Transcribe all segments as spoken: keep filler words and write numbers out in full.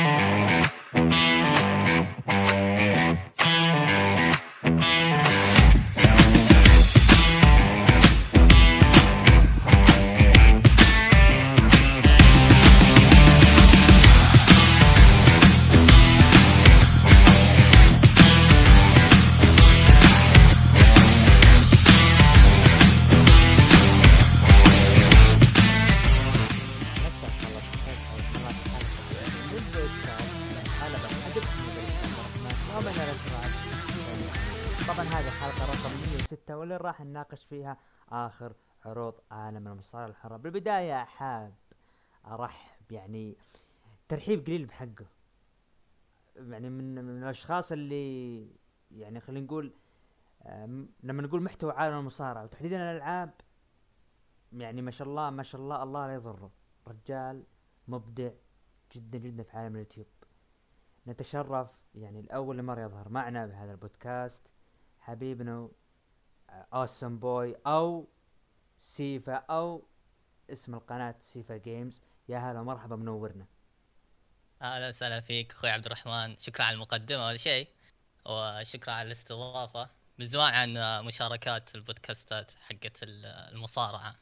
طبعا هذه الحلقة رقم مية وستة واللي راح نناقش فيها آخر عروض عالم المصارعة الحرة. بالبداية حاب أرحب يعني ترحيب قليل بحقه، يعني من, من الأشخاص اللي يعني خلينا نقول آم، لما نقول محتوى عالم المصارعة وتحديدا الألعاب، يعني ما شاء الله ما شاء الله الله لا يضره، رجال مبدع جدا جدا في عالم اليوتيوب. نتشرف يعني الأول مرة يظهر معنا بهذا البودكاست حبيبنا اوسم بوي او سيفا او اسم القناة سيفا جيمز. يا هلا مرحبا منورنا. اهلا وسهلا فيك اخوي عبد الرحمن، شكرا على المقدمه اول شيء، وشكرا على الاستضافه. من زمان عن مشاركات البودكاستات حقت المصارعه،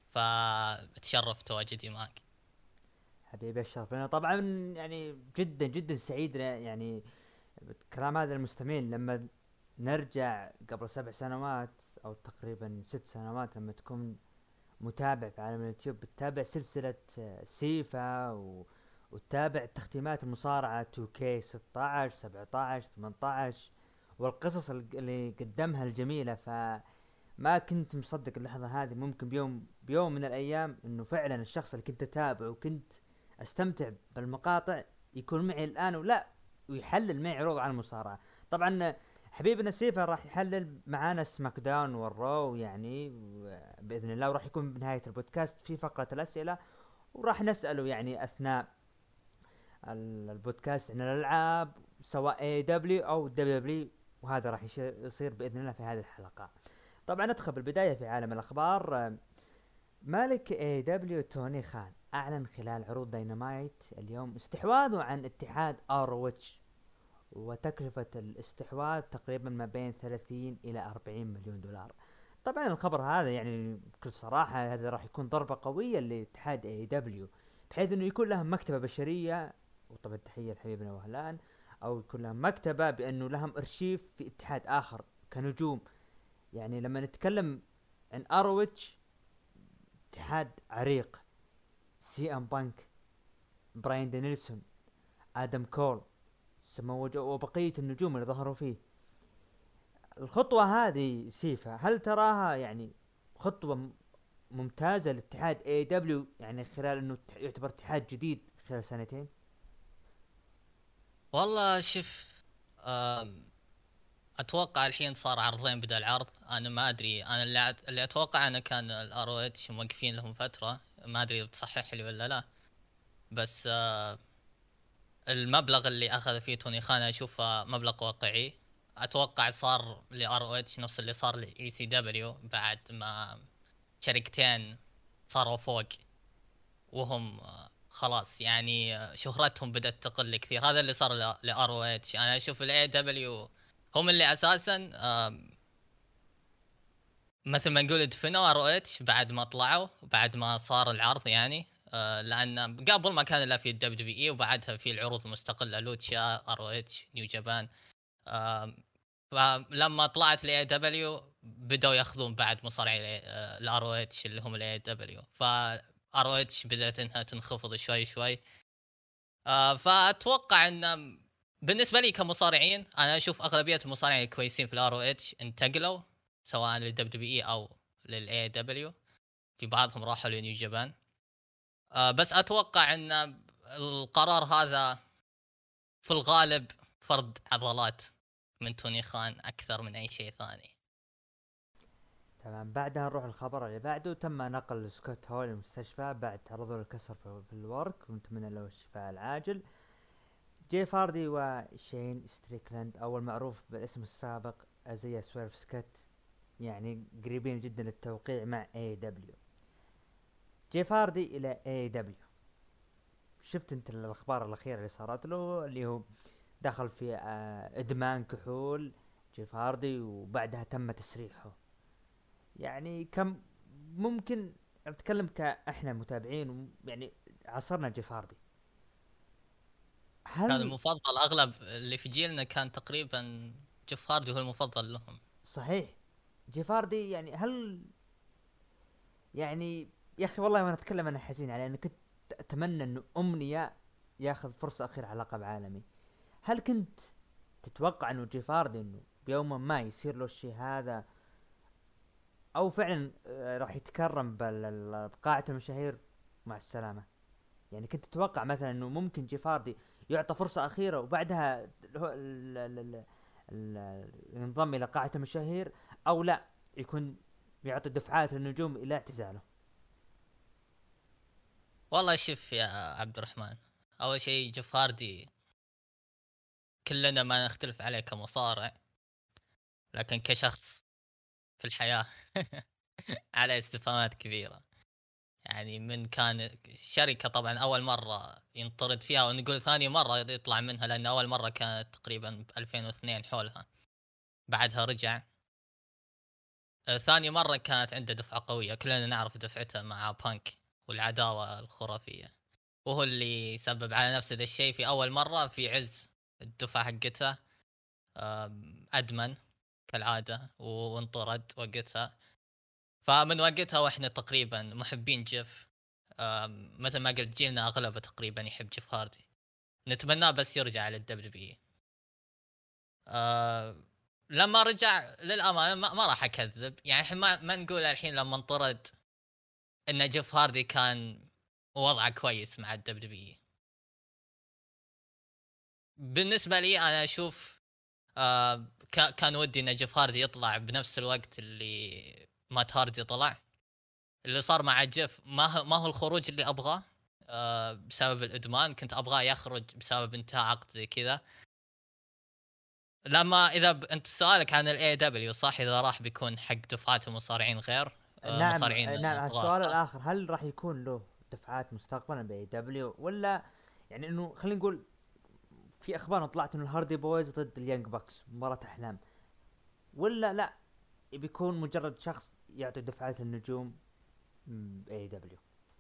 فتشرف تواجدي معك. حبيبي الشرف لنا طبعا، يعني جدا جدا سعيد يعني كلام هذا المستمعين لما نرجع قبل سبع سنوات او تقريبا ست سنوات، لما تكون متابع في عالم اليوتيوب بتتابع سلسلة سيفا و... وتتابع تختيمات المصارعة تو كيه ستة عشر سبعة عشر ثمانية عشر والقصص اللي قدمها الجميلة، فما كنت مصدق اللحظة هذه ممكن بيوم بيوم من الأيام إنه فعلا الشخص اللي كنت أتابعه وكنت أستمتع بالمقاطع يكون معي الآن ولا ويحلل معي عروض عن المصارعة. طبعا حبيبنا سيفا راح يحلل معانا سماك داون والرو يعني باذن الله، وراح يكون بنهايه البودكاست في فقره الاسئله، وراح نساله يعني اثناء البودكاست عن الالعاب سواء اي دبليو او دبليو دبليو، وهذا راح يصير باذن الله في هذه الحلقه. طبعا ندخل بالبدايه في عالم الاخبار. مالك اي دبليو توني خان اعلن خلال عروض داينامايت اليوم استحواذه عن اتحاد اروتش، وتكلفة الاستحواذ تقريبا ما بين ثلاثين إلى أربعين مليون دولار. طبعا الخبر هذا يعني بكل صراحة هذا راح يكون ضربة قوية لاتحاد اي دبليو، بحيث انه يكون لهم مكتبة بشرية، وطبعا تحية لحبيبنا وهلان، او يكون لهم مكتبة بانه لهم ارشيف في اتحاد اخر كنجوم. يعني لما نتكلم عن اروتش اتحاد عريق، سي ام بانك، براين دانيلسون، ادم كول، سمو وبقية النجوم اللي ظهروا فيه. الخطوة هذه سيفا هل تراها يعني خطوة ممتازة لاتحاد اي دبليو، يعني خلال انه يعتبر اتحاد جديد خلال سنتين؟ والله شوف، اتوقع الحين صار عرضين بدل عرض. انا ما ادري، انا اللي, اللي اتوقع انه كان الار او اتش موقفين لهم فترة، ما ادري بتصحح لي ولا لا، بس المبلغ اللي اخذ فيه توني خان اشوفه مبلغ واقعي. اتوقع صار لار او اتش نفس اللي صار لاي سي دبليو بعد ما شركتين صاروا فوق، وهم خلاص يعني شهرتهم بدأت تقل كثير. هذا اللي صار لار او اتش. انا اشوف الاي دبليو هم اللي اساسا مثل ما نقول دفنوا ار او اتش بعد ما طلعوا، بعد ما صار العرض يعني. آه لان قبل ما كان الا في الدبليو دبليو اي، وبعدها في العروض المستقله لوتشا، ار او اتش، نيو جابان. آه فلما طلعت الاي دبليو بدأوا ياخذون بعد مصارعي الار او اتش اللي هم الاي دبليو، ف ار او اتش بدأت انها تنخفض شوي شوي. آه فاتوقع ان بالنسبه لي كمصارعين، انا اشوف اغلبيه المصارعين الكويسين في الار او اتش انتقلوا سواء للدبليو دبليو اي او للاي دبليو، في بعضهم راحوا لنيو جابان. آه بس اتوقع ان القرار هذا في الغالب فرض عضلات من توني خان اكثر من اي شيء ثاني. تمام، بعدها نروح الخبر اللي بعده. تم نقل سكوت هول المستشفى بعد تعرض له الكسر في الورك، ونتمنى له الشفاء العاجل. جي فاردي وشين ستريكلاند او المعروف بالاسم السابق ازيا سويرف سكوت يعني قريبين جدا للتوقيع مع اي دبليو. جي فاردي الى اي دبليو، شفت انت الاخبار الاخيره اللي صارت له، اللي هو دخل في آه، ادمان كحول جيف هاردي، وبعدها تم تسريحه. يعني كم ممكن نتكلم كاحنا متابعين، يعني عصرنا جيف هاردي. كان هل المفضل اغلب اللي في جيلنا كان تقريبا جيف هاردي هو المفضل لهم. صحيح جيف هاردي؟ يعني هل يعني يا اخي والله وانا اتكلم انا حزين عليه، انا كنت اتمنى انه امنيه ياخذ فرصه اخيره على لقب عالمي. هل كنت تتوقع انه جيف هاردي انه بيوم ما يصير له الشيء هذا، او فعلا آه، راح يتكرم بال- بقاعة المشاهير مع السلامة؟ يعني كنت تتوقع مثلا انه ممكن جيف هاردي يعطى فرصة اخيرة وبعدها ال- ال- ال- ال- ال- ينضم الى قاعة المشاهير، او لا يكون يعطي دفعات للنجوم الى اعتزاله؟ والله شوف يا عبد الرحمن، اول شيء جيف هاردي كلنا ما نختلف عليه كمصارع، لكن كشخص في الحياة على استفهامات كبيرة. يعني من كان شركة طبعا أول مرة ينطرد فيها، ونقول ثاني مرة يطلع منها، لأن أول مرة كانت تقريبا ب ألفين واثنين حولها، بعدها رجع. آه، ثاني مرة كانت عنده دفعة قوية، كلنا نعرف دفعته مع بانك والعداوة الخرافية، وهو اللي سبب على نفسه ذا الشيء في أول مرة في عز الدفعة حقته. آم، أدمن كالعادة وانطرد وقتها. فمن وقتها واحنا تقريبا محبين جيف. آم، مثل ما قلت جيلنا اغلبه تقريبا يحب جيف هاردي، نتمناه بس يرجع للدبليو بي. آه لما رجع للامانه ما, ما راح اكذب، يعني إحنا ما, ما نقول الحين لما انطرد ان جيف هاردي كان وضعه كويس مع الدبليو بي. بالنسبه لي انا اشوف آه كا- كان ودي ان جيف هاردي يطلع بنفس الوقت اللي مات هاردي طلع. اللي صار مع جيف ما هو ما هو الخروج اللي ابغاه آه بسبب الادمان، كنت ابغاه يخرج بسبب انتهاء عقد زي كذا. لما اذا ب... انت سؤالك عن الاي دبليو صح، اذا راح بيكون حق دفعات المصارعين غير آه نعم مصارعين نعم. صغار السؤال صح. الاخر، هل راح يكون له دفعات مستقبلا باي دبليو، ولا يعني انه خلينا نقول في اخبار طلعت انه الهاردي بويز ضد اليانج باكس مباراة احلام، ولا لا بيكون مجرد شخص يعطي دفعات للنجوم باي دبليو؟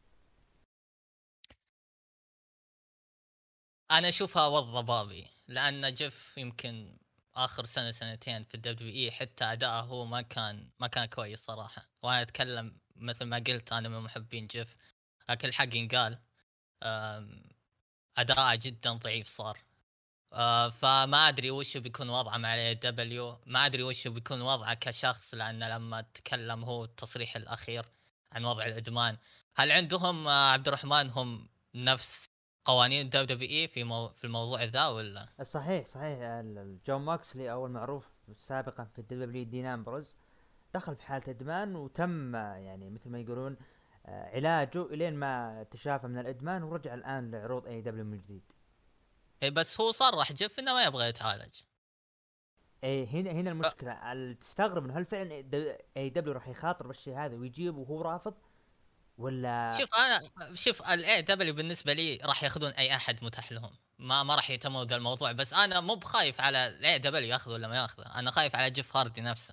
انا اشوفها وض ضبابي، لان جيف يمكن اخر سنه سنتين في الدبليو اي حتى اداءه هو ما كان ما كان كويس صراحه، وانا اتكلم مثل ما قلت انا من محبين جيف، لكن الحق ينقال آم، اداءه جدا ضعيف صار. آه فما ادري وش بيكون وضعه مع الاي دبليو، ما ادري وش بيكون وضعه كشخص، لان لما تكلم هو التصريح الاخير عن وضع الادمان، هل عندهم آه عبد الرحمن هم نفس قوانين دبليو دبليو اي في مو في الموضوع ذا ولا؟ صحيح صحيح. ال- ال- جون ماكسلي او المعروف سابقا في الدبليو دين امبروز دخل في حالة ادمان، وتم آه، يعني مثل ما يقولون آه، علاجه الين ما تشافى من الادمان، ورجع الان لعروض اي دبليو من جديد. اي بس هو صرح جيف انه ما يبغى يتعالج. ايه هنا هنا المشكله. ال- تستغرب انه هل فعلا اي دبليو راح يخاطر بالشيء هذا ويجيبه وهو رافض، ولا؟ شوف انا شوف الاي دبليو بالنسبه لي راح ياخذون اي احد متاح لهم، ما ما راح يهتموا بهذا الموضوع، بس انا مو بخايف على الاي دبليو ياخذ ولا ما ياخذه، انا خايف على جيف هاردي نفسه.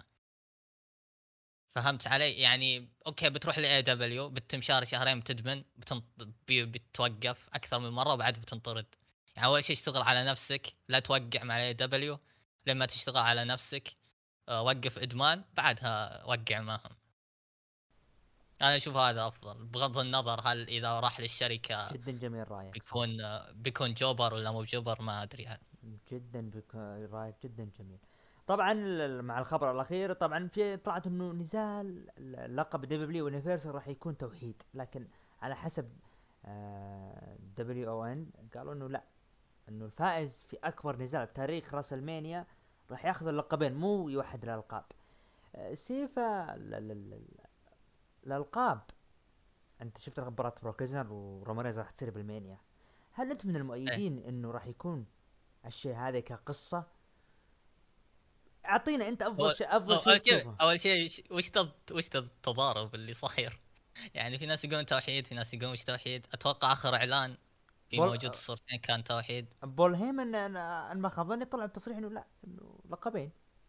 فهمت علي؟ يعني اوكي بتروح لاي دبليو بتتم شهر شهرين بتدمن بتنط... بي- بتوقف اكثر من مره وبعد بتنطرد. يعني اول شيء اشتغل على نفسك، لا توقع مع الاي دبليو لما تشتغل على نفسك. أه وقف ادمان بعدها وقع معهم. انا اشوف هذا افضل بغض النظر هل اذا راح للشركه جدا جميل رايك، صح. بيكون آه، بيكون جوبر ولا مو جوبر ما ادري يعني. جدا بك... رايك جدا جميل. طبعا ال- مع الخبر الاخير طبعا في طلعت انه نزال لقب دبليو يونيفرسال راح يكون توحيد، لكن على حسب دبليو او ان قالوا انه لا، انه الفائز في اكبر نزال بتاريخ راس المانيا راح ياخذ اللقبين، مو يوحد الالقاب. آه، سيفا ال- ال- ال- الالقاب، انت شفت مباراة بروكيزنر ورومانيز راح تصير بالمانيا، هل انت من إيه. المؤيدين انه راح يكون الشيء هذا كقصة؟ اعطينا انت هو افضل شيء، افضل شيء اول شيء تشوفه. اول شيء ش- وش تض... وش التضارب اللي صاير؟ يعني في ناس يقولون توحيد، في ناس يقولون مش توحيد. اتوقع اخر اعلان في موجود الصورتين كان توحيد. بول هيمن انا ما خاب ظني طلع بتصريح انه لا انه لقبين،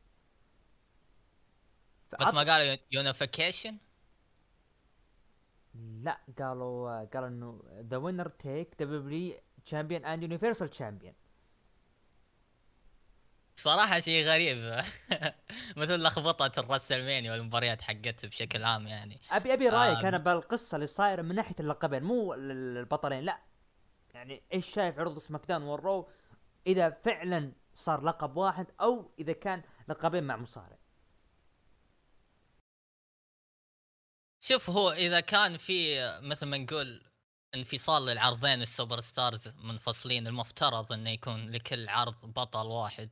بس ما قالوا يونيفيكيشن. لا قالوا قالوا انه ذا وينر تيك دبليو تشامبيون اند يونيفرسال تشامبيون. صراحة شيء غريب مثل لخبطة الرسلمانيا والمباريات حقته بشكل عام يعني. ابي ابي رايك آه انا بالقصة اللي صايرة من ناحية اللقبين مو البطلين، لا يعني ايش شايف عروض سماك داون والرو اذا فعلا صار لقب واحد او اذا كان لقبين مع مصارع. شوف، هو اذا كان في مثل ما نقول انفصال للعرضين السوبر ستارز منفصلين، المفترض انه يكون لكل عرض بطل واحد.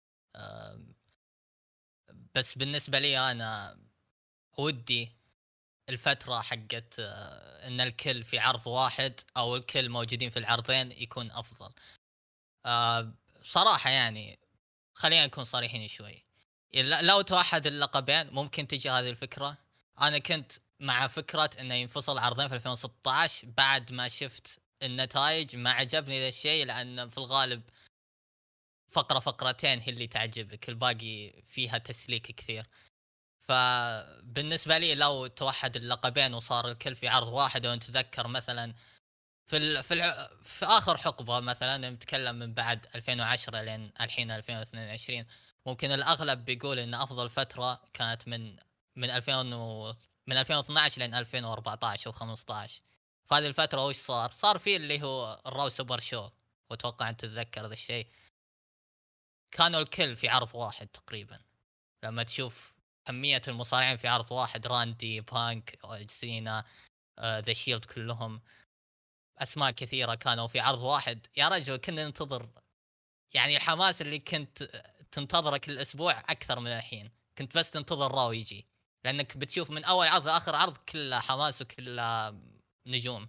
بس بالنسبة لي انا ودي الفترة حقت ان الكل في عرض واحد او الكل موجودين في العرضين يكون افضل. صراحة يعني خلينا نكون صريحين شوي، لو توحد اللقبين ممكن تجي هذه الفكرة. انا كنت مع فكرة انه ينفصل عرضين في ألفين وستة عشر، بعد ما شفت النتائج ما عجبني ذا الشيء، لان في الغالب فقرة فقرتين هي اللي تعجبك، الباقي فيها تسليك كثير. فبالنسبة لي لو توحد اللقبين وصار الكل في عرض واحد، ونتذكر مثلا في ال... في, الع... في اخر حقبة مثلا نتكلم من بعد ألفين وعشرة لين الحين ألفين واثنين وعشرين، ممكن الاغلب بيقول ان افضل فترة كانت من من ألفين و... من ألفين واثني عشر لين ألفين وأربعة عشر او خمسة عشر. فهذه الفترة وش صار؟ صار فيه اللي هو الراو سوبر شو، واتوقع ان تتذكر ذا الشيء. كانوا الكل في عرض واحد تقريبا. لما تشوف كمية المصارعين في عرض واحد، راندي، بانك، سينا، ذا شيلد، كلهم اسماء كثيرة كانوا في عرض واحد، يا رجل كنا ننتظر يعني الحماس اللي كنت تنتظره كل اسبوع اكثر من الحين. كنت بس تنتظر راو يجي، لانك بتشوف من اول عرض لاخر عرض كله حماس وكله نجوم.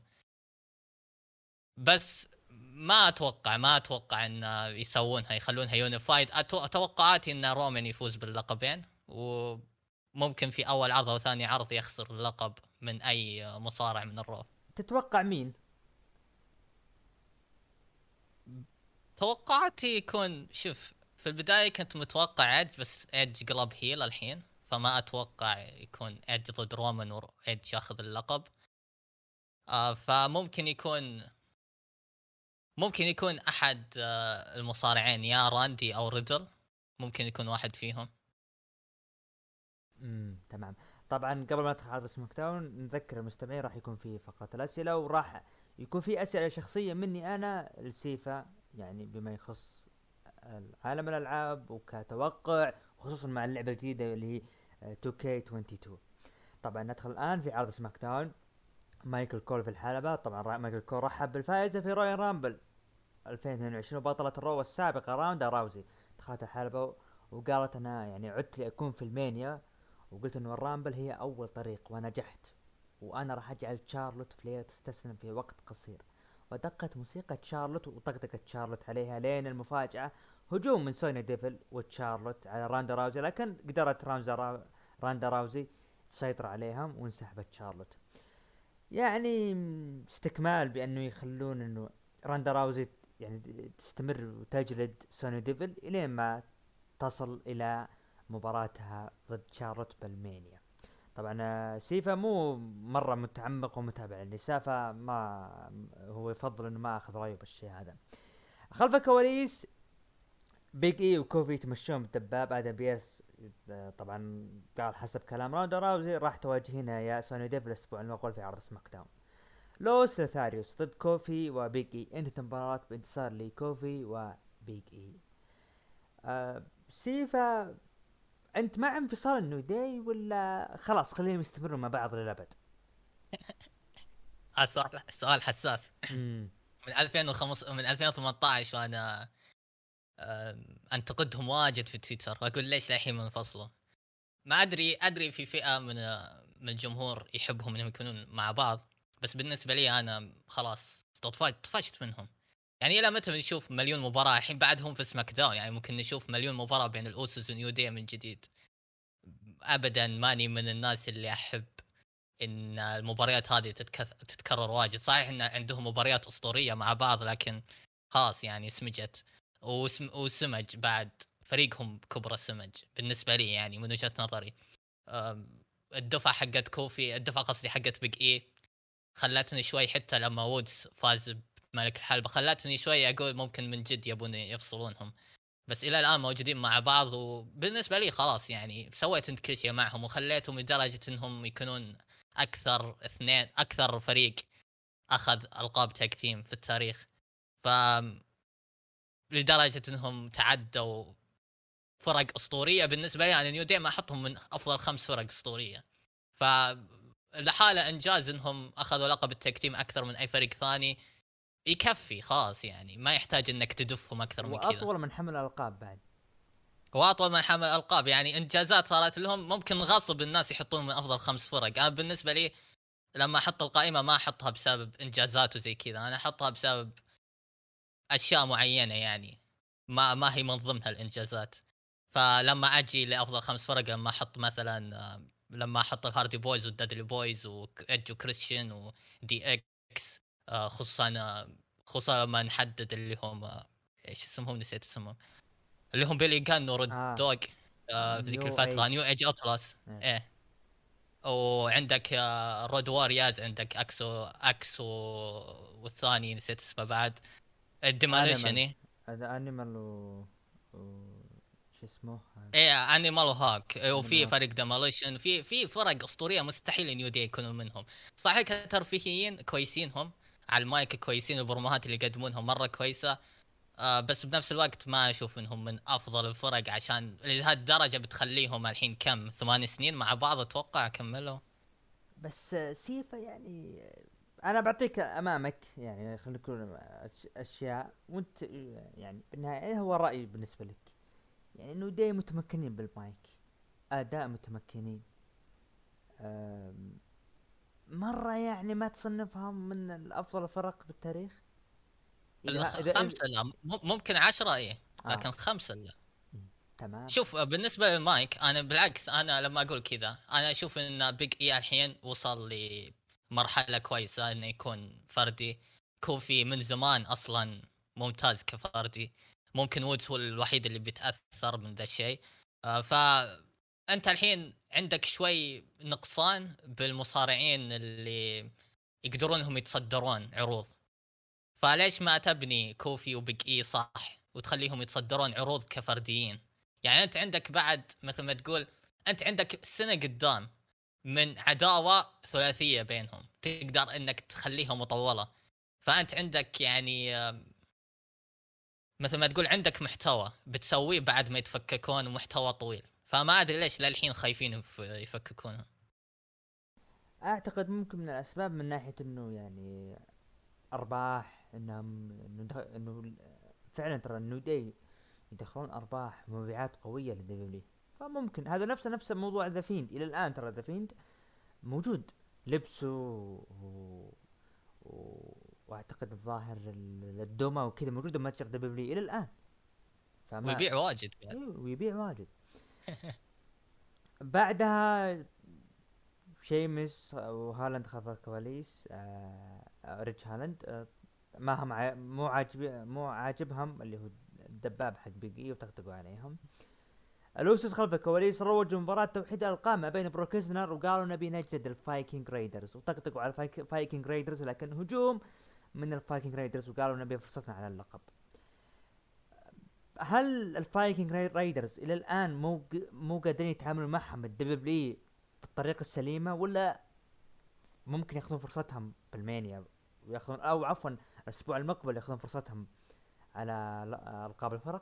بس ما اتوقع ما اتوقع ان يسوونها يخلونها يونيفايد. اتوقعاتي ان رومان يفوز باللقبين، وممكن في اول عرض او ثاني عرض يخسر اللقب من اي مصارع من الرو. تتوقع مين؟ توقعاتي يكون، شوف، في البداية كنت متوقع ايدج، بس ايدج قلب هيل الحين، فما اتوقع يكون ايدج ضد رومان وايدج ياخذ اللقب. آه فممكن يكون ممكن يكون احد آه المصارعين، يا راندي او ريدل، ممكن يكون واحد فيهم. امم تمام. طبعا قبل ما ندخل على سماك داون نذكر المستمعين راح يكون في فقرة الأسئلة، وراح يكون في أسئلة شخصية مني أنا لسيفا، يعني بما يخص عالم الألعاب وكتوقع، خصوصا مع اللعبة الجديدة اللي هي تو كيه اثنين وعشرين. طبعا ندخل الآن في عرض سماك داون. مايكل كول في الحلبة. طبعا مايكل كول رحب بالفائزة في رويال رامبل ألفين واثنين وعشرين وبطلة الرو السابقة راندا راوزي. دخلت الحلبة وقالت أنا يعني عدت لأكون في المانيا، وقلت انه الرامبل هي اول طريق ونجحت، وانا راح اجعل تشارلوت فلير تستسلم في وقت قصير. ودقت موسيقى تشارلوت وطقطقت تشارلوت عليها لين المفاجأة هجوم من سوني ديفل وتشارلوت على راندا راوزي، لكن قدرت راندا, را... راندا راوزي تسيطر عليهم وانسحبت تشارلوت. يعني استكمال بانه يخلون انه راندا راوزي يعني تستمر وتجلد سوني ديفل الين ما تصل الى مباراتها ضد شارلوت بالمانيا. طبعا سيفا مو مرة متعمق ومتابع للنساء، فما هو يفضل انه ما اخذ رايه بالشيء هذا. خلف الكواليس بيج اي وكوفي يتمشون بالدباب. ادم بيرس طبعا قال حسب كلام راندا راوزي راح تواجهنا يا سوني ديف الاسبوع المقبل في عرض سماك داون. لوس لوثاريوس ضد كوفي وبيج اي. انتهت المباراة بانتصار لكوفي وبيج اي. آه سيفا انت مع انفصال النيو داي ولا خلاص خليهم يستمروا مع بعض للابد؟ سؤال سؤال حساس. من ألفين وخمسة من ألفين وثمانية عشر وانا انتقدهم واجد في تويتر، واقول ليش الحين منفصلوا. ما ادري ادري في فئة من من الجمهور يحبهم انهم يكونون مع بعض، بس بالنسبة لي انا خلاص طفشت منهم. يعني الى متى بنشوف مليون مباراة الحين بعدهم في سماك داون؟ يعني ممكن نشوف مليون مباراة بين الاوسوس ونيو داي من جديد. ابدا ماني من الناس اللي احب ان المباريات هذه تتكث... تتكرر واجد. صحيح ان عندهم مباريات اسطوريه مع بعض، لكن خلاص يعني سمجت وسم... وسمج بعد فريقهم كبرى سمج بالنسبه لي يعني من وجهه نظري. أم، الدفعه حقت كوفي، الدفعه قصدي حقت بيج اي، خلتني شوي حتى لما وودز فاز بملك الحلبة خلتني شوي اقول ممكن من جد يبون يفصلونهم، بس الى الان موجودين مع بعض. وبالنسبه لي خلاص يعني سويت انت كل شيء معهم وخليتهم لدرجه انهم يكونون اكثر اثنين اكثر فريق اخذ القاب تاك تيم في التاريخ. ف لدرجه انهم تعدوا فرق اسطوريه. بالنسبه لي انا نيو دي ما احطهم من افضل خمس فرق اسطوريه. ف لحاله انجاز انهم اخذوا لقب التاك تيم اكثر من اي فريق ثاني يكفي خلاص، يعني ما يحتاج انك تدفهم اكثر من كذا. واطول من حمل الالقاب بعد، واطول من حمل القاب، يعني انجازات صارت لهم ممكن غصب الناس يحطون من افضل خمس فرق. انا بالنسبه لي لما احط القائمه ما احطها بسبب انجازات وزي كذا، انا احطها بسبب اشياء معينه يعني ما ما هي من ضمنها الانجازات. فلما اجي لافضل خمس فرق لما احط مثلا آه، لما احط الهاردي بويز والدادلي بويز وايدج وكريستيان ودي اكس، آه، خصوصا آه، خصوصا لما نحدد اللي هم آه، ايش اسمهم نسيت اسمهم، اللي هم بيلي جان ورود اه دوغ آه في ذيك نيو الفترة، ايج. نيو ايج اتلاس. يس. ايه، وعندك آه رود وارياز، عندك اكسو اكسو والثاني نسيت اسمه بعد، الديموليشن. انيمال، ايه هذا انيمال و... و... شو اسمه هذا؟ ايه انيمال وهاك، إيه، انيمال وفي هاك. فريق ديموليشن، في في فرق اسطوريه مستحيل نيو دي يكونوا منهم. صحيح كترفيهيين كويسين هم على المايك كويسين، البروموهات اللي يقدمونها مره كويسه، آه بس بنفس الوقت ما اشوف انهم من افضل الفرق عشان لهذه الدرجه بتخليهم الحين كم ثمان سنين مع بعض اتوقع كملوا. بس آه، سيفا يعني آه، انا بعطيك امامك يعني خلينا نكون أش- اشياء وانت آه، يعني بالنهايه إيه هو رايي بالنسبه لك؟ يعني انه داي متمكنين بالمايك، اداء متمكنين، آم، مره يعني ما تصنفهم من الافضل الفرق بالتاريخ؟ اذا الخ- اذا, إذا خمسه لا، م- ممكن عشرة ايه، اه لكن خمسه لا. مم، تمام. شوف آه، بالنسبه للمايك انا بالعكس، انا لما اقول كذا انا اشوف ان بيج اي الحين وصل لمرحله كويسه انه يكون فردي. كوفي من زمان اصلا ممتاز كفردي، ممكن وودز هو الوحيد اللي بيتاثر من ذا الشيء. آه، فانت الحين عندك شوي نقصان بالمصارعين اللي يقدرون انهم يتصدرون عروض. فليش ما تبني كوفي وبيج اي صح وتخليهم يتصدرون عروض كفرديين؟ يعني انت عندك بعد مثل ما تقول، انت عندك سنة قدام من عداوة ثلاثية بينهم تقدر انك تخليها مطولة. فانت عندك يعني آم، مثل ما تقول عندك محتوى بتسويه بعد ما يتفككون، محتوى طويل. فما ادري ليش للحين خايفين يف- يفككونه. اعتقد ممكن من الاسباب من ناحيه انه يعني ارباح، انهم انه دخ- انه فعلا ترى انه داي يدخلون ارباح ومبيعات قويه للدبليو، فممكن هذا نفسه نفس موضوع ذا فيند الى الان. ترى ذا فيند موجود لبسه و... و... واعتقد الظاهر ال- الدوما وكذا موجوده بمتجر دبليو الى الان. فما ويبيع واجد بعد. ايوه ويبيع واجد. بعدها شيمس وهالاند خلف الكواليس، آه آه، ريتش هالاند، آه ما هم ع... مو عاجب مو عاجبهم اللي هو الدباب حق بيجي وطقطقوا عليهم. الأوسس خلف الكواليس روجوا مباراة توحيد الألقاب ما بين بروك ليسنر وقالوا نبي نجد الفايكنج رايدرز، وطقطقوا على الفايكنج رايدرز لكن هجوم من الفايكنج رايدرز وقالوا نبي فرصتنا على اللقب. هل الفايكنج رايدرز الى الان مو مو قادرين يتعاملوا معهم الدبليو بالطريقه السليمه، ولا ممكن ياخذون فرصتهم بالمانيا وياخذون، او عفوا الاسبوع المقبل ياخذون فرصتهم على ل- القاب الفرق؟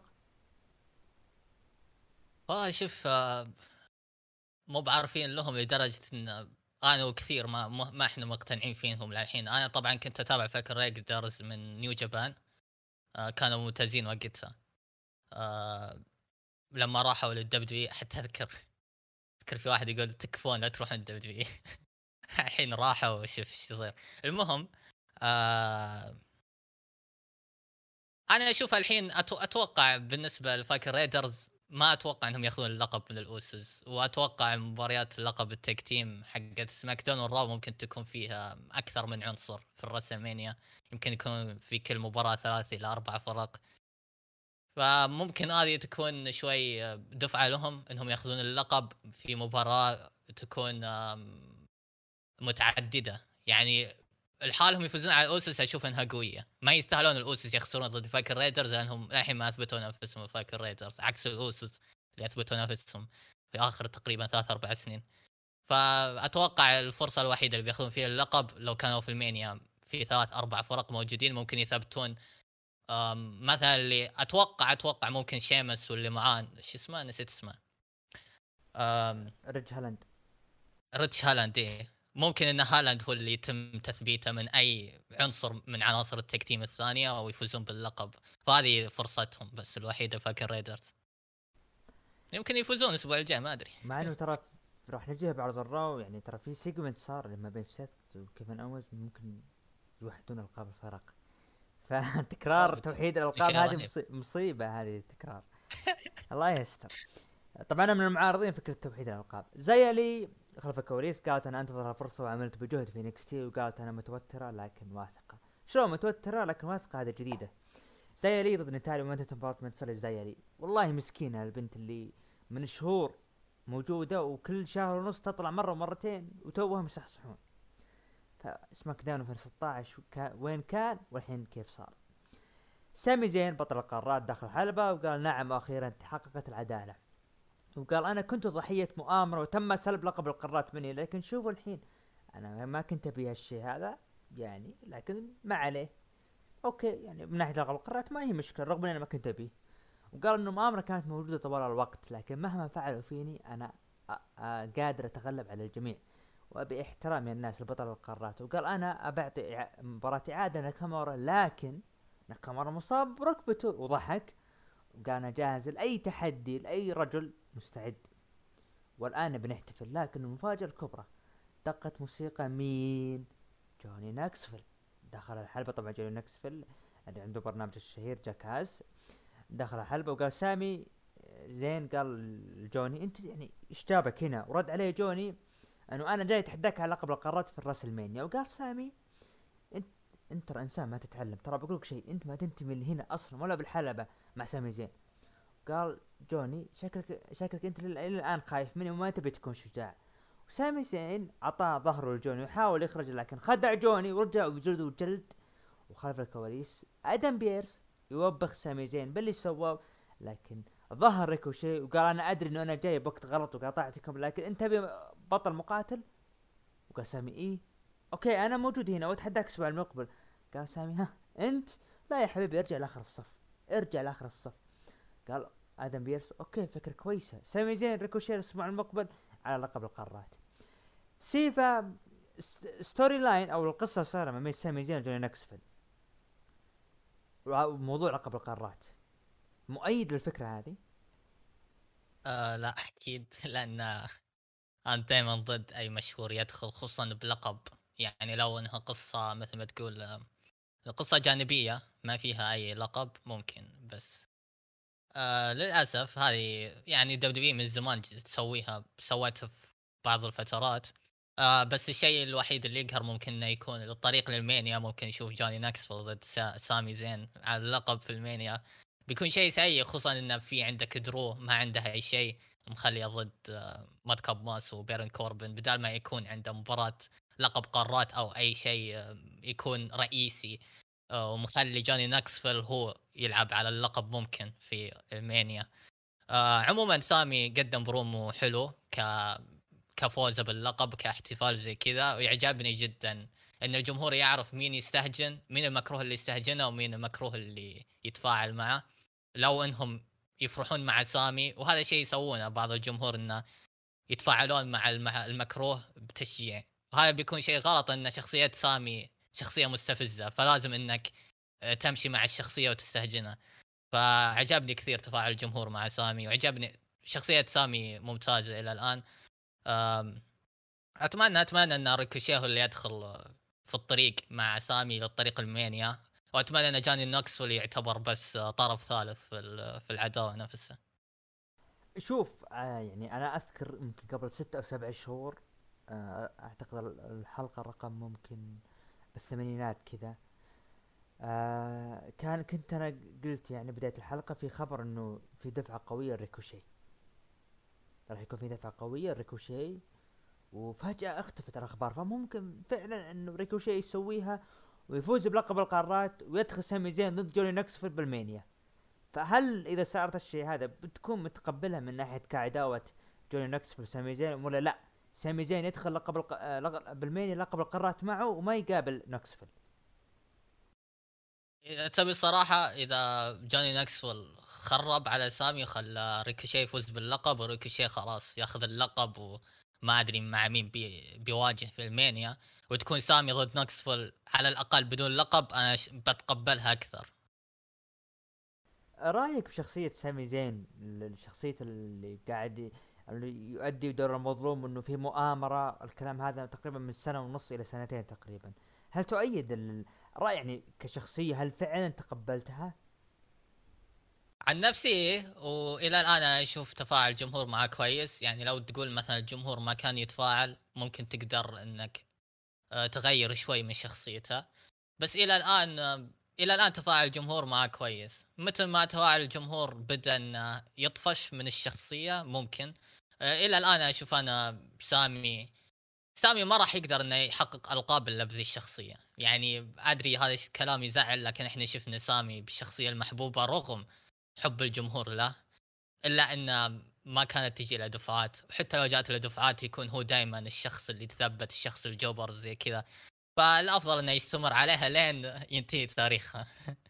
اه شوف آه، مو بعارفين لهم لدرجة ان انا وكثير ما ما ما احنا مقتنعين فيهم للحين. انا طبعا كنت اتابع فكر ريجدرز من نيو جابان، آه كانوا ممتازين وقتها. آه لما راحوا للدبليو حتى اذكر اذكر في واحد يقول تكفون لا تروحون الدبليو. الحين راحوا وشوف ايش يصير. المهم آه انا اشوف الحين أتو اتوقع بالنسبة لفاكر ريدرز ما اتوقع انهم ياخذون اللقب من الاوسس، واتوقع مباريات اللقب التك تيم حقت سماك داون والراو ممكن تكون فيها اكثر من عنصر في الرسلمانيا، يمكن يكون في كل مباراه ثلاث الى اربع فرق، فممكن هذه تكون شوي دفعه لهم انهم ياخذون اللقب في مباراه تكون متعدده. يعني الحالهم يفوزون على الاوسس اشوف انها قويه، ما يستاهلون الاوسس يخسرون ضد فاكر ريدرز لانهم الحين ما اثبتوا نفسهم فاكر ريدرز، عكس الاوسس اللي اثبتوا نفسهم في اخر تقريبا ثلاث اربع سنين. فاتوقع الفرصه الوحيده اللي بياخذون فيها اللقب لو كانوا في المانيا في ثلاث اربع فرق موجودين ممكن يثبتون مثلا اللي اتوقع اتوقع ممكن شيمس واللي معاه شو اسمه نسيت اسمه ريدج هالاند ريتش هالاند. إيه ممكن ان هالاند هو اللي يتم تثبيته من اي عنصر من عناصر التكتيم الثانيه ويفوزون باللقب، فهذه فرصتهم بس الوحيده فاكر ريدرز يمكن يفوزون الاسبوع الجاي ما ادري. مع انه ترى راح نجيها بعرض الراو، يعني ترى في سيجمنت صار ما بين سيث وكيفن اوز ممكن يوحدون القاب الفرق، فتكرار توحيد الالقاب هذه مصيبه، هذه التكرار. الله يستر. طبعا انا من المعارضين فكره توحيد الالقاب. زي لي خلف الكواليس قالت انا انتظر الفرصه وعملت بجهد في نيكستي، وقالت انا متوتره لكن واثقه. شلون متوتره لكن واثقه؟ هذا جديده. زي لي ضد نتالي ومنتهى تمبارتمنت صار زي لي، والله مسكينه البنت اللي من شهور موجوده وكل شهر ونص تطلع مره ومرتين وتوهم يصحصحون. فاسمك داون في ستة عشر وين كان والحين كيف صار. سامي زين بطل القارات داخل الحلبة وقال نعم اخيرا تحققت العدالة، وقال انا كنت ضحية مؤامرة وتم سلب لقب القارات مني، لكن شوفوا الحين انا ما كنت ابي هالشيء هذا يعني، لكن ما عليه اوكي يعني من ناحية لقب القارات ما هي مشكلة رغم اني ما كنت ابي. وقال انه المؤامرة كانت موجودة طوال الوقت، لكن مهما فعلوا فيني انا قادر اتغلب على الجميع وابي احترامي الناس لبطل القارات. وقال انا ابعطي مباراة اعادة ناكامورا، لكن ناكامورا مصاب بركبته، وضحك وقال انا جاهز لاي تحدي لاي رجل مستعد. والان بنحتفل، لكن المفاجأة الكبرى دقت موسيقى مين؟ جوني ناكسفيل دخل الحلبة. طبعا جوني ناكسفيل اللي عنده برنامج الشهير جاكاز دخل الحلبة وقال سامي زين، قال جوني انت يعني ايش جابك هنا؟ ورد عليه جوني انه انا جاي اتحداك على لقب القارات في الراسلمانيا. وقال سامي انت انت ترى انسان ما تتعلم، ترى بقولك شيء انت ما تنتمي لهنا اصلا ولا بالحلبة مع سامي زين. قال جوني شكلك شكلك انت الى الان خايف مني وما تبي تكون شجاع. وسامي زين عطاه ظهره لجوني وحاول يخرج، لكن خدع جوني ورجع وجلده وجلد. وخلف الكواليس ادم بيرس يوبخ سامي زين باللي سواه، لكن ظهر ريكوشي وقال انا ادري انه انا جاي بوقت غلط وقاطعتكم، لكن انت تبي بطل مقاتل؟ وقال سامي ايه اوكي انا موجود هنا واتحداك الاسبوع المقبل. قال سامي ها انت؟ لا يا حبيبي ارجع لاخر الصف، ارجع لاخر الصف. قال ادم بيرس اوكي فكرة كويسة. سامي زين ريكوشي الاسبوع المقبل على لقب القارات. سيفا ستوري لاين او القصة صار ما بين سامي زين وجوني ناكسفيل وموضوع لقب القارات، مؤيد للفكرة هذه؟ آه لا اكيد، لان انا دائما ضد اي مشهور يدخل خصوصا بلقب، يعني لو انها قصة مثل ما تقول القصة جانبية ما فيها اي لقب ممكن، بس آه للاسف هذه يعني دبليو من زمان تسويها، سوتها في بعض الفترات. آه بس الشيء الوحيد اللي يقهر ممكن انه يكون الطريق للمانيا، ممكن نشوف جوني ناكسفيل ضد سا سامي زين على اللقب في المانيا، بيكون شيء سيء خصوصا انه في عندك درو ما عندها اي شيء مخليه ضد آه ماد كاب ماس وبيرن كوربن، بدال ما يكون عنده مباراة لقب قارات او اي شيء آه يكون رئيسي، آه ومخلي جوني ناكسفيل هو يلعب على اللقب ممكن في المانيا. آه عموما سامي قدم برومو حلو ك كفوزه باللقب كاحتفال زي كذا، ويعجبني جدا ان الجمهور يعرف مين يستهجن، مين المكروه اللي يستهجنه ومين المكروه اللي يتفاعل معه. لو انهم يفرحون مع سامي، وهذا شيء يسوونه بعض الجمهور انه يتفاعلون مع المكروه بتشجيع، وهذا بيكون شيء غلط ان شخصية سامي شخصية مستفزة، فلازم انك تمشي مع الشخصية وتستهجنها. فعجبني كثير تفاعل الجمهور مع سامي، وعجبني شخصية سامي ممتازة إلى الآن. أتمنى أتمنى أن ريكوشيه هو اللي يدخل في الطريق مع سامي للطريق المانيا، وأتمنى أن جاني نوكسفيل يعتبر بس طرف ثالث في في العداوة نفسها. شوف آه يعني انا اذكر يمكن قبل ستة او سبع شهور، آه اعتقد ال- الحلقة رقم ممكن بالثمانينات كذا. آه كان كنت انا قلت يعني بداية الحلقة في خبر انه في دفعة قوية ريكوشي، راح يكون في دفعة قوية ريكوشي، وفجأة اختفت الاخبار. فممكن فعلا انه ريكوشي يسويها ويفوز بلقب القارات ويدخل سامي زين ضد جوني نكسفيل بالمانيا. فهل اذا صارت الشيء هذا بتكون متقبلها من ناحيه كعداوه جوني نوكسفيل وسامي زين، ولا لا سامي زين يدخل لقب الق... آه، لق- بالمانيا لقب القارات معه وما يقابل نوكسفيل؟ إذا تبي صراحة، إذا جوني ناكسول خرب على سامي وخلى ريكوشي يفوز باللقب، وريكوشي خلاص ياخذ اللقب وما أدري مع مين بي بيواجه في المانيا، وتكون سامي ضد ناكسفول على الأقل بدون لقب، أنا ش- بتقبلها أكثر. رايك بشخصيه سامي زين، الشخصيه اللي قاعد ي- اللي يؤدي دور المظلوم، انه في مؤامره، الكلام هذا تقريبا من سنه ونص الى سنتين تقريبا. هل تؤيد ال- الراي يعني كشخصيه؟ هل فعلا تقبلتها؟ عن نفسي، والى الان انا اشوف تفاعل الجمهور معاه كويس. يعني لو تقول مثلا الجمهور ما كان يتفاعل، ممكن تقدر انك آه، تغير شوي من شخصيته. بس الى الان آه، الى الان تفاعل الجمهور معاه كويس. مثل ما تفاعل الجمهور بدا انه يطفش من الشخصية، ممكن آه، الى الان اشوف انا سامي سامي ما راح يقدر انه يحقق القاب الا بذي الشخصية. يعني ادري هذا الكلام يزعل، لكن احنا شفنا سامي بالشخصية المحبوبة رغم حب الجمهور له، الا ان ما كانت تجي له دفعات. وحتى لو جات له دفعات يكون هو دائما الشخص اللي تثبت، الشخص الجوبر زي كذا. فالافضل انه يستمر عليها لين ينتهي تاريخها.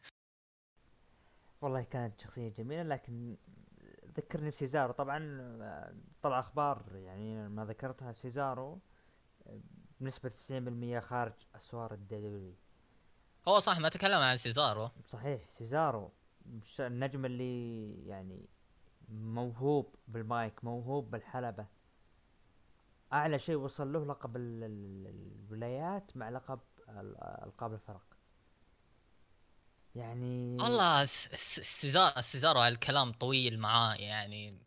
والله كانت شخصيه جميله، لكن ذكرني بسيزارو طبعا. آه، طلع اخبار يعني ما ذكرتها، سيزارو آه، بنسبة تسعين بالمية خارج اسوار الدبليو. هو صح ما تكلم عن سيزارو. صحيح، سيزارو الش- النجم اللي يعني موهوب بالمايك، موهوب بالحلبة. اعلى شيء وصل له لقب ال- ال- الولايات مع لقب ال- القاب الفرق يعني. والله س- س- سيزارو سيزارو الكلام طويل معاه يعني.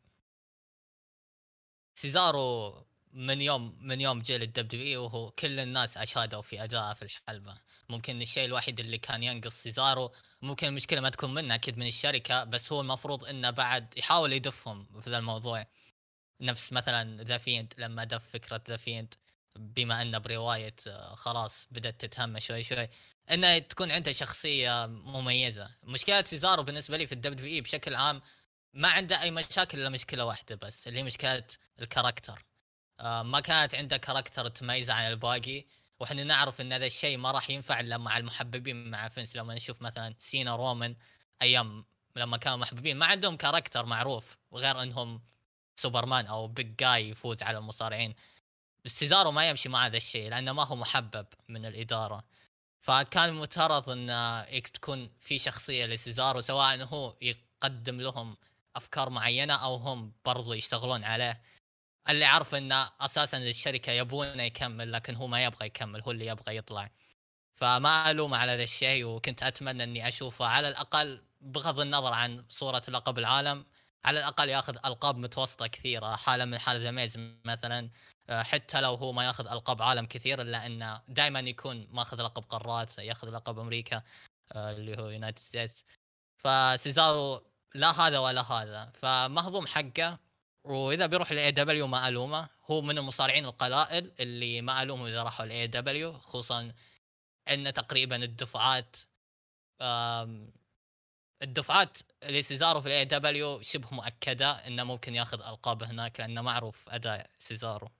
سيزارو من يوم من يوم جه للدبليو وهو كل الناس اشادوا في اداءه في الحلبة. ممكن الشيء الوحيد اللي كان ينقص سيزارو، ممكن المشكلة ما تكون منه، اكيد من الشركة، بس هو المفروض انه بعد يحاول يدفهم في ذا الموضوع. نفس مثلا ذا فيند، لما دف فكرة ذا فيند، بما انه برواية آه، خلاص بدأت تتهمه شوي شوي، انه تكون عنده شخصية مميزة. مشكلة سيزارو بالنسبة لي في الدبليو اي بشكل عام، ما عنده اي مشاكل الا مشكلة واحدة بس، اللي هي مشكلة الكاركتر. آه، ما كانت عنده كاركتر تميزه عن الباقي. واحنا نعرف ان هذا الشيء ما راح ينفع الا مع المحببين مع فينس. لما نشوف مثلا سينا رومان ايام لما كانوا محبوبين، ما عندهم كاركتر معروف غير انهم سوبرمان او بيج جاي يفوز على المصارعين. بس سيزارو ما يمشي مع هذا الشيء لانه ما هو محبب من الاداره. فكان مفترض ان إيك تكون في شخصيه لسيزارو، سواء هو يقدم لهم افكار معينه او هم برضو يشتغلون عليه. اللي عارف ان اساسا الشركه يبونه يكمل، لكن هو ما يبغى يكمل، هو اللي يبغى يطلع. فما الوم على هذا الشيء، وكنت اتمنى اني اشوفه على الاقل بغض النظر عن صوره لقب العالم، على الاقل ياخذ القاب متوسطه كثيره، حاله من حال ذا ميز مثلا. آه، حتى لو هو ما ياخذ القاب عالم كثير، الا انه دائما يكون ماخذ لقب قارات، ياخذ لقب امريكا آه، اللي هو يونايتد ستيتس. فسيزارو لا هذا ولا هذا، فمهضوم حقه. واذا بيروح لاي دبليو ما الومه، هو من المصارعين القلائل اللي ما الومه اذا راحوا لاي دبليو، خصوصا ان تقريبا الدفعات آم، الدفعات اللي سيزارو في الاي دبليو شبه مؤكده انه ممكن ياخذ القاب هناك، لانه معروف اداء سيزارو.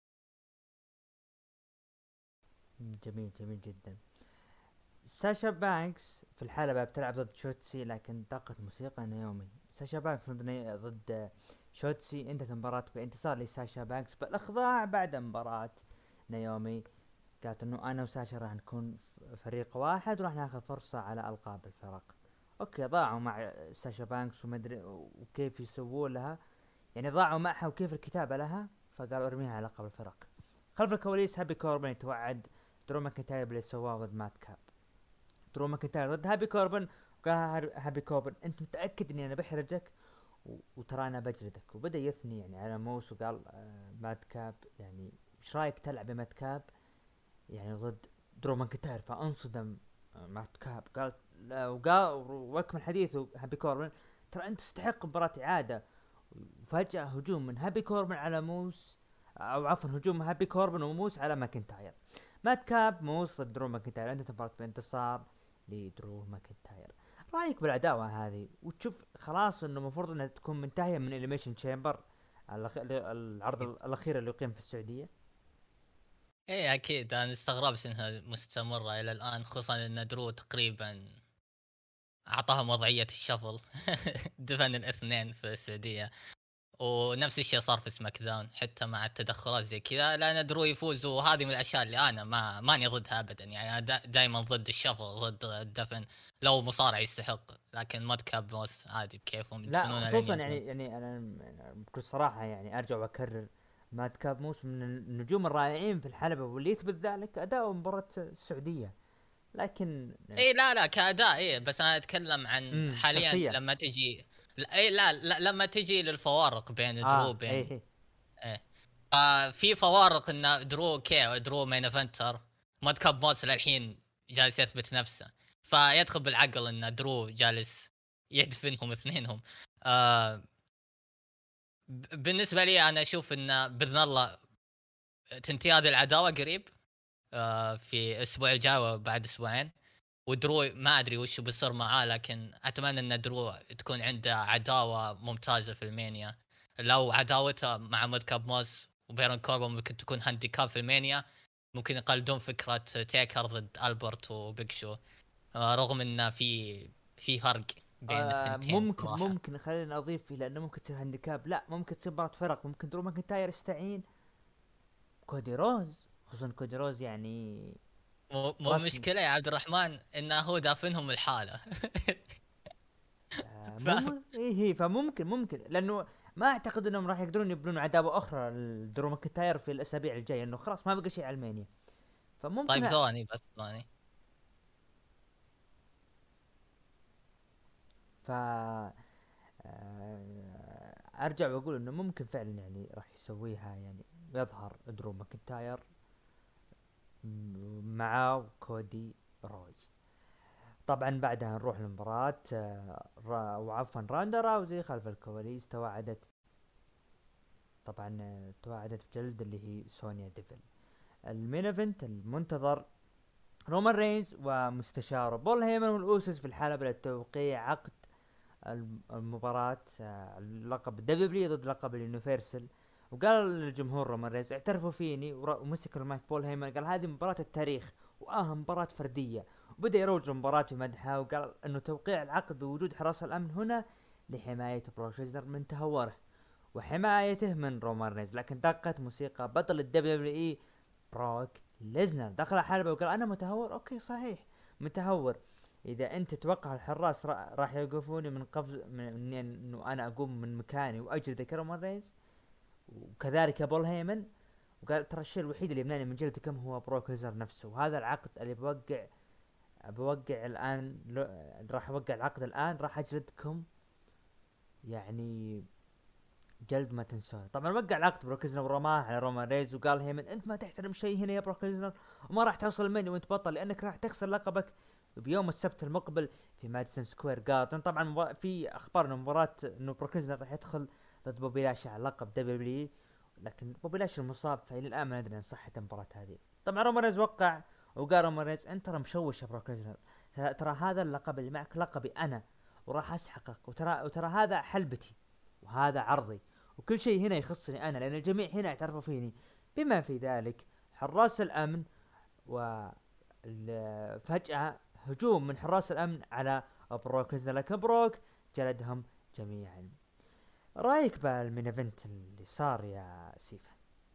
جميل جميل جدا. ساشا بانكس في الحلبة بتلعب ضد شوتسي، لكن طاقة موسيقى نيومي. ساشا بانكس ضد ني... ضد شوتسي، انتهت المباراة بانتصار لساشا بانكس بالاخضاع بعد مباراة نيومي. قالت انه انا وساشا راح نكون ف- فريق واحد وراح ناخذ فرصة على القاب الفرق. اوكي، ضاعوا مع ساشا بانكس ومدري وكيف يسووا لها، يعني ضاعوا معها وكيف الكتابة لها، فقالوا ارميها على لقب الفرق. خلف الكواليس هابي كوربن يتوعد درو ماكنتاير اللي سواه ضد مات كاب. درو ماكنتاير ضد هابي كوربن، وقال هابي كوربن انت متاكد اني انا بحرجك و- وترى انا بجلدك، وبدا يثني يعني على موس، وقال آه ماد كاب يعني ايش رايك تلعب بماد كاب يعني ضد درو ماكنتاير. فانصدم آه، ماد كاب، قال لا، وقال واكمل حديثه هابي كوربن، ترى انت تستحق مباراة اعادة. وفجأة هجوم من هابي كوربن على موس، او عفوا هجوم من هابي كوربن وموس على ماكنتاير. مات كاب موس ضد درو ماكنتاير، انت مباراة بانتصار لدرو ماكنتاير. رايك بالعداوة هذه؟ وتشوف خلاص انه المفروض انها تكون منتهية من اليميشن تشامبر، العرض الاخير اللي يقيم في السعودية؟ ايه اكيد، انا استغربت انها مستمرة الى الان، خصوصا ان درو تقريبا اعطاهم وضعية الشفل. دفن الاثنين في السعودية. ونفس الشيء صار في سماك داون، حتى مع التدخلات زي كذا لان درو يفوز، وهذه من الاشياء اللي انا ما ماني ضدها ابدا. يعني انا دا دائما ضد الشفل، ضد الدفن لو مصارع يستحق، لكن مود كاب موس عادي بكيفهم لا يدفنونه لين خصوصا يبون. يعني يعني انا بكل صراحة يعني ارجع واكرر، مات كاب موس من النجوم الرائعين في الحلبة، واللي يثبت ذلك اداؤه مباراة السعودية. لكن اي لا لا كاداء ايه، بس انا اتكلم عن امم حاليا شخصية. لما تجي. لا اي لا, لا لما تجي للفوارق بين درو اه ايه بين إيه. ايه. آه في فوارق ان درو كي درو مين افنتر، مود كاب موس للحين جالس يثبت نفسه. فيدخل بالعقل ان درو جالس يدفنهم اثنينهم. آه ب- بالنسبه لي انا اشوف ان باذن الله تنتهي هذه العداوه قريب، آه في الاسبوع الجاي وبعد اسبوعين. ودرو ما ادري وش بيصير معاه، لكن اتمنى ان درو تكون عنده عداوه ممتازه في المانيا. لو عداوته مع مود كاب موس وبيرون كوربن ممكن تكون هانديكاب في المانيا، ممكن يقلدون فكره تيكر ضد البرت وبيج شو. آه، رغم ان في في فرق بين آه الثنتين ممكن صراحه. ممكن خلينا اضيف فيه، لانه ممكن تصير هانديكاب، لا ممكن تصير مباراة فرق، ممكن درو ماكنتاير يستعين كودي روز، خصوصا كودي روز يعني مو مو رسمي. المشكله يا عبد الرحمن انه هو دافنهم الحاله. آه فاهم. مو ايه هي، فممكن ممكن لانه ما اعتقد انهم راح يقدرون يبنون عداوة اخرى لدرو ماكنتاير في الاسابيع الجاية، انه خلاص ما بقى شيء على المانيا. طيب فممكن ثواني بس ثواني. ف آه، ارجع واقول انه ممكن فعلا يعني راح يسويها، يعني يظهر درو ماكنتاير م- مع كودي روز. طبعا بعدها نروح لمباراة آه، را- وعفوا راندا راوزي خلف الكواليس توعدت، طبعا آه، توعدت بجلد اللي هي سونيا ديفل. المين ايفنت المنتظر، رومان رينز ومستشاره بول هيمن والاوسس في الحلبة للتوقيع عقد الم- المباراة آه، لقب دبليو دبليو ضد لقب اليونيفرسال. وقال للجمهور رومان رينز اعترفوا فيني، ور- ومسك المايك بول هيمن قال هذه مباراة التاريخ واهم مباراة فردية، وبدأ يروج المباراة في مدحها، وقال انه توقيع العقد بوجود حراس الامن هنا لحماية بروك ليزنر من تهوره وحمايته من رومان رينز. لكن دقت موسيقى بطل الدبليو دبليو اي بروك ليزنر دخل الحلبة وقال انا متهور، اوكي صحيح متهور، اذا انت تتوقع الحراس را- راح يوقفوني من قفز من من انه انا اقوم من مكاني واجلد رومان رينز، وكذلك بول هيمن. وقال ترى الشيء الوحيد اللي يمنعني من جلدكم هو بروك ليزنر نفسه، وهذا العقد اللي بوقع بوقع الان، لو- راح اوقع العقد الان، راح اجلدكم يعني جلد ما تنساه. طبعا وقع العقد بروك ليزنر ورماه على رومان ريز، وقال هيمن انت ما تحترم شيء هنا يا بروك ليزنر، وما راح توصل المني وانت بطل، لانك راح تخسر لقبك بيوم السبت المقبل في ماديسون سكوير جاردن. طبعا مبا- في اخبار انه مباراة انه بروك ليزنر راح يدخل ضد بوبي لاشي على لقب دبليو دبليو، لكن بوبي لاشي المصاب، فالى الان ما ندري عن صحة المباراة هذه. طبعا رومان ريز وقع، وقال رومان ريز انت ترى مشوش يا بروك ليزنر، ترى ترى هذا اللقب اللي معك لقبي انا، وراح اسحقك، وترى وترى هذا حلبتي وهذا عرضي، وكل شيء هنا يخصني انا، لان الجميع هنا اعترفوا فيني، بما في ذلك حراس الامن. و ال- فجأة هجوم من حراس الامن على بروك ليزنر، لكن بروك جلدهم جميعا. رايك بالمين ايفنت اللي صار يا سيفا؟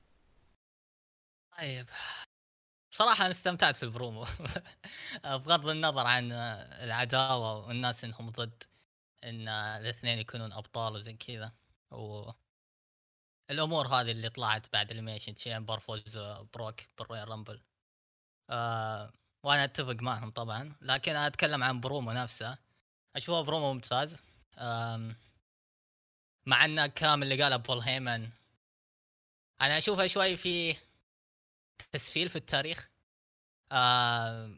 طيب بصراحة أنا استمتعت في البرومو. بغض النظر عن العداوة والناس إنهم ضد إن الاثنين يكونون أبطال وزي كذا، والأمور هذه اللي طلعت بعد الميشن تشامبر فوز بروك بالرويال رامبل. آه وأنا أتفق معهم طبعا، لكن أنا أتكلم عن برومو نفسه. أشوفه برومو ممتاز. آم مع ان الكلام اللي قاله بول هيمن انا اشوفه شوي في تسفيل في التاريخ. آه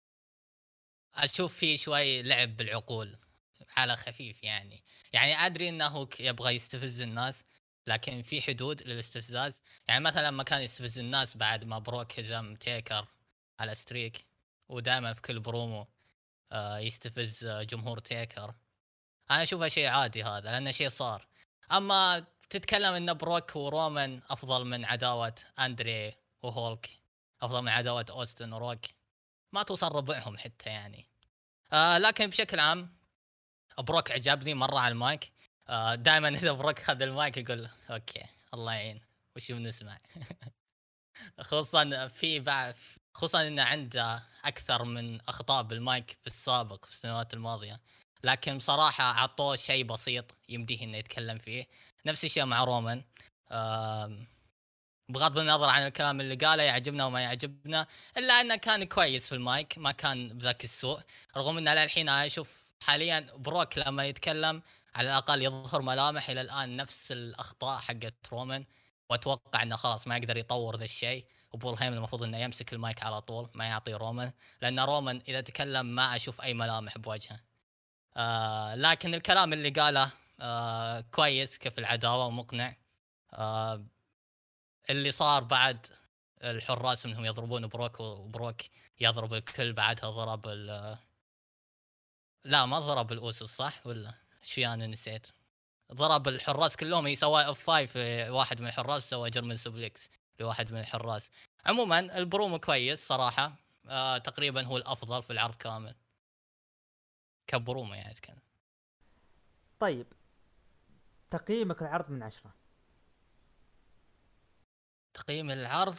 اشوف فيه شوي لعب بالعقول على خفيف يعني. يعني ادري انه يبغى يستفز الناس، لكن في حدود للاستفزاز. يعني مثلا لما كان يستفز الناس بعد ما بروك هزم تيكر على ستريك، ودائما في كل برومو آه يستفز جمهور تيكر، انا اشوفها شيء عادي هذا لانه شيء صار. اما تتكلم ان بروك ورومان افضل من عداوة اندري وهولك، افضل من عداوة اوستن وروك، ما توصل ربعهم حتى يعني. آه لكن بشكل عام بروك عجبني مره على المايك. آه دائما اذا بروك خذ المايك يقول اوكي الله يعين وش بنسمع. خصوصا في بعد، خصوصا انه عنده اكثر من اخطاء بالمايك في السابق في السنوات الماضيه، لكن بصراحه عطوه شيء بسيط يمديه انه يتكلم فيه. نفس الشيء مع رومان. آه بغض النظر عن الكلام اللي قاله يعجبنا وما يعجبنا، الا انه كان كويس في المايك، ما كان بذاك السوء. رغم ان للحين انا اشوف حاليا بروك لما يتكلم على الاقل يظهر ملامح الى الان نفس الاخطاء حقت رومان، واتوقع انه خلاص ما يقدر يطور ذا الشيء. وبول هيمن المفروض انه يمسك المايك على طول ما يعطي رومان، لان رومان اذا تكلم ما اشوف اي ملامح بوجهه. آه لكن الكلام اللي قاله آه كويس كيف العداوه ومقنع. آه اللي صار بعد الحراس انهم يضربون بروك وبروك يضرب الكل، بعدها ضرب ال لا ما ضرب الأوسوس صح ولا ايش في، انا نسيت. ضرب الحراس كلهم، يسوى اف خمسة، واحد من الحراس سوى جيرمن سوبليكس لواحد من الحراس. عموما البرومو كويس صراحة. آه تقريبا هو الافضل في العرض كامل كبرومو يعني كان. طيب تقييمك العرض من عشرة؟ تقييم العرض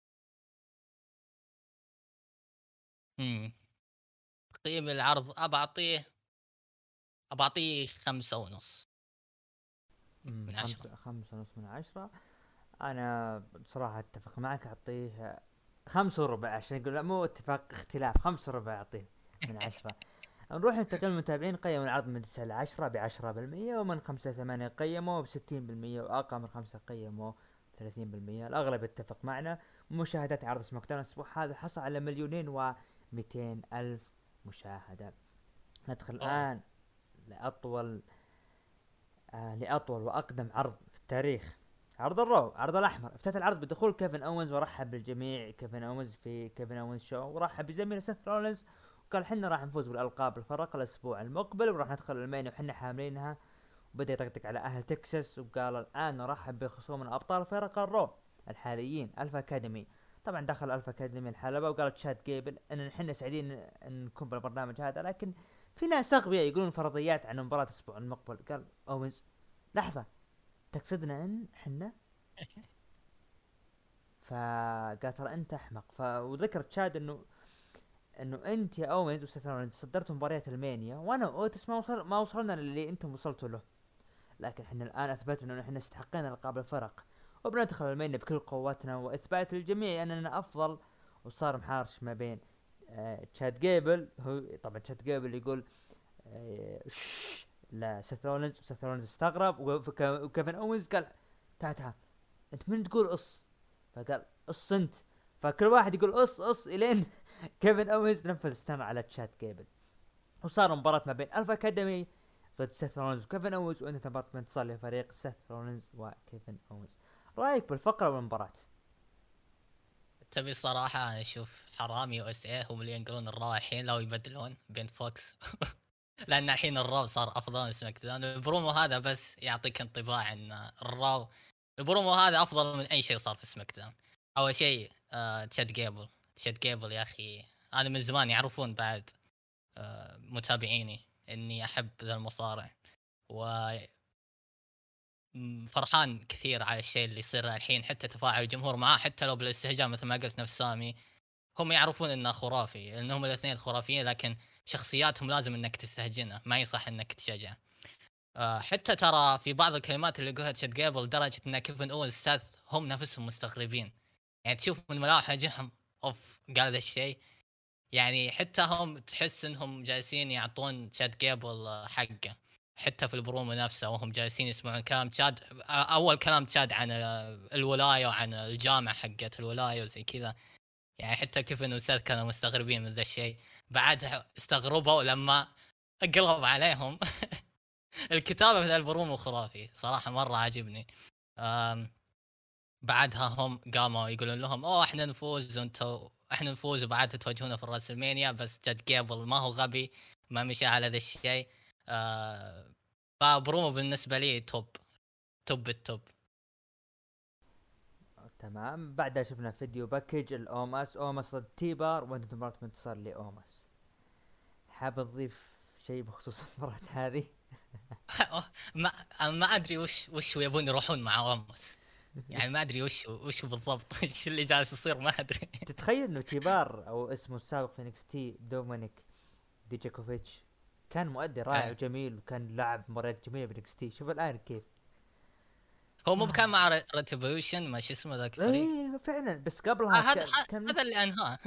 امم تقييم العرض ابى اعطيه ابى اعطيه خمسة ونص امم من عشرة. خمسة خمسة ونص من عشرة. انا بصراحة اتفق معك، اعطيه خمسة وربع عشان يقول لا مو اتفاق اختلاف، خمسة وربع اعطيه من عشرة. نروح لتقييم المتابعين. قيموا العرض من تسعة لعشرة بعشرة بالمية، ومن خمسة ثمانية قيموا بستين بالمية، وأقل من خمسة قيموا ثلاثين بالمية. الأغلب اتفق معنا. مشاهدات عرض سماك داون الأسبوع هذا حصل على مليونين ومئتين ألف مشاهدة. ندخل أوه. الآن لأطول آه لأطول وأقدم عرض في التاريخ، عرض الرو، عرض الأحمر. افتتح العرض بدخول كيفن أوينز ورحب بالجميع. كيفن أوينز في كيفن أوينز شو، ورحب بزميله سيث رولينز، وقال حنا راح نفوز بالألقاب الفرق الأسبوع المقبل، وراح ندخل المانيا وحنا حاملينها. وبدأ يطقطق على أهل تكساس، وقال الآن نرحب بخصومنا أبطال فرق الرو الحاليين ألفا أكاديمي. طبعا دخل ألفا أكاديمي الحلبة، وقال تشاد جيبل أن نحن سعيدين أن نكون بالبرنامج هذا، لكن في ناس أغبياء يقولون فرضيات عن مباراة الأسبوع المقبل. قال أوينز لحظة، تقصدنا ان حنا؟ فقال ترى انت احمق. ف وذكر تشاد انه انه انت يا اوينز وسترون صدرتوا مباريات المانيا، وانا واوتس ما وصل ما وصلنا للي انتم وصلتوا له، لكن احنا الان اثبتنا انه احنا استحقينا القاب الفرق، وبندخل المانيا بكل قوتنا، واثبات للجميع اننا افضل. وصار محارش ما بين آه تشاد جيبل، هو طبعا تشاد جيبل يقول آه شش لا سيث رولينز، وسيث رولينز استغرب، وك- وكيفن اوينز قال تعال تعال انت من تقول قص؟ فقال قص انت. فكل واحد يقول قص قص الين كيفن اوينز نفذ ستان على تشات جيبل، وصار مباراة ما بين الفا اكاديمي ضد سيث رولينز وكيفن اوينز، وانت مباراة انتصار لفريق سيث رولينز وكيفن اوينز. رايك بالفقرة والمباراة؟ تبي صراحة أنا أشوف حرام يو اس اي هم اللي ينقلون الراو الحين لو يبدلون بين فوكس. لأن الحين الراو صار أفضل من سماك داون. البرومو هذا بس يعطيك انطباع أن الراو، البرومو هذا أفضل من أي شيء صار في سماك داون. أول شيء آه تشاد جيبل، تشاد جيبل يا أخي أنا من زمان يعرفون بعد آه متابعيني إني أحب ذا المصارع، و م- فرحان كثير على الشيء اللي يصير الحين. حتى تفاعل الجمهور معاه حتى لو بالاستهجان مثل ما قلت نفس سامي، هم يعرفون انه خرافي لانهم الاثنين خرافيين، لكن شخصياتهم لازم انك تستهجنها، ما يصح انك تشجع. أه حتى ترى في بعض الكلمات اللي قالها تشاد جيبل لدرجه ان كيفن اول ساث هم نفسهم مستغربين. يعني تشوف من ملامح وجههم اوف قال ذا الشيء. يعني حتى هم تحس انهم جالسين يعطون تشاد جيبل آه، حقه. حتى في البرومو نفسه وهم جالسين يسمعون كلام تشاد، اول كلام تشاد عن الولايه وعن الجامعه حقت الولايه وزي كذا، يعني حتى كيفن وسيث كانوا مستغربين من ذا الشيء. بعدها استغربوا لما قلب عليهم. الكتابه في البرومو خرافي صراحه، مره عاجبني. بعدها هم قاموا يقولون لهم اوه احنا نفوز وانتوا احنا نفوز، وبعدها تواجهونا في الراسلمانيا، بس جد جيبل ما هو غبي، ما مشى على ذا الشيء. آه فبرومو بالنسبه لي توب توب التوب. تمام. بعدها شفنا فيديو باكج الاوماس، اوماس ضد تيبار، وانت ديبارتمنت صار لي اوماس. حاب تضيف شيء بخصوص المباراة هذه؟ ما ما ادري وش وش يبون يروحون مع اوماس، يعني ما ادري وش وش بالضبط. ايش اللي جالس يصير ما ادري. تتخيل انه تيبار او اسمه السابق في انكس تي دومينيك ديجاكوفيتش كان مؤدي رائع وجميل، وكان لاعب مباريات جميله بانكس تي، شوف الان كيف. هو مو كان مع ريتريبيوشن ما شو اسمه ذاك الفريق؟ ايه فعلا، بس قبلها هذا كان, كان هذا اللي انهاه.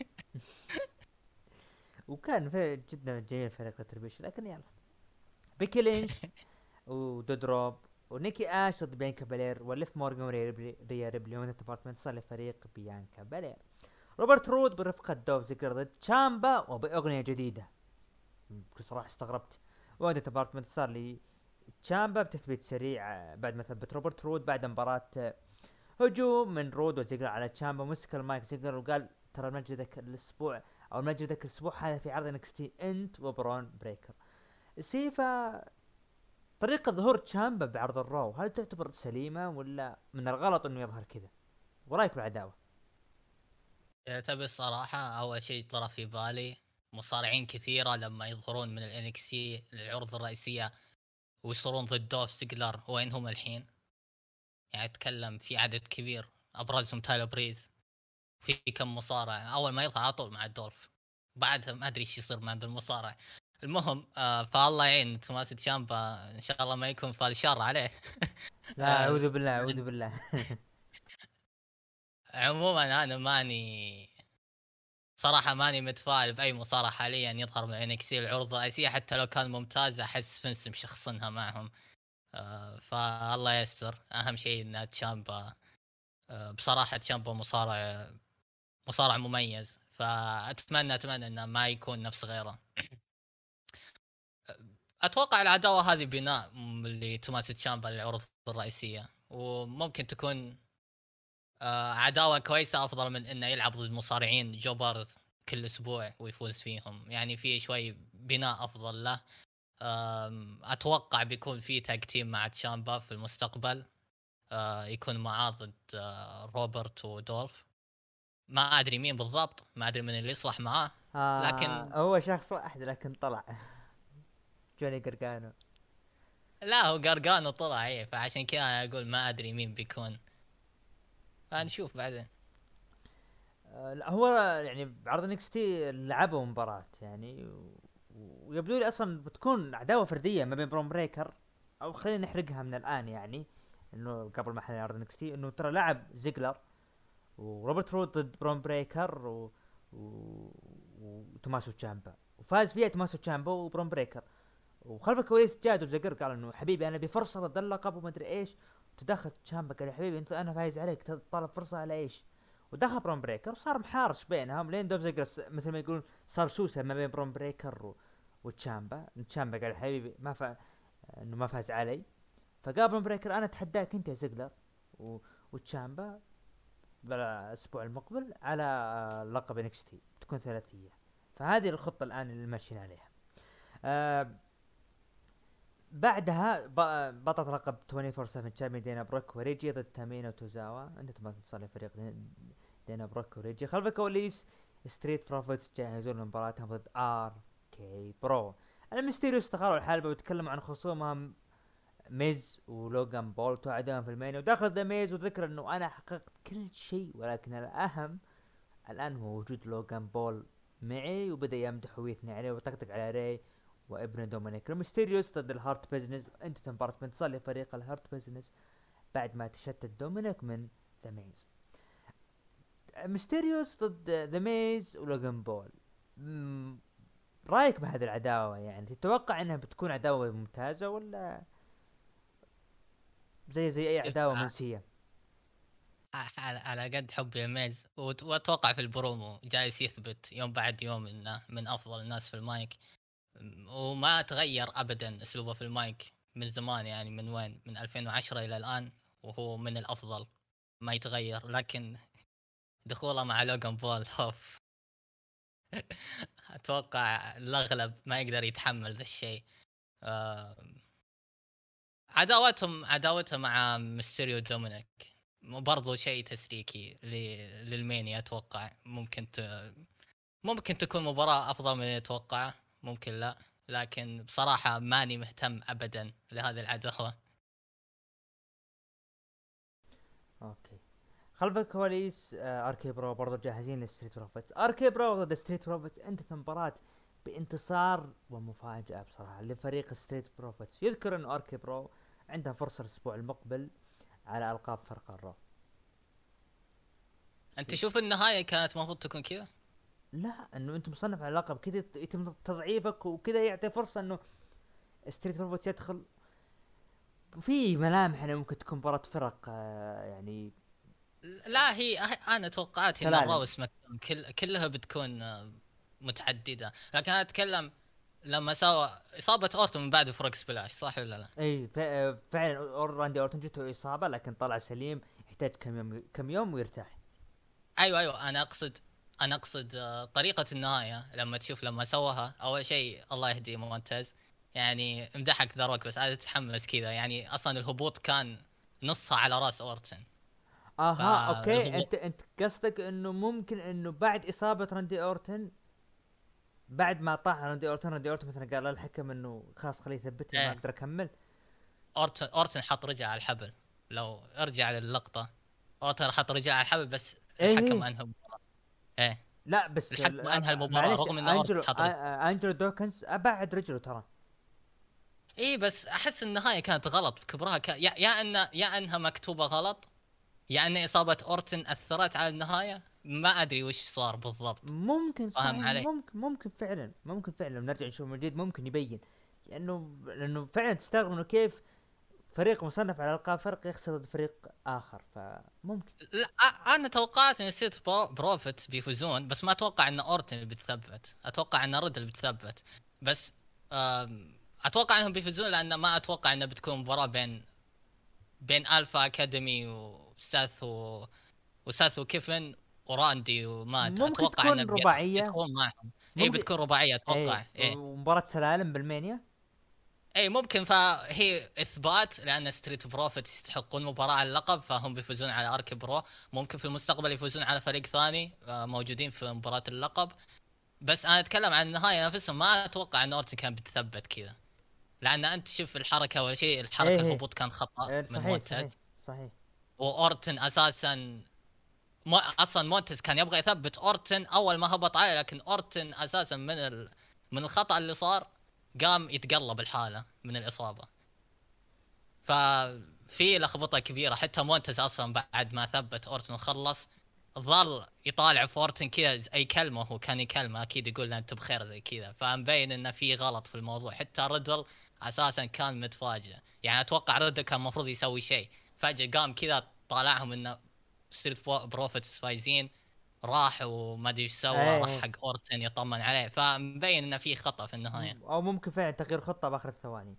وكان في جدا جميل فريق ريتريبيوشن. لكن يلا، بيكي لينش ودودروب ونيكي اش ضد بيانكا بالير، وليف مورغان وريا ريبلي من الديبارتمنت صار لفريق بيانكا بالير. روبرت رود برفقة دوف زيجلر ضد تشامبا وبأغنية جديدة، بصراحة استغربت. وهذا ديبارتمنت صار لي تشامبا بتثبيت سريع بعد ما ثبت روبرت رود بعد مباراة هجوم من رود وزيجلر على تشامبا. مسك المايك زيجلر وقال ترى مجدك الاسبوع او مجدك الاسبوع هذا في عرض انكستي انت وبرون بريكر. سيفا طريقة ظهور تشامبا بعرض الرو هل تعتبر سليمة ولا من الغلط انه يظهر كذا؟ ورايك بالعداوة؟ يعني تبي الصراحة أول شيء طرى في بالي مصارعين كثيرة لما يظهرون من الانكسي للعروض الرئيسية ويصيرون ضد دوف زيجلر، وين هم الحين؟ يعني أتكلم في عدد كبير أبرزهم تايلر بريز، في كم مصارع أول ما يظهر على طول مع الدولف، بعدها ما أدري إيش يصير مع المصارع. المهم آه فالله يعين توماس تشامبا، إن شاء الله ما يكون فال شر عليه. لا اعوذ بالله اعوذ بالله. عموما أنا ماني صراحة ماني متفائل بأي مصارع حاليا يظهر من انكسي العروض الرئيسية، حتى لو كان ممتاز أحس فنس مشخصنها معهم. آه فالله يستر. أهم شيء إن تشامبا آه بصراحة تشامبا مصارع مصارع مميز، فأتمنى أتمنى إنه ما يكون نفس غيره. أتوقع العداوة هذه بناء لتوماس تشامبا للعروض الرئيسية، وممكن تكون آه عداوة كويسة أفضل من إنه يلعب ضد مصارعين جو بارز كل أسبوع ويفوز فيهم. يعني في شوي بناء أفضل له. أتوقع بيكون في تاج تيم مع تشامبا في المستقبل، آه يكون معاه ضد آه روبرت ودولف. ما أدري مين بالضبط، ما أدري من اللي يصلح معاه. آه لكن هو شخص واحد لكن طلع جوني قرقانو. لا هو قرقانو طلع ايه، فعشان كذا أقول ما أدري مين بيكون، فنشوف بعدين. آه لا هو يعني بعرض انكس تي لعبوا مباراة يعني، ويبدو لي اصلا بتكون عداوة فردية ما بين برون بريكر، او خلينا نحرقها من الان يعني، انه قبل ما احنا نعرض انكس تي انه ترى لعب زيجلر وروبرت رود ضد برون بريكر و... و... وتوماسو تشامبا، وفاز فيها توماسو تشامبا وبرون بريكر. وخلف الكواليس جاد وزقر قال انه حبيبي انا بفرصه ضد اللقب وما ادري ايش، تدخل تشامبا قال يا حبيبي انت انا فايز عليك تطلب فرصه على ايش، ودخل برون بريكر وصار محارش بينهم لين دوف زقر مثل ما يقول صار سوسه ما بين برون بريكر و... وتشامبا. تشامبا قال يا حبيبي ما ف... انه ما فاز علي، فقال برون بريكر انا اتحداك انت يا زقلر و... وتشامبا بالاسبوع المقبل على لقب انكس تي تكون ثلاثيه. فهذه الخطه الان اللي ماشيين عليها. آه بعدها بطلت لقب أربعة وعشرين سبعة تشامبيون دينا بروك وريجي ضد تامينا وتوزاوا. انت ما تصلي فريق دينا بروك وريجي. خلف الكواليس ستريت بروفيتس جهزوا لمباراتهم ضد ار كي برو. الميستيريوس استخاروا الحلبة وتكلموا عن خصومهم ميز ولوغان بول توعدهم في المانيا، ودخل ذا ميز وذكر انه انا حققت كل شيء ولكن الاهم الان هو وجود لوغان بول معي، وبدا يمدح ويثني عليه ويطقطق على ري وابن دومينيك. الميستيريوس ضد الهارت بيزنس، وانت ديبارتمنت صار لفريق الهارت بيزنس بعد ما تشتت دومينيك من ذا ميز. ميستيريوس ضد ذا ميز ولوغان بول. رايك بهذه العداوه؟ يعني تتوقع انها بتكون عداوه ممتازه ولا زي زي اي شوف، عداوه ع- منسيه؟ ع- على على قد حبي الميز، وت- واتوقع في البرومو جالس يثبت يوم بعد يوم انه من افضل الناس في المايك. م- وما تغير ابدا اسلوبه في المايك من زمان، يعني من وين، من ألفين وعشرة الى الان وهو من الافضل، ما يتغير. لكن دخوله مع لوغان بول اوف اتوقع الاغلب ما يقدر يتحمل ذا الشيء. آه، عداوتهم عداوته مع ميستيريو دومينيك برضو شيء تسليكي ل- للمانيا. اتوقع ممكن ت... ممكن تكون مباراة افضل من اللي اتوقعه، ممكن لا، لكن بصراحة ماني مهتم ابدا لهذه العداوة. اوكي. خلف الكواليس آه اركي برو برضو جاهزين لستريت بروفيتس. اركي برو ضد ستريت بروفيتس انتهت المباراة بانتصار ومفاجأة بصراحة لفريق ستريت بروفيتس. يذكر انه اركي برو عندها فرصة الاسبوع المقبل على القاب فرق الرو. انت س- تشوف النهاية كانت المفروض تكون كذا؟ لا، انه انت مصنف على اللقب كذا يت- يتم تضعيفك وكذا، يعطي فرصة انه ستريت بروفيتس يدخل. في ملامح انه ممكن تكون مباراة فرق آه يعني لا، هي انا توقعاتي ان سلالم. الرو سماك داون كل كلها بتكون آه، متعددة. لكن انا اتكلم لما سوى اصابة اورتون من بعد فروك سبلاش، صح ولا لا؟ اي ف- فعلا أور- راندي اورتون جته اصابه لكن طلع سليم، يحتاج كم يوم كم يوم ويرتاح. ايوه ايوه، انا اقصد انا اقصد آه، طريقة النهاية. لما تشوف لما سواها اول شيء، الله يهديه مونتاز، يعني امدحك ذا روك، بس عاد تتحمس كذا. يعني اصلا الهبوط كان نصها على راس اورتن. اها اوكي، فالهبوط انت انت قصدك انه ممكن انه بعد اصابه راندي اورتن، بعد ما طاح راندي اورتن راندي اورتن مثلا قال للحكم انه خلاص خليه يثبتني ما ايه، اقدر اكمل. اورتن اورتن حط رجع على الحبل. لو ارجع للقطة، اورتن حط رجع على الحبل بس ايه الحكم ايه. انهى المباراة. ايه، لا بس الحكم لا، انهى ب- المباراة معلش، رغم ان اورتن انجلو آ- حط رجع. آ- انجلو دوكنز ابعد رجله ترى. ايه بس احس النهاية كانت غلط بكبرها. ك... يا يا ان يا انها مكتوبة غلط، يا ان اصابة اورتن اثرت على النهاية. ما ادري وش صار بالضبط. ممكن فاهم صحيح، علي؟ ممكن ممكن فعلا، ممكن فعلا لما نرجع نشوف من جديد ممكن يبين. لانه لانه فعلا تستغرب انه كيف فريق مصنف على القاب فرق يخسر ضد فريق اخر، فممكن. لا، أ- انا توقعت ان ستريت برو- بروفيت بيفوزون، بس ما اتوقع ان اورتن اللي بتثبت. اتوقع ان ريدل بتثبت. بس أم، اتوقع انهم بيفوزون، لان ما اتوقع انها بتكون مباراة بين بين الفا اكاديمي وساث و... وساث وكيفن وراندي ومات. ممكن اتوقع انه تكون بيدخل رباعيه. يدخلون معهم. اي ممكن. بتكون رباعية اي اتوقع. ايه، ومباراة سلالم بالمانيا. اي ممكن. فهي اثبات لان ستريت بروفيت يستحقون مباراة على اللقب، فهم بيفوزون على ارك برو. ممكن في المستقبل يفوزون على فريق ثاني آه، موجودين في مباراة اللقب. بس انا اتكلم عن النهاية نفسها، ما اتوقع ان اورتن كان بتثبت كذا. لان انت شوف الحركة، اول شيء ايه الحركة ايه. الهبوط كان خطأ إيه، من صحيح صحيح مونتاز. صحيح. واورتن اساسا مو اصلا مونتز كان يبغى يثبت اورتن اول ما هبط عليه، لكن اورتن اساسا من ال... من الخطأ اللي صار قام يتقلب الحالة من الإصابة. ففي لخبطه كبيره. حتى مونتز اصلا بعد ما ثبت اورتن وخلص، ظل يطالع في اورتن كذا اي كلمه هو كان يكلمه، اكيد يقول له انت بخير زي كذا. فمبين انه في غلط في الموضوع. حتى ريدل اساسا كان متفاجئ. يعني اتوقع ريدل كان المفروض يسوي شيء، فجاه قام كذا طالعهم انه ستريت بروفيتس فايزين، راح وما ادري ايش سوى، ايه راح ايه. حق اورتن يطمن عليه. فمبين انه في خطا في النهايه. م- او ممكن فعلا تغيير خطة باخر الثواني.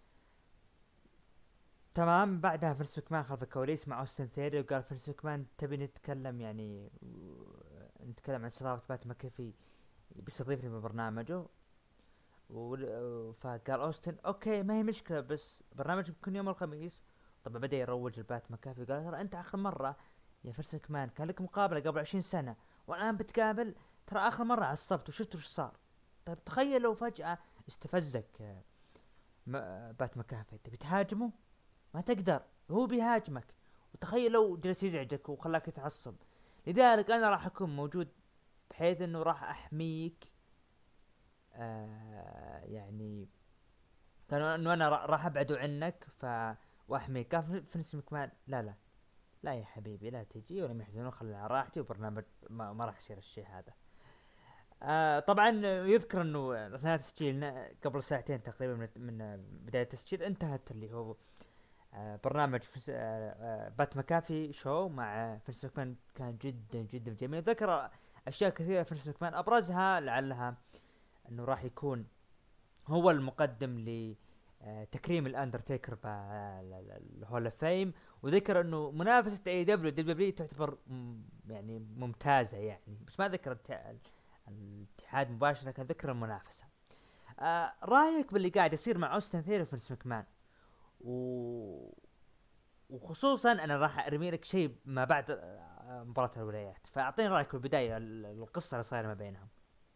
تمام. بعدها فينس ماكمان خلف الكواليس مع اوستن ثيري، وقال فينس ماكمان تبي نتكلم يعني و- نتكلم عن صراحة بات ماكيفي بيستضيفني ببرنامجه. و- فقال اوستن اوكي ما هي مشكله، بس برنامج بيكون يوم الخميس. طبعا بدا يروج البات مكافي، قال ترى انت اخر مره يا فرس كمان كان لك مقابله قبل عشرين سنه، والان بتقابل. ترى اخر مره عصبت وشفت وش صار. طيب تخيل لو فجاه استفزك آه، م- بات مكافي، تبي تهاجمه ما تقدر، هو بيهاجمك. وتخيل لو جلس يزعجك وخلاك تتعصب. لذلك انا راح اكون موجود، بحيث انه راح احميك. آه يعني كانوا انه انا را- راح ابعده عنك ف واحميك. كان فينس مكمان لا لا لا يا حبيبي لا تجي ولا يحزنون، خلي على راحتي، وبرنامج ما, ما راح يصير الشيء هذا. آه طبعا يذكر انه اثناء تسجيلنا قبل ساعتين تقريبا من, من بدايه التسجيل انتهت اللي هو آه برنامج فس... آه آه بات مكافي شو مع فينس ماكمان. كان جدا جدا جميل. ذكر اشياء كثيره فينس ماكمان، ابرزها لعلها انه راح يكون هو المقدم ل آه، تكريم الاندرتيكر بالهول اوف فيم. وذكر انه منافسه اي دبليو دبليو تعتبر م- يعني ممتازه يعني، بس ما ذكر الت- الاتحاد مباشره، كان ذكر المنافسه. آه رايك باللي قاعد يصير مع اوستن ثيري وفينس ماكمان؟ و... وخصوصا انا راح ارمي لك شيء ما بعد آه، مباراه الولايات، فاعطيني رايك في البدايه ال- القصه اللي صايره ما بينهم.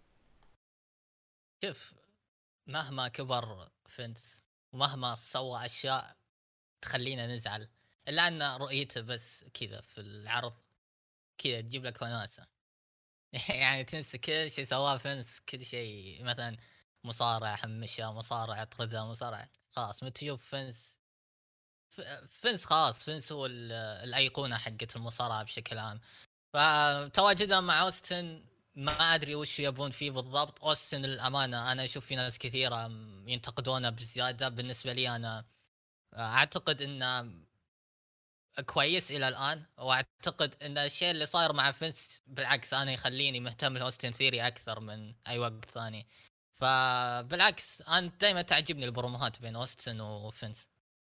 شوف، مهما كبر فينس ومهما سوى اشياء تخلينا نزعل، الا ان رؤيته بس كذا في العرض كذا تجيب لك وناسه. يعني تنسى كل شيء سواه فينس، كل شيء مثلا مصارع حمشة، مصارع طردها، مصارع خلاص متى تشوف فينس. ف- فينس خلاص، فينس هو ال- الايقونه حقت المصارعه بشكل عام. فتواجدها مع اوستن ما ادري وش يبون فيه بالضبط. اوستن للامانه انا اشوف في ناس كثيره ينتقدونه بزياده، بالنسبه لي انا اعتقد انه كويس الى الان، واعتقد ان الشيء اللي صاير مع فينس بالعكس انا يخليني مهتم لاوستن ثيري اكثر من اي وقت ثاني. فبالعكس انا دائما تعجبني البروموهات بين اوستن وفينس.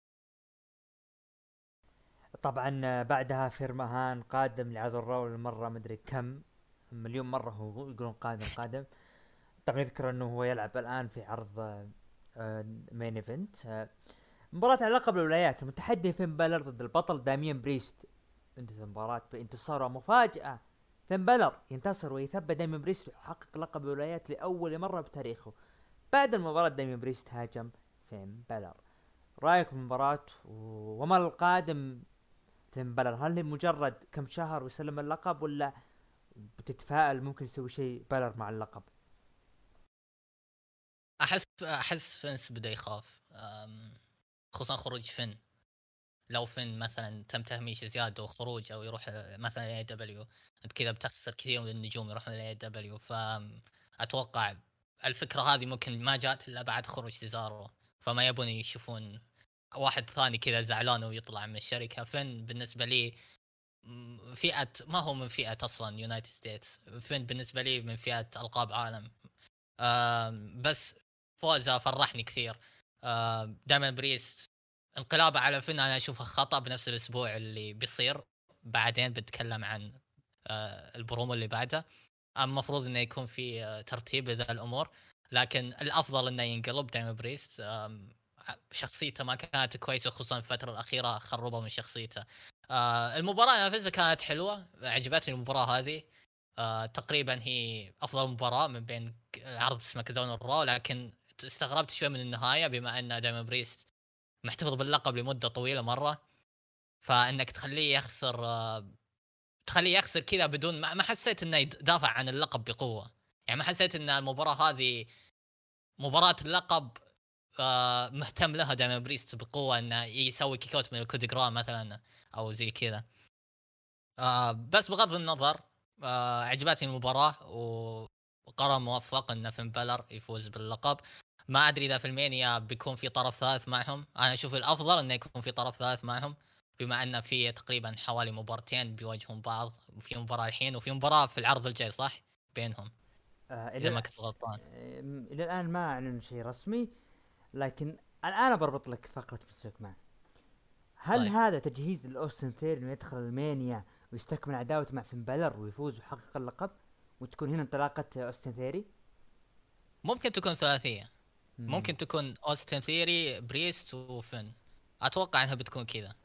طبعا آه، بعدها فيرماهان قادم لعرض الرو المره مدري كم مليون مره، هو يقولون قادم قادم. طبعا يذكر انه هو يلعب الان في عرض آه، آه، مين ايفنت، آه، مباراة على لقب الولايات. المتحدي فين بالر ضد البطل داميان بريست. انتهت المباراة بانتصار مفاجأة. فين بالر ينتصر ويثبت داميان بريست ويحقق لقب الولايات لأول مرة بتاريخه. بعد المباراة داميان بريست هاجم فين بالر. رايك في المباراة و- وما القادم فين بالر؟ هل هي مجرد كم شهر ويسلم اللقب، ولا بتتفائل ممكن يسوي شيء بالر مع اللقب؟ احس احس فينس بدا يخاف، أم، خصوصا خروج فين. لو فين مثلا تم تهميشه زياده وخروج او يروح مثلا اي دبليو، انت كذا بتخسر كثير من النجوم يروحون اي دبليو. فاتوقع الفكره هذه ممكن ما جات الا بعد خروج سيزارو، فما يبون يشوفون واحد ثاني كذا زعلان ويطلع من الشركه. فين بالنسبه لي م- فئه، ما هو من فئه اصلا يونايتد ستيتس. فين بالنسبه لي من فئه القاب عالم. آم، بس فوزه فرحني كثير. آم، دايما بريست انقلابه على فين انا اشوفه خطا بنفس الاسبوع اللي بيصير. بعدين بتكلم عن آه، البرومو اللي بعده. المفروض انه يكون في آه، ترتيب لذا الامور، لكن الافضل انه ينقلب دايما بريست. آم، شخصيته ما كانت كويسه، خصوصا الفتره الاخيره خربوا من شخصيته. آه، المباراه نفسها كانت حلوه، عجبتني المباراه هذه. آه، تقريبا هي افضل مباراه من بين عرض سماك داون والرو، لكن استغربت شوي من النهايه بما ان دايما بريست محتفظ باللقب لمده طويله مره. فانك تخليه يخسر، آه، تخليه يخسر كذا بدون ما ما حسيت انه يدافع عن اللقب بقوه. يعني ما حسيت ان المباراه هذه مباراه اللقب آه، مهتم لها دايما بريست بقوه انه يسوي كيك اوت من الكودجرام مثلا او زي كذا. آه، بس بغض النظر، آه، عجبتني المباراه و- وقرار موفق ان فين بلر يفوز باللقب. ما ادري اذا في المانيا بيكون في طرف ثالث معهم. انا اشوف الافضل انه يكون في طرف ثالث معهم، بما ان في تقريبا حوالي مبارتين بيواجهون بعض، وفي مباراه الحين وفي مباراه في العرض الجاي صح بينهم، آه اذا الى ما كنت غلطان. آه الى الان ما اعلن شيء رسمي، لكن الان بربط لك فقرة فينس ماكمان. هل طيب هذا تجهيز لأوستن ثيري انه يدخل المانيا ويستكمل عداوته مع فين بالر ويفوز ويحقق اللقب، وتكون هنا انطلاقة اوستن ثيري؟ ممكن تكون ثلاثيه، مم. ممكن تكون اوستن ثيري بريست وفن. اتوقع انها بتكون كذا.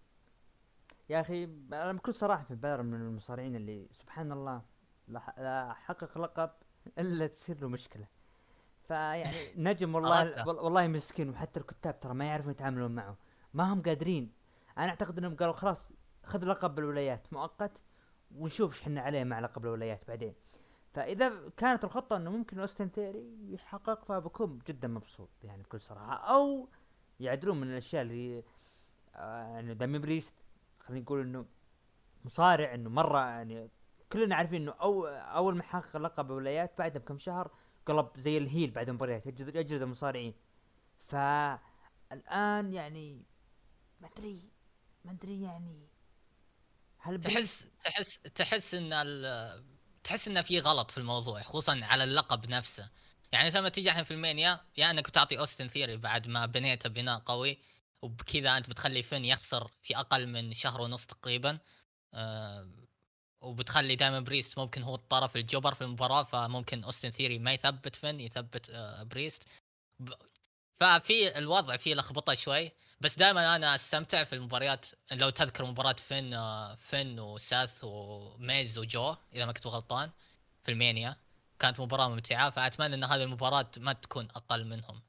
يا اخي انا بكل صراحة فين بالر من المصارعين اللي سبحان الله لا ح- لا حقق لقب الا تصير له مشكلة. فيعني نجم والله عرفته. وال- والله مسكين، وحتى الكتاب ترى ما يعرفون يتعاملون معه، ما هم قادرين. انا اعتقد انهم قالوا خلاص خذ لقب الولايات مؤقت ونشوف ايش حنا عليه مع لقب الولايات بعدين. فاذا كانت الخطه انه ممكن اوستن ثيري يحقق فبكون جدا مبسوط يعني بكل صراحه، او يعدلون من الاشياء اللي آه يعني دامي بريست خلينا نقول انه مصارع انه مره يعني كلنا عارفين انه أو اول ما حقق لقب ولايات بعدها بكم شهر قلب زي الهيل بعد المباريات، يجلد يجلد المصارعين. فالان يعني ما ادري ما ادري يعني هل تحس تحس تحس ان ال... تحس ان في غلط في الموضوع، خصوصا على اللقب نفسه. يعني لما تيجي الحين في المانيا، يا انك بتعطي اوستن ثيري بعد ما بنيته بناء قوي، وبكذا انت بتخلي فين يخسر في اقل من شهر ونص تقريبا. أه وبتخلي دائما بريست ممكن هو الطرف الجبر في المباراه، فممكن اوستن ثيري ما يثبت فين، يثبت أه بريست. ب... ففي الوضع فيه لخبطه شوي. بس دائما انا استمتع في المباريات. لو تذكر مباراه فين آه، فين وساث وميز وجو اذا ما كنت غلطان في المانيا، كانت مباراه ممتعه. فاتمنى ان هذه المباراه ما تكون اقل منهم.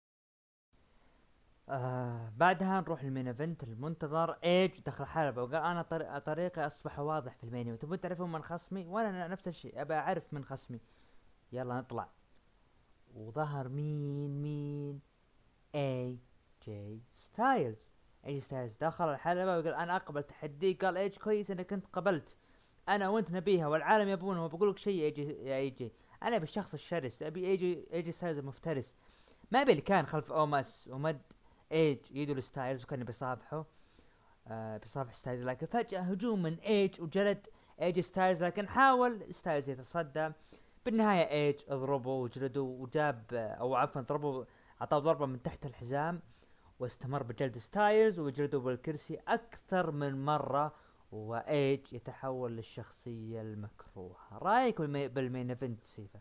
آه بعدها نروح للمين ايفنت المنتظر، ايج دخل الحلبة وقال انا طريق طريقي اصبح واضح في المينيو، وتبون تعرفون من خصمي وانا نفس الشيء ابى اعرف من خصمي. يلا نطلع. وظهر مين مين اي جي ستايلز. اي ستايلز دخل الحلبة وقال انا اقبل تحديك. قال ايج كويس انك انت قبلت، انا وانت نبيها والعالم يبونها، وبقول لك شيء يا اي جي يا اي جي، انا ابي الشخص الشرس، ابي اي جي اي جي ستايلز المفترس. ما ابي اللي كان خلف اوماس ومد ايج يدو لستايلز وكان بيصافحه آه بيصافح ستايلز، لكن فجأة هجوم من ايج وجلد ايج ستايلز، لكن حاول ستايلز يتصدى. بالنهاية ايج اضربه وجلده وجاب آه او عفوا ضربه، عطاه ضربة من تحت الحزام، واستمر بجلد ستايلز وجلده بالكرسي اكثر من مرة، وايج يتحول للشخصية المكروهة. رايك بالمي... بالمين ايفنت سيفا؟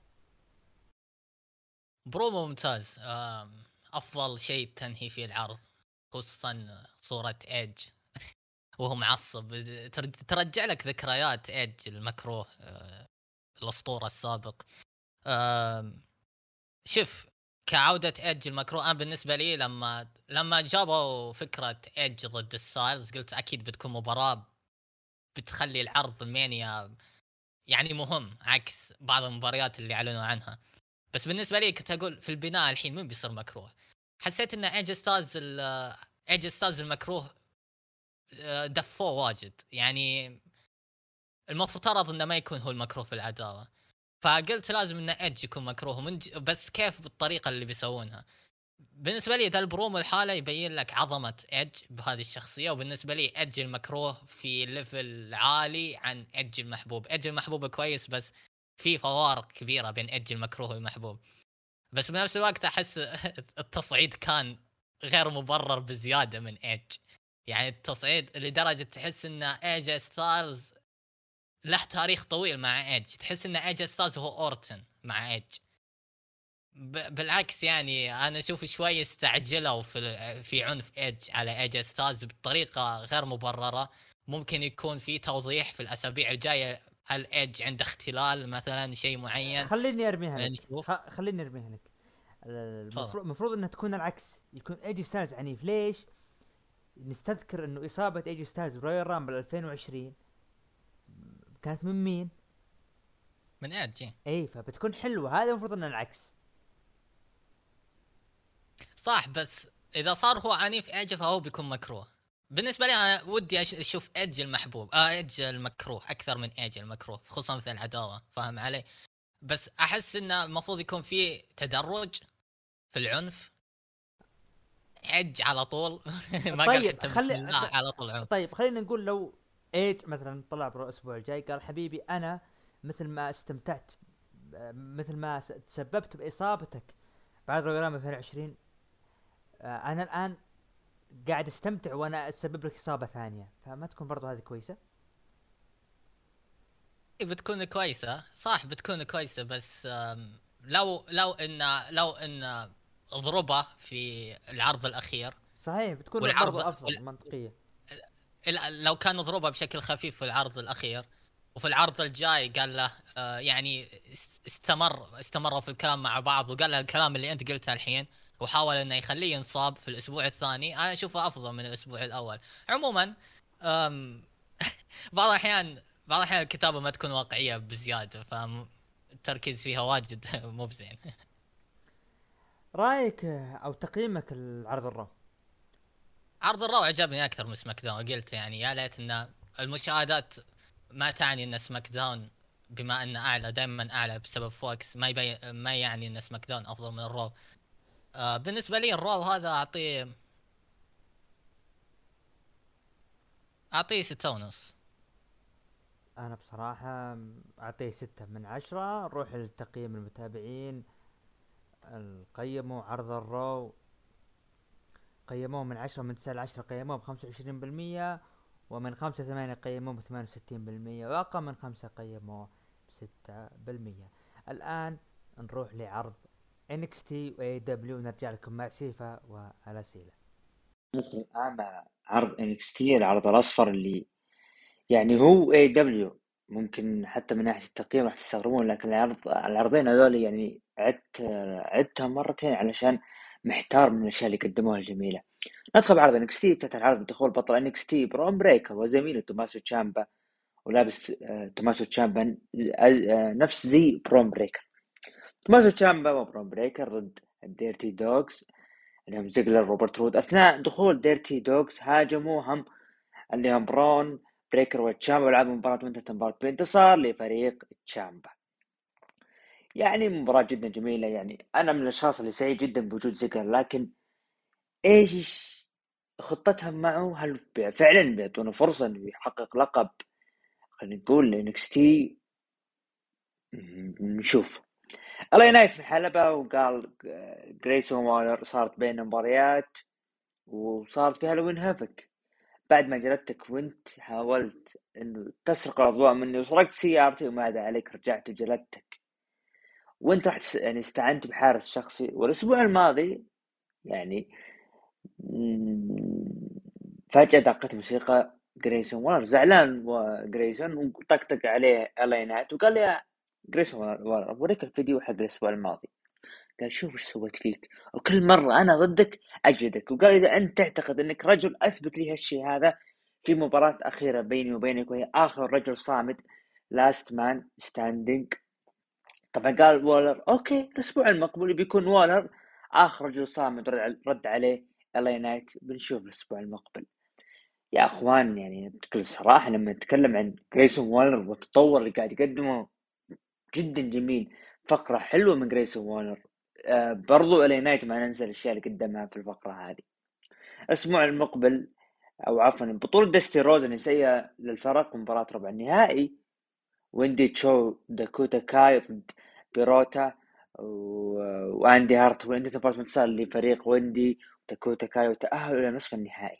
برومو ممتاز. آم، افضل شيء تنهي فيه العرض، خصوصا صوره ايج وهو معصب. تر- ترجع لك ذكريات ايج المكروه، آه، الاسطوره السابق. آم، شوف، كعودة ايدج المكروه، انا بالنسبة لي لما لما جابوا فكرة ايدج ضد السايرز قلت اكيد بتكون مباراة بتخلي العرض المانيا يعني مهم، عكس بعض المباريات اللي اعلنوا عنها. بس بالنسبة لي كنت اقول في البناء الحين مين بيصير مكروه. حسيت ان ايدج ستارز ايدج ستارز المكروه آه، دفوه واجد. يعني المفترض انه ما يكون هو المكروه في العداوة، فقلت لازم ان ايدج يكون مكروه من ج... بس كيف بالطريقة اللي بيسوونها. بالنسبة لي ذا البرومو الحالة يبين لك عظمة إدج بهذه الشخصية. وبالنسبة لي إدج المكروه في ليفل عالي عن إدج المحبوب. إدج المحبوب كويس، بس في فوارق كبيرة بين إدج المكروه والمحبوب. بس بنفس الوقت أحس التصعيد كان غير مبرر بزيادة من إدج. يعني التصعيد لدرجة تحس إن إيج ستارز له تاريخ طويل مع إدج، تحس إن إيج ستارز هو أورتن مع إدج. ب- بالعكس يعني انا اشوف شوي استعجلوا في في عنف ايدج على ايج ستارز بطريقه غير مبرره. ممكن يكون في توضيح في الاسابيع الجايه، هل ايدج عنده اختلال مثلا شيء معين. خليني ارميها لك نشوف. خ... خليني ارميها لك. تفضل. المفروض المفروض انها تكون العكس، يكون ايجي ستايلز عنيف. ليش؟ نستذكر انه اصابة ايجي ستايلز برويال رامبل ألفين وعشرين كانت من مين؟ من ايدج. اي فبتكون حلوة، هذا المفروض انه العكس. صح، بس اذا صار هو عنيف ايدج فهو بيكون مكروه. بالنسبه لي انا ودي أش- اشوف ايدج المحبوب اه ايدج المكروه اكثر من ايدج المكروه، خصوصا في العداوه، فاهم علي؟ بس احس انه المفروض يكون في تدرج في العنف. عج على طول ما قال طيب حتى بسم خلي الله، خ... على طول عنف. طيب خلينا نقول لو ايج مثلا طلع برو الاسبوع الجاي قال حبيبي انا مثل ما استمتعت، مثل ما س- تسببت باصابتك بعد رويال رامبل ألفين وعشرين، آه، انا الان قاعد استمتع وانا اسبب لك اصابة ثانية، فما تكون برضو هذه كويسة؟ إيه، بتكون كويسه صح، بتكون كويسه. بس آم، لو لو ان لو ان ضربه في العرض الاخير، صحيح بتكون برضو والعرض افضل وال... منطقية. ال- لو كان ضربه بشكل خفيف في العرض الاخير، وفي العرض الجاي قال له آه، يعني است- استمر استمروا في الكلام مع بعض، وقال له الكلام اللي انت قلته الحين، وحاول انه يخليه ينصاب في الاسبوع الثاني، انا اشوفه افضل من الاسبوع الاول. عموما أم بعض الاحيان بعض الاحيان الكتابه ما تكون واقعيه بزياده، فالتركيز فيها واجد مو بزين. رايك آه، او تقييمك العرض الرو؟ عرض الرو عجبني اكثر من سماك داون. قلت يعني يا ليت ان المشاهدات ما تعني ان سماك داون بما انه اعلى دائما اعلى بسبب فوكس ما يبي ما يعني ان سماك داون افضل من الرو. آه بالنسبه لي الرو هذا اعطيه اعطيه ستة ونص. انا بصراحة اعطيه ستة من عشرة. نروح لتقييم المتابعين. قيموا عرض الرو، قيموه من عشرة، من تسعة لعشرة قيموه بخمسة وعشرين بالمية، ومن خمسة ثمانية قيموه بثمانية وستين بالمية، وأقل من خمسة قيموه بستة بالمية. الآن نروح لعرض إن إكس تي و إيه دبليو، ونرجع لكم مع سيفا والأسئلة. ندخل الآن مع عرض إن إكس تي، العرض الأصفر اللي يعني هو إيه دبليو. ممكن حتى من ناحية التقييم راح تستغربون، لكن العرض العرضين هذول يعني عدت عدتهم مرتين علشان محتار من الأشياء اللي قدموها الجميلة. ندخل بعرض إن إكس تي. افتتح العرض بدخول بطل إن إكس تي برون بريكر وزميله توماسو تشامبا، ولابس آه، توماسو تشامبا آه، نفس زي برون بريكر. توماسو تشامبا وبرون بريكر ضد الديرتي دوغز اللي هم زيجلر روبرت رود. أثناء دخول ديرتي دوغز هاجموهم اللي هم برون بريكر وتشامبا، ولعبوا مباراة وانتهت المباراة بانتصار لفريق تشامبا. يعني مباراة جدا جميلة. يعني أنا من الأشخاص اللي سعيد جدا بوجود زيجلر، لكن إيش خطتهم معه؟ هل فعلا بيعطونه فرصة إنه يحقق لقب خلينا نقول إنكس تي؟ نشوف. الله نايت في الحلبة وقال جريسون وولر صارت بين مباريات وصارت في هالوين هافك بعد ما جلدتك وانت حاولت انه تسرق الاضواء مني وسرقت سيارتي وما عدا عليك رجعت وجلدتك وانت رحت يعني استعنت بحارس شخصي. والاسبوع الماضي يعني فجأة دقت موسيقى جريسون وولر زعلان، وجريسون وطقطق عليه الله نايت وقال يا جريسون وولر اوريك الفيديو حق الاسبوع الماضي. قال شوف ايش سويت فيك، وكل مرة انا ضدك اجلدك. وقال اذا انت تعتقد انك رجل اثبت لي هالشيء هذا في مباراة اخيرة بيني وبينك وهي اخر رجل صامد، لاست مان ستاندينج. طبعا قال وولر اوكي الاسبوع المقبل بيكون وولر اخر رجل صامد. رد رد عليه الله نايت بنشوف الاسبوع المقبل. يا اخوان يعني بكل صراحة لما نتكلم عن جريسون وولر والتطور اللي قاعد يقدمه جدا جميل. فقرة حلوة من جريسون وولر. آه برضو إلي نايت ما ننسى الأشياء اللي قدمها في الفقرة هذه. الأسبوع المقبل أو عفوا بطولة دستي روز النسائية للفرق، مباراة ربع النهائي ويندي تشو داكوتا كاي ضد بيروتا و... واندي هارت، واندي تبارت انتصار لفريق ويندي وداكوتا كاي وتأهل إلى نصف النهائي.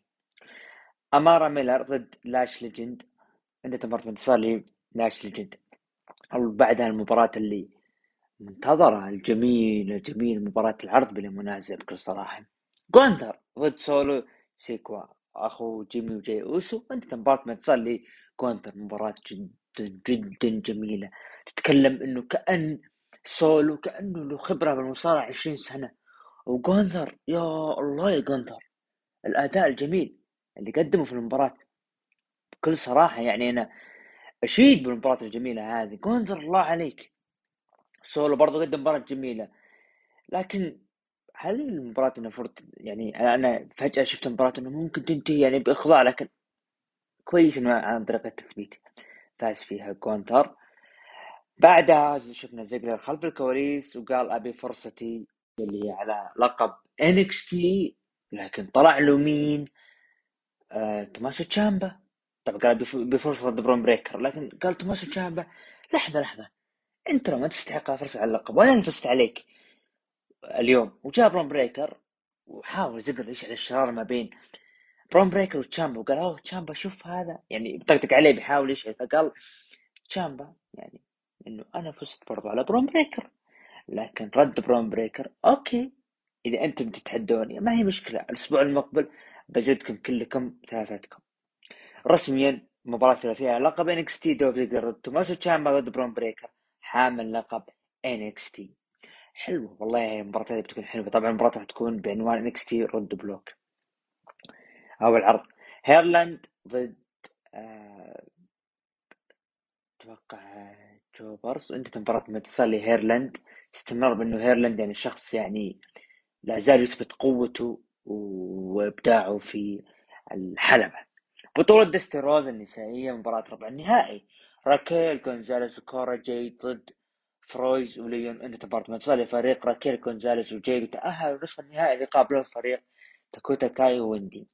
أمارا ميلر ضد لاش ليجند، عندي تبارت انتصار للاش ليجند. بعدها المباراة اللي منتظرة الجميل الجميل مباراة العرض بلا منازع بكل صراحة، جونثر ضد سولو سيكوا أخو جيمي وجاي أوسو. أنت مباراة ما تصل لي جونثر مباراة جدا جدا جميلة. تتكلم إنه كأن سولو كأنه له خبرة بالمصارعة عشرين سنة، وجونثر يا الله يا جونثر الأداء الجميل اللي قدمه في المباراة بكل صراحة. يعني أنا أشيد بالمباراة الجميلة هذه. جونثر الله عليك. سولو برضو قدم مباراة جميلة، لكن هل المباراة المفروض يعني أنا, أنا فجأة شفت مباراة إنه ممكن تنتهي يعني بإخضاع، لكن كويس إنه عن طريق التثبيت فاز فيها جونثر. بعدها شفنا زيجلر خلف الكواليس وقال أبي فرصتي اللي هي على لقب إن إكس تي، لكن طلع له مين؟ آه، توماسو تشامبا. طبعا قال بف- بفرصة ضد برون بريكر، لكن قال توماسو تشامبا لحظة لحظة أنت لو ما تستحق فرصة على اللقب وأنا نفست عليك اليوم. وجاء برون بريكر وحاول زقر يشعل الشرار ما بين برون بريكر وتشامبا، وقال اوه تشامبا شوف هذا يعني بطقطق عليه بيحاول يشعل. فقال تشامبا يعني انه انا فزت برضو على برون بريكر، لكن رد برون بريكر اوكي اذا انتم تتحدوني ما هي مشكلة، الاسبوع المقبل بجدكم كلكم ثلاثتكم. رسميا مباراة ثلاثية على لقب إن إكس تي دوب زيجلر ضد توماسو تشامبا ضد برون بريكر حامل لقب إن إكس تي. حلو والله المباراة هذه بتكون حلوة. طبعا المباراة راح تكون بعنوان إن إكس تي رود بلوك أو العرض. هيرلاند ضد أه... أتوقع جوبرز. انت مباراة متصل لهيرلاند استمر بأنه هيرلاند يعني شخص يعني لا زال يثبت قوته وإبداعه في الحلبة. بطولة دستي روز النسائية، مباراة ربع النهائي راكيل غونزاليز وكورا جيد ضد فرويز وليون ان ديبارتمنتال. فريق راكيل غونزاليز وجيد تأهلوا نصف النهائي لقابلوا فريق تاكوتا كاي وويندي.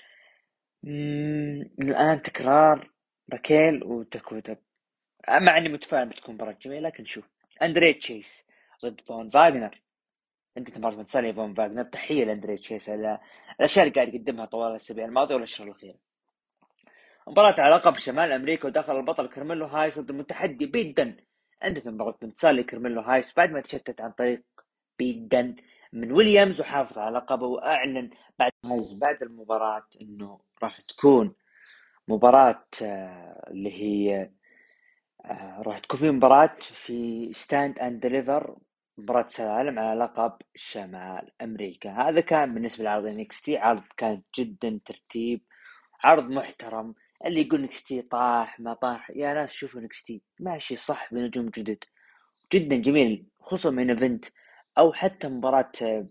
الآن تكرار راكيل وتاكوتا، مع اني متفائل بتكون مباراة جميلة، لكن شوف اندري تشيس ضد فون فاغنر. انت تبارك تصلي فون فاغنر، تحية لاندري تشيس على الاشياء اللي قاعد يقدمها طوال الاسابيع الماضية والاشهر الاخيرة. مباراة على لقب شمال امريكا، ودخل البطل كارميلو هايس ضد المتحدي بيدن. عندك مباراة بنتصال لكارميلو هايس بعد ما تشتت عن طريق بيدن من ويليامز وحافظ على لقبه، واعلن بعد هايس بعد المباراة انه راح تكون مباراة آه اللي هي آه راح تكون في مباراة في ستاند اند ديليفر، مباراة العالم على لقب شمال امريكا. هذا كان بالنسبة لعرض انكس تي، عرض كان جدا ترتيب، عرض محترم. اللي يقول نكستي طاح ما طاح، يا ناس شوفوا نكستي ماشي صح بنجوم جدد جدا جميل، خصوصا من ايفنت او حتى مباراة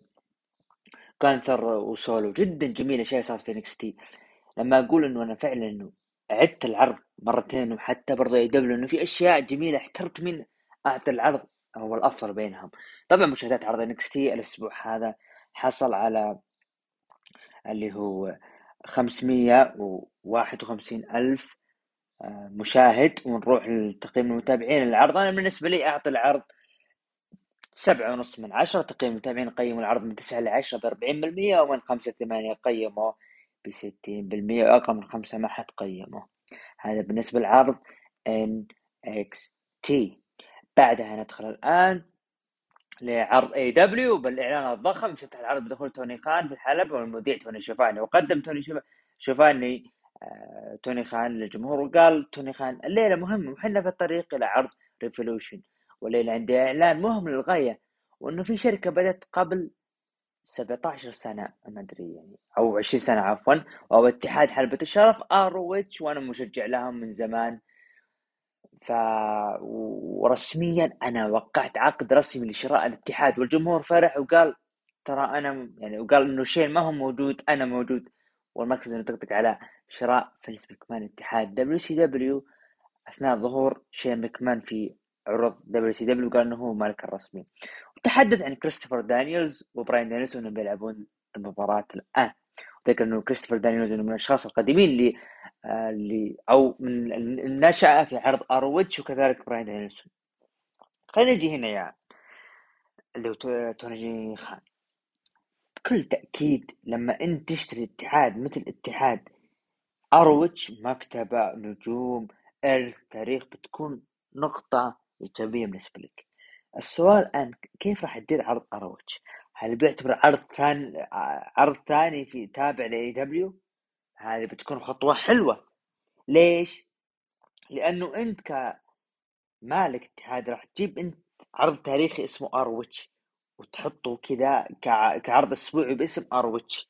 كانثر وسولو جدا جميلة. شيء صار في نكستي لما اقول انه انا فعلا انه عدت العرض مرتين، وحتى برضه يدل انه في اشياء جميلة احترت من اعطي العرض هو الافضل بينهم. طبعا مشاهدات عرض نكستي الاسبوع هذا حصل على اللي هو خمسمية وواحد وخمسين ألف مشاهد. ونروح لتقييم المتابعين العرض. أنا بالنسبة لي أعطي العرض سبعة ونص من عشرة. تقييم المتابعين قيموا العرض من تسعة لعشرة بأربعين بالمية، ومن خمسة لثمانية قيموا بستين بالمية، وأقل من خمسة ما حد قيمه. هذا بالنسبة للعرض إن إكس تي. بعدها ندخل الآن لعرض اي دبليو بالاعلان الضخم. افتتح العرض بدخول توني خان في الحلبة والمذيع توني شوفاني، وقدم توني شوفاني آه توني خان للجمهور، وقال توني خان الليلة مهمة وحنا في الطريق إلى عرض ريفولوشن، والليلة عندي إعلان مهم للغاية، وإنه في شركة بدأت قبل سبعة عشر سنة ما أدري يعني أو عشرين سنة عفوا، أو اتحاد حلبة الشرف آرويتش، وأنا مشجع لهم من زمان. ف ورسميا انا وقعت عقد رسمي لشراء الاتحاد، والجمهور فرح وقال ترى انا يعني، وقال انه شيء ما هو موجود انا موجود، والمقصد انه طقطق على شراء فينس مكمان اتحاد دبليو سي دبليو اثناء ظهور شين مكمان في عروض دبليو سي دبليو، قال انه هو مالك الرسمي. وتحدث عن كريستوفر دانييلز وبراين دانييلز انهم بيلعبون المباراة الان. ذكر انه كريستوفر دانييلز انه من الاشخاص القديمين اللي آه اللي او من النشأة في عرض ارويتش، وكذلك براين دانييلز. خلينا نجي هنا يا اللي هو توني خان. بكل تأكيد لما انت تشتري اتحاد مثل اتحاد ارويتش، مكتبة نجوم ارث تاريخ، بتكون نقطة إيجابية بالنسبة لك. السؤال الآن كيف راح تدير عرض ارويتش؟ هل بيعتبر عرض ثاني عرض ثاني في تابع ل إيه دبليو؟ هذه بتكون خطوة حلوة. ليش؟ لأنه أنت كمالك اتحاد راح تجيب أنت عرض تاريخي اسمه ارويتش وتحطه كذا كعرض أسبوعي باسم ارويتش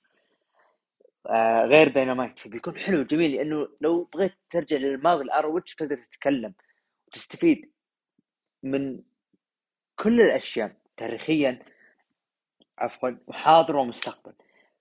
آه غير داينامايت، فبيكون حلو جميل. لأنه لو بغيت ترجع للماضي الارويتش تقدر تتكلم وتستفيد من كل الأشياء تاريخيا عفوا وحاضر ومستقبل.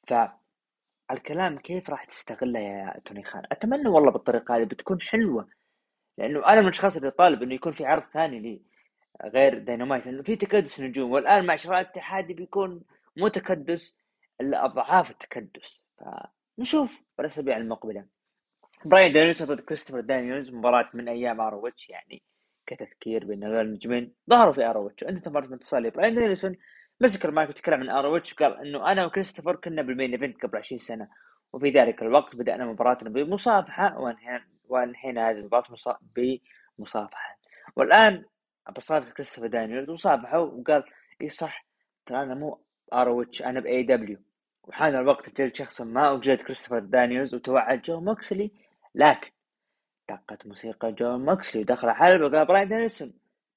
فالكلام كيف راح تستغله يا توني خان؟ أتمنى والله بالطريقة هذه بتكون حلوة، لأنه أنا من الأشخاص اللي طالب إنه يكون في عرض ثاني لي غير داينامايت، لأنه في تكدس نجوم، والآن مع شراء الاتحاد بيكون مو تكدس إلا أضعاف التكدس. فنشوف الأسابيع المقبلة. براين دانييلز ضد كريستوفر دانييلز، مباراة من أيام أرويتش يعني، كتذكير بأن هذول النجمين ظهروا في أرويتش. عندنا مباراة اتصالية براين دانييلز مسك المايك وتكلم عن أرويتش، وقال إنه أنا وكريستوفر كنا بالمين إيفنت قبل عشرين سنة، وفي ذلك الوقت بدأنا مباراتنا بمصافحة وانهينا وانهينا هذه المباراة بمصافحة، والآن بصافح كريستوفر دانييلز وصافحه وقال إيه صح ترى أنا مو أرويتش أنا بأي دبليو، وحان الوقت بجلد شخص ما وجد كريستوفر دانييلز وتوعد جو موكسلي. لكن دقت موسيقى جون موكسلي ودخل حلبة وقال براين دانييلسون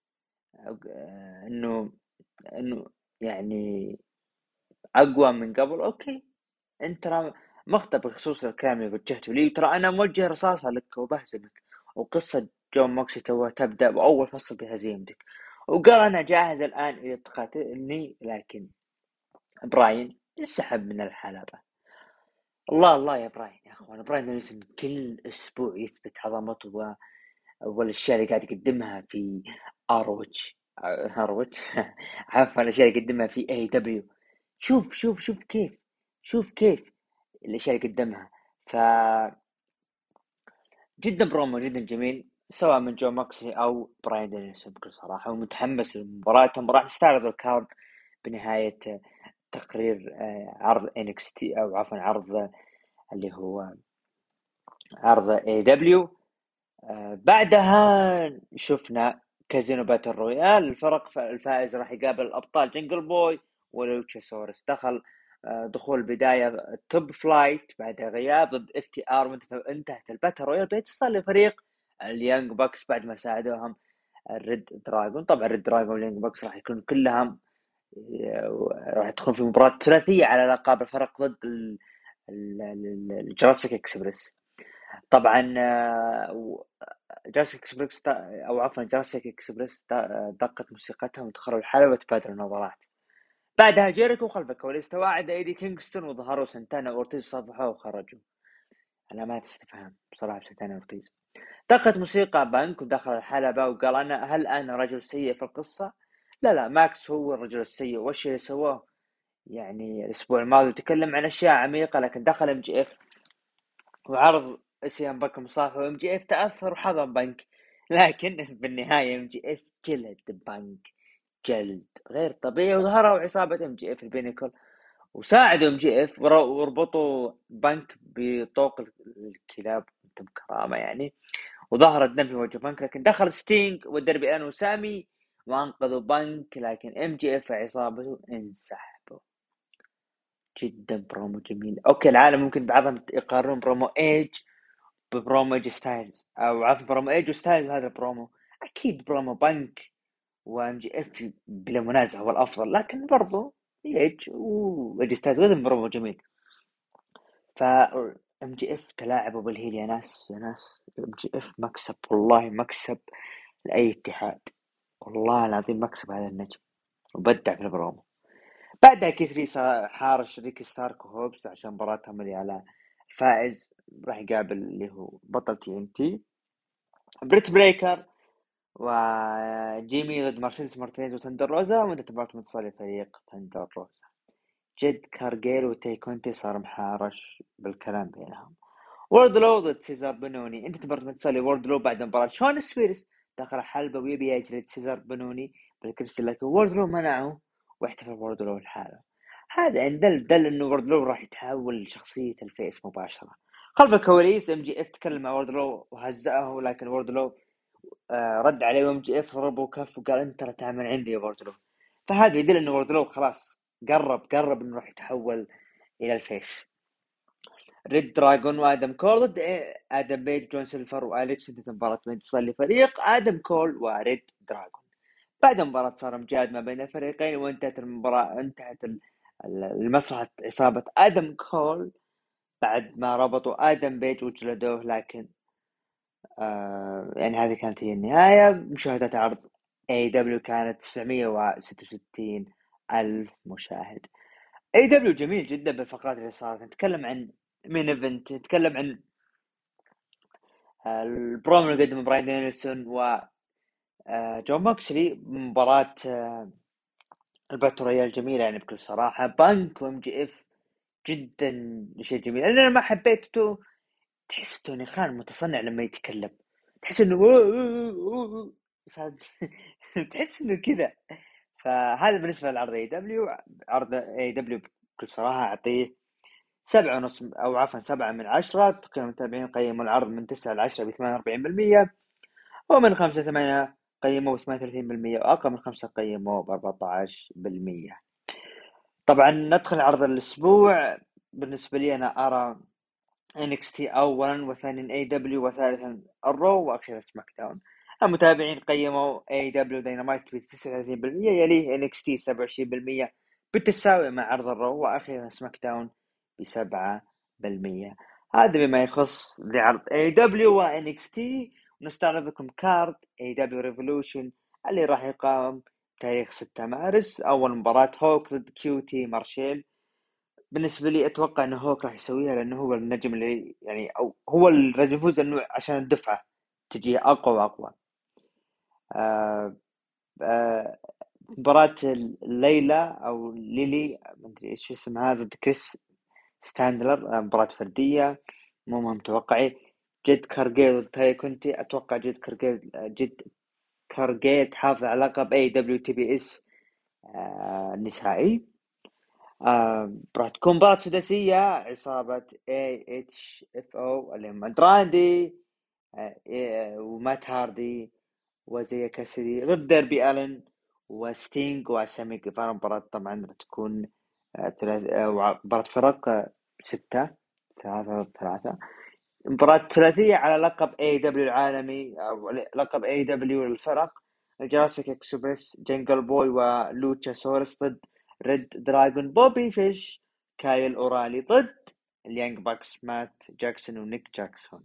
انه انه يعني اقوى من قبل. اوكي انت ترى مقطع بخصوص الكلام اللي وجهته لي، ترى انا موجه رصاصة لك وبهزمك، وقصة جون موكسلي توها تبدأ وأول فصل بهزيمتك، وقال أنا جاهز الآن إذا تقاتلني. لكن براين انسحب من الحلبة. الله الله يا براين يا أخوان، وانا براين دانيلسون كل اسبوع يثبت عظمته و... والاشياء اللي قاعد يقدمها في اروتش اروتش عفوا الاشياء اللي يقدمها في اي دبليو. شوف شوف شوف كيف شوف كيف الاشياء اللي قدمها. ف جدا برومو جدا جميل سواء من جو ماكسلي او براين دانيلسون بكل صراحه، ومتحمس لمباراتهم. راح نستعرض الكارد بنهايه تقرير آه، عرض إن إكس تي او عفوا عرض اللي هو عرض اي دبليو. آه بعدها شفنا كازينو باتل رويال. الفرق الفائز راح يقابل الابطال جنجل بوي ولوتشاسورس. دخل آه دخول بداية توب فلايت بعد غياب ضد اف تي ار، وانتهت الباتل رويال بيتصل لفريق اليانج باكس بعد ما ساعدوهم الريد دراجون. طبعا الريد دراجون واليانج باكس راح يكون كلهم راح يدخلون في مباراة ثلاثية على لقب الفرق ضد الجراسيك اكسبريس. طبعا جراسيك اكسبريس او عفوا جراسيك اكسبريس دقت موسيقتهم ودخلوا الحلبة وتبادلوا النظرات. بعدها جيريكو خلف الكواليس تواعد ايدي كينغستون وظهروا سنتانا واورتيز صافحوا وخرجوا. انا ما تستفهم بصراحة بسنتانا واورتيز. دقت موسيقى بانك ودخل الحلبة وقال انا هل انا رجل سيء في القصة؟ لا لا ماكس هو الرجل السيء. والشيء اللي سواه يعني الاسبوع الماضي تكلم عن اشياء عميقة، لكن دخل ام جي اف وعرض اسيان بنك مصافحة وام جي اف تاثر وحضن بنك، لكن بالنهايه ام جي اف جلد بنك جلد غير طبيعي وظهروا عصابه ام جي اف البينيكل وساعدوا ام جي اف وربطوا بنك بطوق الكلاب انتم كرامه يعني، وظهر الدم في وجه بنك. لكن دخل ستينج والدربي الان وسامي وانقذوا بنك، لكن ام جي اف وعصابته انسحبوا. جدا برومو جميل. اوكي العالم ممكن بعضهم يقارنون برومو ايج ببرومو ايج ستايلز او عفوا برومو ايج وستايلز. هذا البرومو اكيد برومو بنك وام جي اف بلا منازع هو الافضل، لكن برضو ايج وايج ستايلز غير برومو جميل. ف ام جي اف تلاعبوا بالهيل يا ناس يا ناس. ام جي اف مكسب والله مكسب لاي اتحاد، والله العظيم مكسب هذا النجم وبدع في البرومو. بعدها كثري حارش ريكي ستارك وهوبس عشان مباراتهم اللي على الفائز راح يقابل اللي هو بطل تي ان تي بريت بريكر وجيمي ضد مرسيدس مارتينيز وتندر روزا، وانت مباراة متصل فريق تندر روزا. جد كارجيل وتي كونتي صار محارش بالكلام بينهم. ووردلو ضد سيزار بنوني. انت مباراة متصل ووردلو بعد مباراة شون سبيرس دخل حلبة ويبي يجلد سيزار بنوني بالكريستال، لكن ووردلو منعه واحتفل ووردلو الحالة. هذا يعني دل دل انه ووردلو راح يتحول لشخصية الفيس مباشرة. خلف الكواليس ام جي اف تكلم مع ووردلو وهزأه، لكن ووردلو آه رد عليه وام جي اف ضربه كف وقال انت ترى تعمل عندي يا ووردلو. فهذا يدل انه ووردلو خلاص قرب قرب انه راح يتحول الى الفيس. ريد دراجون وادم كول ضد ادم بيج جون سيلفر واليكس. انتهت مباراة بانتصار لفريق ادم كول وريد دراجون. بعد مباراة صار امجاد ما بين الفريقين وانتهت المباراة انتهت المسرحة عصابة ادم كول بعد ما ربطوا ادم بيج وجلدوه. لكن آه يعني هذه كانت هي النهاية. مشاهدات عرض اي دبليو كانت تسعمية وستة وستين ألف مشاهد. اي دبليو جميل جدا بالفقرات اللي صارت. نتكلم عن مين ايفنت، نتكلم عن البرومو اللي قدمه براين دانيلسون و جون موكسلي. مباراة الباتل رويال جميلة يعني بكل صراحة. بانك وام جي اف جدا شيء جميل. انا ما حبيته، تحس توني خان متصنع لما يتكلم، تحس انه تحس انه كذا. فهذا بالنسبة للعرض اي دبليو. عرض اي دبليو بكل صراحة اعطيه سبعة ونص او عفوا سبعة من عشرة. تقييم المتابعين قيموا العرض من تسعة لعشرة بثمانية واربعين بالمية، ومن خمسة ثمانية قيموا بثمانية وثلاثين بالمية، واقل من خمسة قيموا باربعة عشر بالمية. طبعا ندخل عرض الاسبوع. بالنسبة لي انا ارى إن إكس تي اولا وثانيا اي دبليو وثالثا الرو واخيرا سماك داون. المتابعين قيموا اي دبليو داينامايت ب تسعة وثلاثين بالمية، يليه إن إكس تي سبعة وعشرين بالمية بالتساوي مع عرض الرو، واخيرا سماك داون بسبعة بالمية. هذا بما يخص لعرض اي دبليو و إن إكس تي. ونستعرض لكم كارد اي دبليو ريفولوشن اللي راح يقام تاريخ ستة مارس. اول مباراة هوك ضد كيوتي مارشيل. بالنسبة لي أتوقع إنه هوك راح يسويها، لأنه هو النجم اللي يعني أو هو اللي لازم يفوز، لأنه عشان الدفعة تجي أقوى وأقوى. آه آه مباراة الليلة أو ليلي ما أدري إيش اسمها ضد كريس ستاندلر، آه، مباراة فردية مو مهم توقعي. جيد كارجيل ضد تاي كونتي، أتوقع جيد كارجيل جيد كارجيل تحافظ على لقب اي دبليو تي بي اس النسائي. آه راح تكون مباراة سداسية، عصابة اي اتش اف او اللي هم اندراندي آه إيه ومات هاردي وزي كاسدي ضد ديربي الن وستينج وسامي جيفارا. مباراة طبعا راح تكون آه ثلاث آه مباراة فرق آه ستة ثلاثة ضد ثلاثة. مباراة ثلاثية على لقب اي دبليو العالمي او لقب اي دبليو للفرق، جراسيك اكسبريس جنجل بوي ولوتشا سورس ضد ريد دراجون بوبي فيش كايل اورالي ضد اليانج باكس مات جاكسون ونيك جاكسون.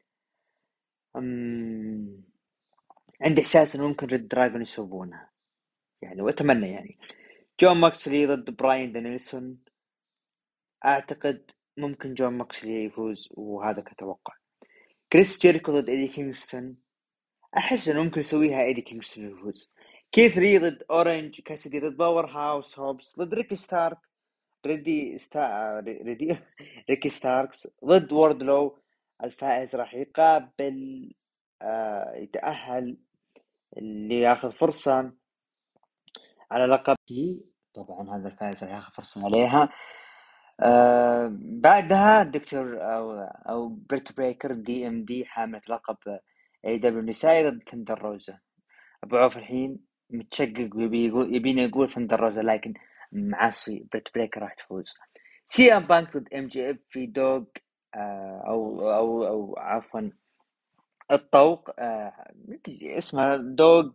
أم... عندي احساس انه ممكن ريد دراجون يسوونها يعني، واتمنى يعني. جون ماكسلي ضد براين دانيلسون، اعتقد ممكن جون ماكسلي يفوز وهذا كتوقع. كريس جيريكو ضد ايدي كينغستون، احس انه ممكن يسويها ايدي كينغستون يفوز. كيث ري ضد اورنج كاسدي ضد باور هاوس هوبس ضد ريكي ستارك ريدي ستا... ريدي ريكي ستاركس ضد ووردلو. الفائز راح يقابل آه يتأهل اللي ياخذ فرصة على لقب. طبعا هذا الفائز راح ياخذ فرصة عليها. آه بعدها دكتور او او بريت بريكر دي ام دي حامل لقب اي دبليو نسائي ضد ثندر روزا. ابو عوف الحين متشقق ويبي يقول يبيني يقول ثندر روزا، لكن معصي بريت بريكر راح تفوز. سي ام بانك ضد ام جي اف في دوغ آه او او او عفوا الطوق آه اسمها دوغ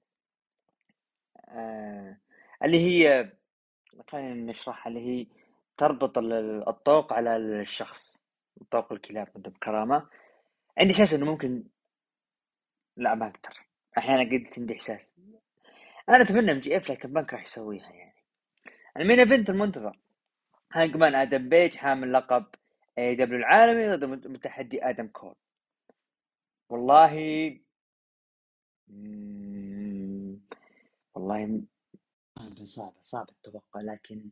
آه اللي هي خلينا نشرحها، اللي هي تربط الطوق على الشخص، طوق الكلاب بكرامة. عندي إحساس إنه ممكن، لا ما أقدر، أحيانا قد عندي إحساس. أنا أتمنى ام جي اف، لكن بنك راح يسويها يعني. المين ايفنت المنتظر هانجمان آدم بيج حامل لقب اي دبليو العالمي ضد متحدي آدم كول. والله مم... والله صعب صعب صعب التوقع، لكن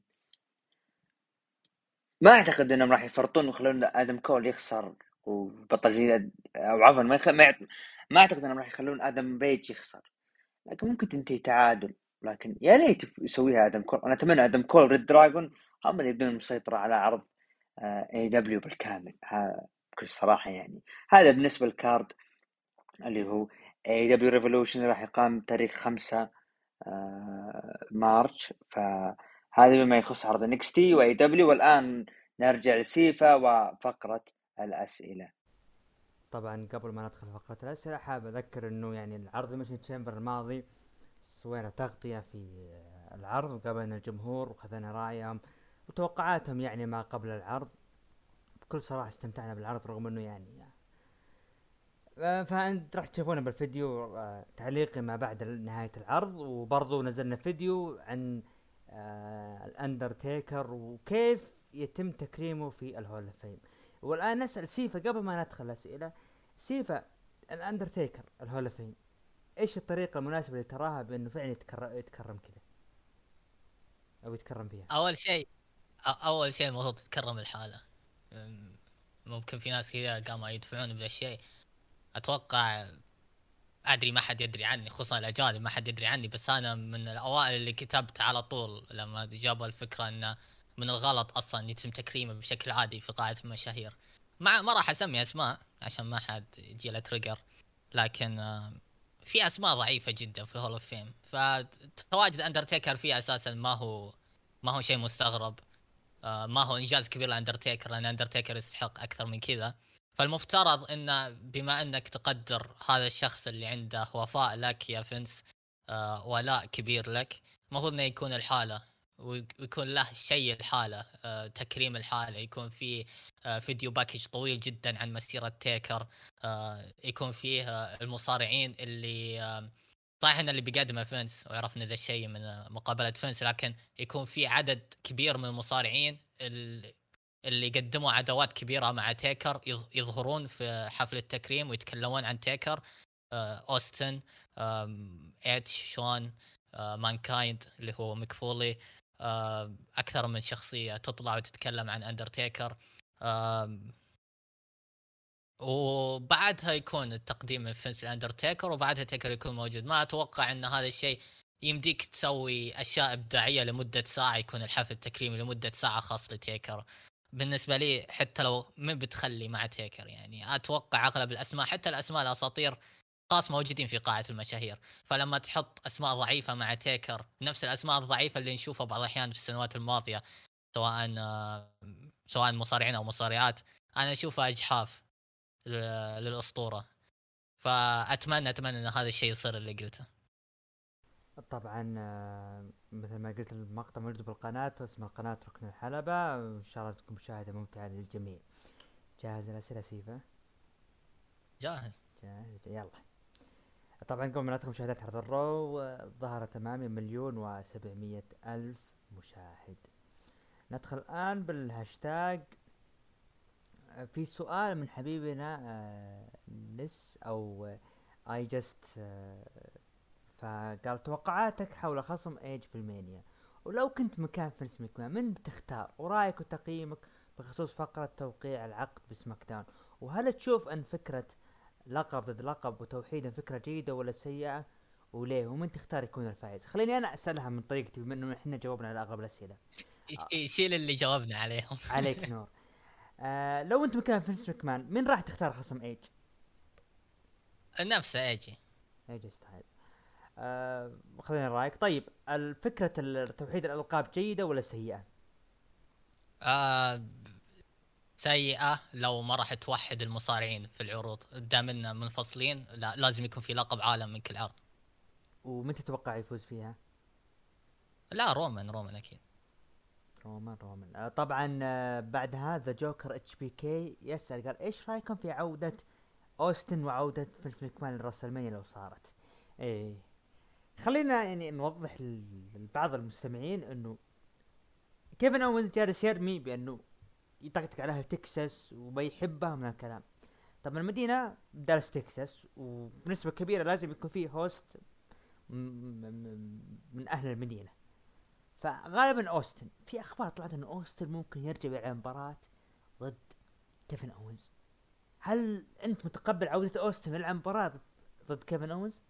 ما اعتقد انهم راح يفرطون ويخلون ادم كول يخسر وبطل جديد، او عفوا ما, يخ... ما, يعت... ما اعتقد انهم راح يخلون ادم بيج يخسر، لكن ممكن تنتهي تعادل. لكن يا ليت يسويها ادم كول. انا اتمنى ادم كول ريد دراجون هم اللي يبدون المسيطرة على عرض اي دبليو بالكامل، ها بكل صراحة يعني. هذا بالنسبة للكارد اللي هو اي دبليو ريفولوشن راح يقام تاريخ خمسة آه مارش. فهذا بما يخص عرض نيكس تي واي دبليو. والان نرجع لسيفا وفقرة الأسئلة. طبعا قبل ما ندخل فقرة الأسئلة حاب أذكر إنه يعني العرض ميشن تشامبر الماضي سوينا تغطية في العرض وقابلنا الجمهور وخذنا رأيهم وتوقعاتهم يعني ما قبل العرض. بكل صراحة استمتعنا بالعرض رغم إنه يعني, يعني فأنت راح تشوفونه بالفيديو آه تعليقي ما بعد نهاية العرض. وبرضو نزلنا فيديو عن آه الأندرتيكر وكيف يتم تكريمه في الهول اوف فيم. والآن نسأل سيفا قبل ما ندخل الأسئلة. سيفا، الأندرتيكر الهول اوف فيم ايش الطريقة المناسبة اللي تراها بأنه فعلا يتكرم, يتكرم كذا أو يتكرم فيها؟ اول شيء اول شيء المفروض تتكرم الحالة. ممكن في ناس كذا قاموا يدفعون بالشيء. اتوقع ادري ما حد يدري عني، خصوصا الاجانب ما حد يدري عني، بس انا من الاوائل اللي كتبت على طول لما جابوا الفكره انه من الغلط اصلا يتم تكريمه بشكل عادي في قاعه المشاهير. ما ما راح اسمي اسماء عشان ما حد يجي له تريجر، لكن في اسماء ضعيفه جدا في الهول اوف فيم، فتواجد اندرتيكر فيه اساسا ما هو ما هو شيء مستغرب، ما هو انجاز كبير لاندرتيكر، لان اندرتيكر يستحق اكثر من كذا. فالمفترض ان بما انك تقدر هذا الشخص اللي عنده وفاء لك يا فنس، آه ولاء كبير لك، المفروض انه يكون الحاله ويكون له شيء الحاله، آه تكريم الحاله، يكون فيه آه فيديو باكج طويل جدا عن مسيره تيكر، آه يكون فيه آه المصارعين اللي آه صحيح ان اللي بيقدمه فينس وعرفنا ذا الشيء من مقابله فينس، لكن يكون في عدد كبير من المصارعين ال- اللي قدموا عداوات كبيره مع تيكر يظ- يظهرون في حفل التكريم ويتكلمون عن تيكر. آه، اوستن، آم، ايتش، شون، آه، مانكايند اللي هو مكفولي، آه، اكثر من شخصيه تطلع وتتكلم عن اندرتيكر. آم، وبعدها يكون التقديم من فينس الاندرتيكر، وبعدها تيكر يكون موجود. ما اتوقع ان هذا الشيء يمديك تسوي اشياء ابداعيه لمده ساعه، يكون الحفل التكريمي لمده ساعه خاص لتيكر. بالنسبه لي حتى لو من بتخلي مع تيكر، يعني اتوقع اغلب الاسماء حتى الاسماء الاساطير خاص موجودين في قاعه المشاهير، فلما تحط اسماء ضعيفه مع تيكر، نفس الاسماء الضعيفه اللي نشوفها بعض الاحيان في السنوات الماضيه، سواء آه، سواء مصارعين او مصارعات، انا اشوفها اجحاف ل- للأسطورة. فأتمنى أتمنى أن هذا الشيء يصير اللي قلته. طبعا آه، مثل ما قلت المقطع موجود بالقناة، اسم القناة ركن الحلبة، وإن شاء الله تكون مشاهدة ممتعة للجميع. جاهز الأسئلة سيفا؟ جاهز. جاهز، يلا. طبعا قبل ما ندخل مشاهدات عرض الرو، آه، ظهرت أمامي مليون وسبعمية ألف مشاهد. ندخل الآن بالهاشتاج. آه، في سؤال من حبيبنا آه، نس أو اي جست، فقال توقعاتك حول خصم ايج في المانيا، ولو كنت مكان فينس ماكمان من بتختار، ورايك وتقييمك بخصوص فقرة توقيع العقد بسماك داون، وهل تشوف ان فكرة لقب ضد لقب وتوحيدا فكرة جيدة ولا سيئة، وليه، ومن تختار يكون الفائز؟ خليني انا اسألها من طريقتي بما انه احنا جاوبنا على اغلب الاسئلة. يش- آه، يشيل اللي جاوبنا عليهم. عليك نور. آه لو انت مكان فينس ماكمان مين راح تختار خصم ايج؟ نفسه ايجي. ايج ستايل. آه خلينا رايك. طيب الفكرة توحيد الالقاب جيدة ولا سيئة؟ آه سيئة لو ما راح توحد المصارعين في العروض، دامنا منفصلين لا لازم يكون في لقب عالم من كل عرض. ومن تتوقع يفوز فيها؟ لا رومان، رومان اكيد. رومان رومان. آه طبعا آه بعد هذا جوكر اتش بي كي يسأل قال ايش رايكم في عودة اوستن وعودة فينس ماكمان للرسلمانيا لو صارت؟ ايه، خلينا يعني نوضح لبعض المستمعين انه كيفن اونز جالس يرمي بانه يطقطق على اهل تكساس وما يحبها من الكلام. طبعا المدينة دالاس تكساس، وبنسبة كبيرة لازم يكون فيه هوست م- م- من اهل المدينة. فغالبا اوستن، في اخبار طلعت ان اوستن ممكن يرجع الى مباراة ضد كيفن اونز. هل انت متقبل عودة اوستن الى مباراة ضد, ضد كيفن اونز؟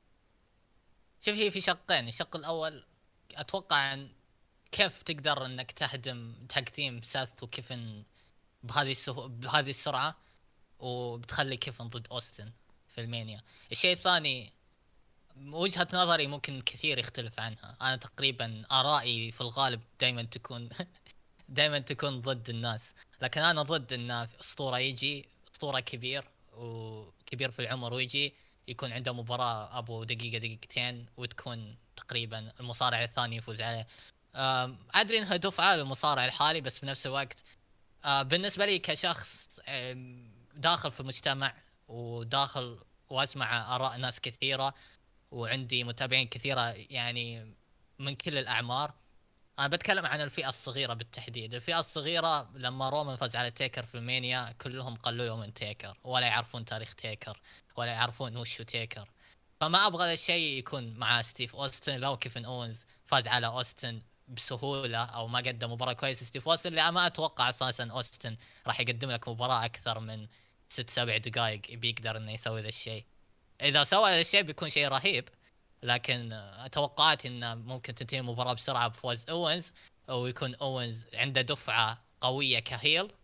شوف، هي في شقين. الشق الأول أتوقع أن كيف تقدر أنك تهدم تاج تيم ساث وكيفن بهذه السه... بهذه السرعة، وبتخلي كيفن ضد أوستن في المانيا. الشيء الثاني، وجهة نظري ممكن كثير يختلف عنها. أنا تقريبا آرائي في الغالب دائما تكون دائما تكون ضد الناس، لكن أنا ضد أن أسطورة يجي، أسطورة كبير وكبير في العمر، ويجي يكون عنده مباراة أبو دقيقة دقيقتين وتكون تقريبا المصارع الثاني يفوز عليه. أم، أدري أنها دفعة للمصارع الحالي، بس بنفس الوقت أه، بالنسبة لي كشخص أم، داخل في المجتمع وداخل وأسمع آراء ناس كثيرة، وعندي متابعين كثيرة يعني من كل الأعمار. أنا بتكلم عن الفئة الصغيرة بالتحديد. الفئة الصغيرة لما رومان فاز على تيكر في المانيا كلهم قللوا من تيكر، ولا يعرفون تاريخ تيكر، ولا يعرفون وشو تيكر. فما أبغى هذا الشيء يكون مع ستيف أوستن. لو كيفن أونز فاز على أوستن بسهولة أو ما قدم مباراة كويسة ستيف أوستن، لا ما أتوقع أساسا أوستن راح يقدم لك مباراة أكثر من ست سبع دقائق بيقدر إنه يسوي ذا الشيء. إذا سوى هذا الشيء بيكون شيء رهيب، لكن توقعاتي انه ممكن تنتهي المباراة بسرعة بفوز اوينز، او يكون اوينز عنده دفعة قوية كهيل.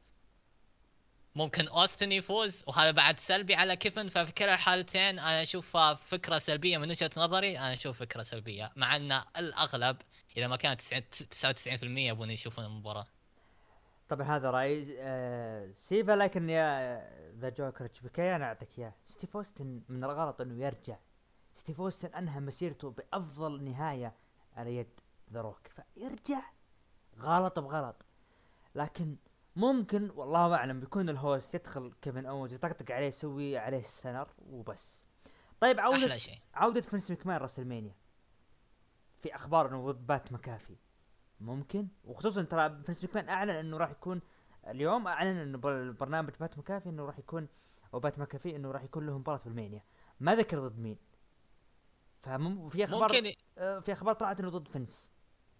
ممكن اوستن يفوز وهذا بعد سلبي على كيفن. ففي كلا الحالتين انا اشوفها فكرة سلبية من وجهة نظري. انا اشوف فكرة سلبية، مع ان الاغلب اذا ما كانت تسعة وتسعين بالمية يبون يشوفون المباراة. طبعا هذا رايي آه سيفا، لكن يا ذا جوكر اتش بي كي انا اعطيك اياه. ستيف اوستن من الغلط انه يرجع. ستيف اوستن انهى مسيرته بافضل نهاية على يد ذا روك، فيرجع غلط بغلط. لكن ممكن والله اعلم بيكون الهوست يدخل كيفن اونز يطقطق عليه، يسوي عليه السنر وبس. طيب عودة احلى شيء. عودة فينس ماكمان راسلمانيا، في اخبار انه ضد بات مكافي ممكن، وخصوصا ترى فينس ماكمان اعلن انه راح يكون اليوم، اعلن انه برنامج بات مكافي انه راح يكون، او بات مكافي انه راح يكون له مباراة بالمانيا، ما ذكر ضد مين. ففي اخبار ممكن ي... آه، في اخبار طلعت انه ضد فينس.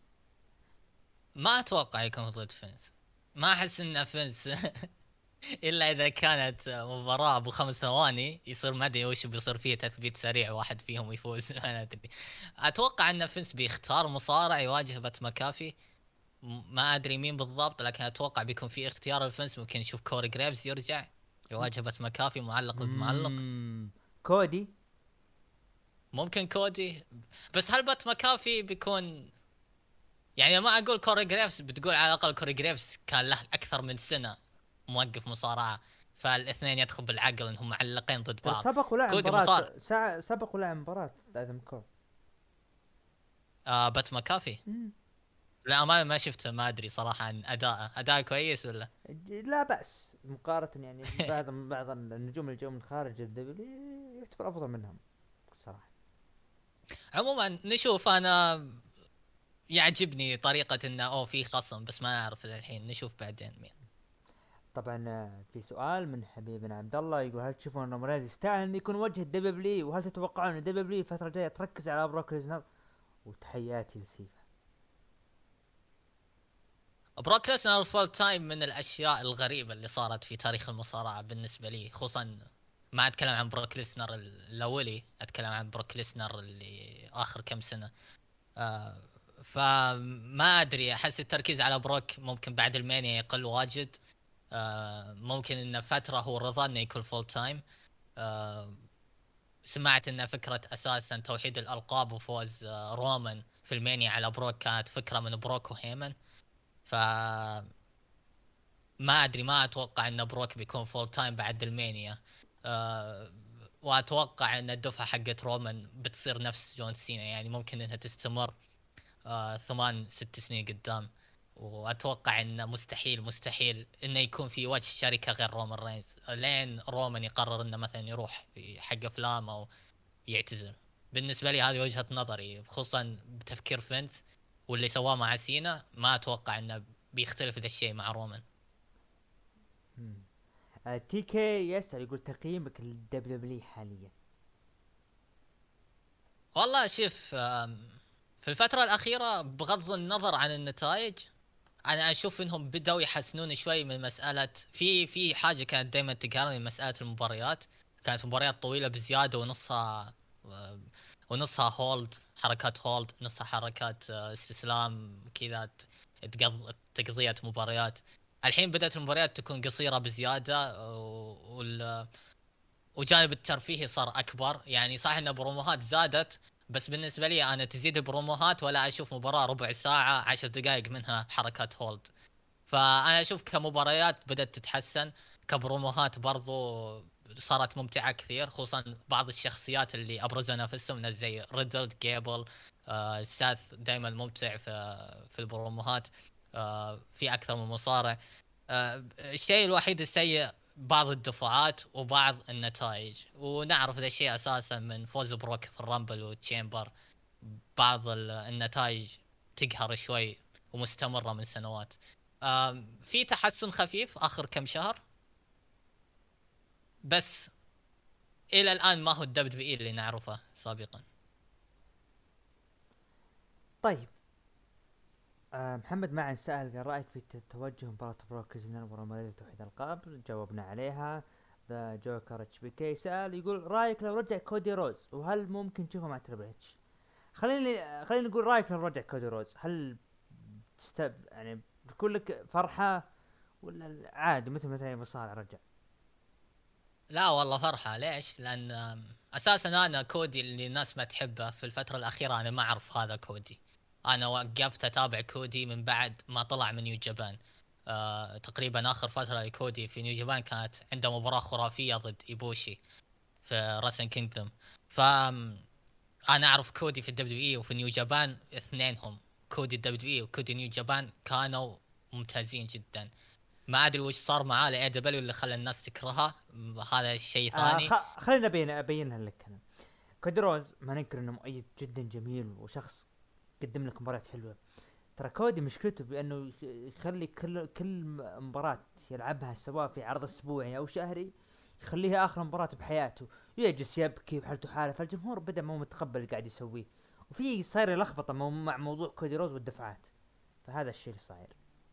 ما اتوقع يكون ضد فينس، ما احس ان فينس الا اذا كانت مباراة ابو خمس ثواني يصير ما ادري وش بيصير فيه تثبيت سريع واحد فيهم يفوز. ما ادري. اتوقع ان فينس بيختار مصارع يواجه بات مكافي، ما ادري مين بالضبط، لكن اتوقع بيكون في اختيار الفينس. ممكن نشوف كوري جريفز يرجع يواجه بات مكافي معلق ضد معلق. مم. كودي. ممكن كودي. بس هل بات مكافي بيكون، يعني ما اقول كوري جريفز، بتقول على الاقل كوري جريفز كان له اكثر من سنة موقف مصارعة، فالاثنين يدخل بالعقل انهم معلقين ضد ترى بعض. سبق ولعب كودي مباراة مصارع. سا... سبق ولعب مباراة ادم كول. آه بات مكافي. مم. لا ما ما شفته، ما ادري صراحة عن اداءه. اداء كويس ولا؟ لا بأس مقارنة يعني بعض بعض النجوم اللي جو من خارج الدبليو يعتبر افضل منهم صراحة. عموما نشوف. انا يعجبني طريقة انه او في خصم، بس ما نعرف الحين، نشوف بعدين مين. طبعا آه، في سؤال من حبيبنا عبد الله يقول هل تشوفون ان رومان رينز يستاهل ان يكون وجه الدبليو، وهل تتوقعون ان الدبليو الفترة الجاية تركز على بروك ليزنر؟ وتحياتي لسيفا. بروك ليسنر فول تايم من الاشياء الغريبة اللي صارت في تاريخ المصارعة بالنسبة لي، خصوصا ما اتكلم عن بروك ليسنر الاولي، اتكلم عن بروك ليسنر اللي اخر كم سنة. آه فما ادري، احس التركيز على بروك ممكن بعد المانيا يقل واجد. آه ممكن ان فترة هو رضى انه يكون فول تايم. آه سمعت ان فكرة اساسا توحيد الالقاب وفوز آه رومان في المانيا على بروك كانت فكرة من بروك وهيمن. ف ما ادري، ما اتوقع ان بروك بيكون فول تايم بعد المانيا. أه واتوقع ان الدفعه حقت رومان بتصير نفس جون سينا، يعني ممكن انها تستمر أه ثمان ست سنين قدام. واتوقع انه مستحيل مستحيل انه يكون في وجه شركه غير رومان رينز لين رومان يقرر انه مثلا يروح في حق افلام او يعتزل. بالنسبه لي هذه وجهه نظري، خصوصا بتفكير فينس واللي سواه مع سينا. ما اتوقع انه بيختلف ذا الشيء مع رومان. آه تي كي يسأل يقول تقييمك للدبليو حاليا. والله شوف، في الفترة الأخيرة بغض النظر عن النتائج، أنا أشوف إنهم بدأوا يحسنون شوي من مسألة، في في حاجة كانت دائما تقهرني، مسألة المباريات. كانت مباريات طويلة بزيادة، ونصها ونصها هولد، حركات هولد، نصها حركات استسلام كذا، تقض تقضية مباريات. الحين بدأت المباريات تكون قصيرة بزيادة، وال وجانب الترفيهي صار أكبر. يعني صح إن بروموهات زادت، بس بالنسبة لي أنا تزيد البروموهات ولا أشوف مباراة ربع ساعة عشر دقائق منها حركات هولد. فأنا أشوف كمباريات بدأت تتحسن، كبروموهات برضو صارت ممتعة كثير، خصوصا بعض الشخصيات اللي أبرزوا نفسهم زي ريدلد، جيبل، آه، ساث، دايما ممتع في في البروموهات. آه، في أكثر من مصارع. آه، الشيء الوحيد السيء بعض الدفعات وبعض النتائج، ونعرف ذا الشيء اساسا من فوز بروك في الرامبل وتشامبر. بعض النتائج تقهر شوي ومستمرة من سنوات. في تحسن خفيف اخر كم شهر، بس الى الان ما هو الدبليو اي اللي نعرفه سابقا. طيب آه محمد معن سأل قال رأيك في توجه مباراة بروك ليزنر ورومان توحيد القاب، جاوبنا عليها. ذا جوكر اتش بي كي سأل يقول رأيك لو رجع كودي روز، وهل ممكن تشوفه مع تريبل اتش؟ خليني خلينا نقول رأيك لو رجع كودي روز، هل تستب يعني بيكون لك فرحة ولا عادي مثل مثلا مصارع رجع؟ لا والله فرحة. ليش؟ لأن أساسا أنا كودي اللي الناس ما تحبه في الفترة الأخيرة أنا ما أعرف هذا كودي. أنا وقفت أتابع كودي من بعد ما طلع من نيو جابان. آه تقريبا آخر فترة لكودي في نيو جابان كانت عنده مباراة خرافية ضد إيبوشي في راسن كينجدوم. فأنا أعرف كودي في الدبليو إي وفي نيو جابان، اثنينهم كودي الدبليو إي وكودي نيو جابان كانوا ممتازين جدا. ما ادري وش صار معاه لاي دبليو اللي خلى الناس تكرهها، هذا الشيء ثاني. آه خ... خلينا ابين ابينها لك انا. كودي روز ما ننكر انه مؤيد جدا جميل وشخص قدم لك مباريات حلوه. ترى كودي مشكلته بانه يخلي كل كل مباراه يلعبها سواء في عرض اسبوعي او شهري يخليها اخر مباراه بحياته، يجلس يبكي بحالته حاله، فالجمهور بدا مو متقبل اللي قاعد يسويه، وفي صاير لخبطه مع موضوع كودي روز والدفعات، فهذا الشيء اللي صاير.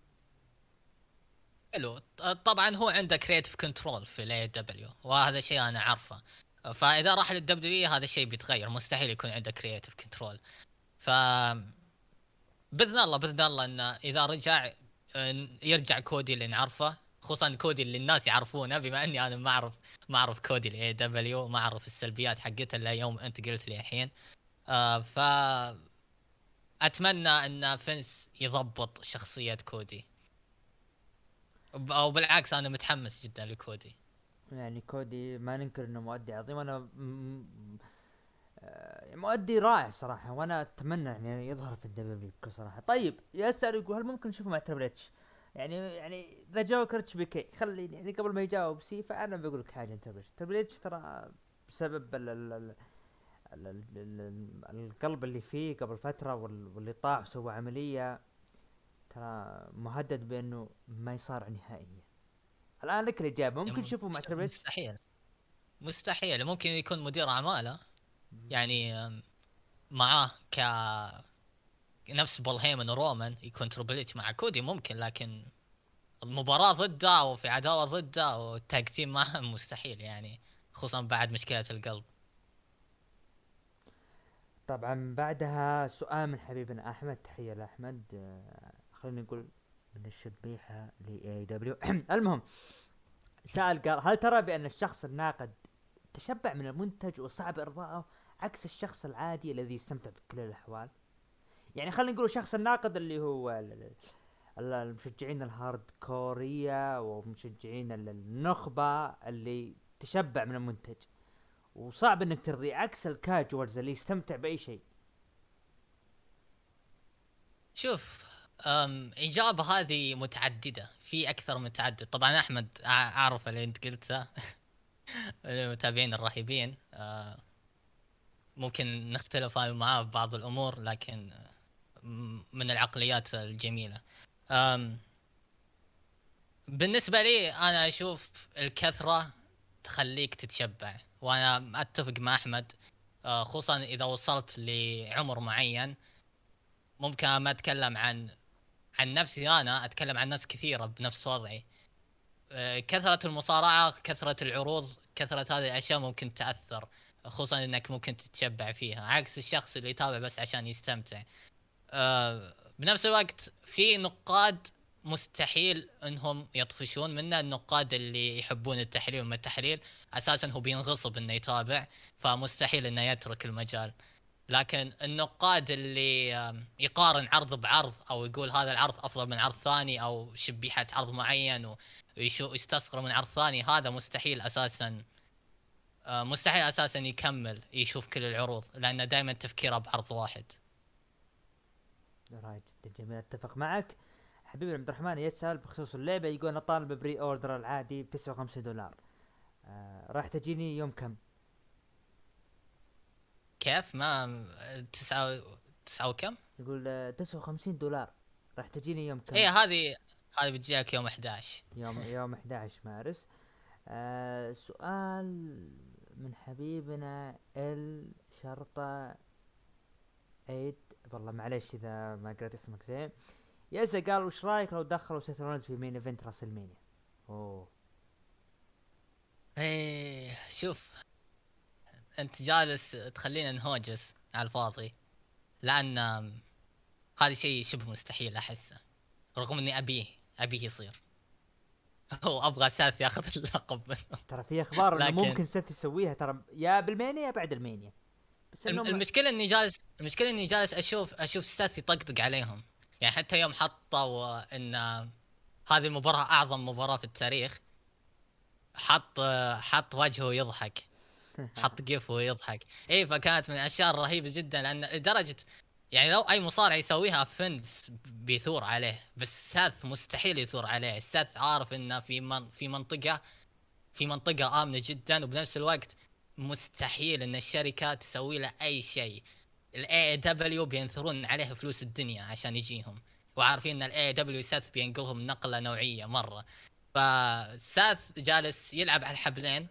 حلو. طبعا هو عنده كريتيف كنترول في الاي دبليو وهذا شيء انا عارفه، فاذا راح للدبليو هذا الشيء بيتغير، مستحيل يكون عنده كريتيف كنترول. ف باذن الله باذن الله انه اذا رجع يرجع كودي اللي نعرفه، خصوصا كودي اللي الناس يعرفونه، بما اني انا ما اعرف ما اعرف كودي الاي دبليو، ما اعرف السلبيات حقته الا يوم انت قلت لي الحين. آه ف اتمنى ان فينس يضبط شخصيه كودي، او بالعكس انا متحمس جدا لكودي. يعني كودي ما ننكر انه مؤدي عظيم، انا م... آه، مؤدي رائع صراحه، وانا اتمنى يعني يظهر في الدبليو بكل صراحه. طيب يسأل يقول هل ممكن نشوفه مع تريبل اتش؟ يعني يعني اذا جاوب اتش بي كي خلي يعني قبل ما يجاوب سي، فانا بقول لك حاجه. تريبل اتش تريبل اتش ترى بسبب ال ال ال ال ال ال القلب اللي فيه قبل فتره واللي طاح وسوى عمليه، ترى مهدد بانه ما يصارع نهائيا. الان لك الاجابه، ممكن تشوفه مع تريبل اتش؟ مستحيل مستحيل. ممكن يكون مدير اعماله يعني معاه ك نفس بول هيمن ورومان، يكون تريبل اتش مع كودي ممكن، لكن المباراة ضده او في عداوة ضده او تاج تيم معه مستحيل يعني، خصوصا بعد مشكلة القلب. طبعا بعدها سؤال من حبيبنا احمد، تحية لاحمد. آه خلينا نقول من الشبيحة ل اي دبليو. المهم سأل قال هل ترى بان الشخص الناقد تشبع من المنتج وصعب ارضائه عكس الشخص العادي الذي يستمتع بكل الاحوال؟ يعني خلينا نقول الشخص الناقد اللي هو المشجعين الهارد كورية ومشجعين النخبة اللي تشبع من المنتج وصعب انك ترضيه، عكس الكاجوالز اللي يستمتع باي شيء. شوف أم إجابة هذه متعددة، في أكثر من تعدد. طبعا أحمد أعرف اللي أنت قلته. المتابعين الرهيبين أه ممكن نختلف معاه ببعض الأمور، لكن من العقليات الجميلة. أم بالنسبة لي أنا أشوف الكثرة تخليك تتشبع، وأنا أتفق مع أحمد، أه خصوصا إذا وصلت لعمر معين. ممكن ما أتكلم عن عن نفسي، أنا أتكلم عن ناس كثيرة بنفس وضعي. أه كثرة المصارعة، كثرة العروض، كثرة هذه الأشياء ممكن تأثر، خصوصا إنك ممكن تتشبع فيها، عكس الشخص اللي يتابع بس عشان يستمتع. أه بنفس الوقت في نقاد مستحيل انهم يطفشون منه، النقاد اللي يحبون التحليل وما التحليل اساسا هو بينغصب انه يتابع، فمستحيل انه يترك المجال. لكن النقاد اللي يقارن عرض بعرض او يقول هذا العرض افضل من عرض ثاني او شبيحة عرض معين ويستصغر من عرض ثاني، هذا مستحيل اساسا مستحيل اساسا يكمل يشوف كل العروض، لانه دائما تفكيره بعرض واحد. رايت جدا جميل، اتفق معك. حبيبي عبد الرحمن يسأل بخصوص اللعبة، يقول انا طالب بري اوردر العادي ب تسعة وخمسين دولار، آه راح تجيني يوم كم؟ كيف ما تسعة تسعة وكم؟ يقول آه تسعة وخمسين دولار راح تجيني يوم كم؟ ايه هذه هذه بتجيك يوم أحد عشر يوم يوم أحد عشر مارس. آه سؤال من حبيبنا ال شرطة عيد، والله معليش اذا ما قرأت اسمك زين. ياسا قال وش رايك لو دخلوا سيث رولينز في مين ايفنت راسلمانيا؟ اوه ايه شوف، انت جالس تخلينا نهوجس على الفاضي، لان هذا شيء شبه مستحيل احسه، رغم اني ابيه ابيه يصير. هو ابغى ساث ياخذ اللقب منه. ترى في اخبار انه لكن... ممكن سيث يسويها ترى، يا بالمانيا يا بعد المانيا. بس المشكله اني جالس المشكله اني جالس اشوف اشوف ساث يطقطق عليهم، يعني حتى يوم حطوا ان هذه المباراة اعظم مباراة في التاريخ، حط حط وجهه يضحك، حط قف ويضحك. اي فكانت من الاشياء الرهيبة جدا، لان لدرجة يعني لو اي مصارع يسويها فنز بيثور عليه، بس ساث مستحيل يثور عليه. ساث عارف انه في من في منطقة في منطقة آمنة جدا، وبنفس الوقت مستحيل ان الشركات تسوي له اي شيء. الاي دبليو بينثرون عليه فلوس الدنيا عشان يجيهم، وعارفين ان الاي دبليو ساث بينقلهم نقله نوعيه مره. فساث جالس يلعب على الحبلين.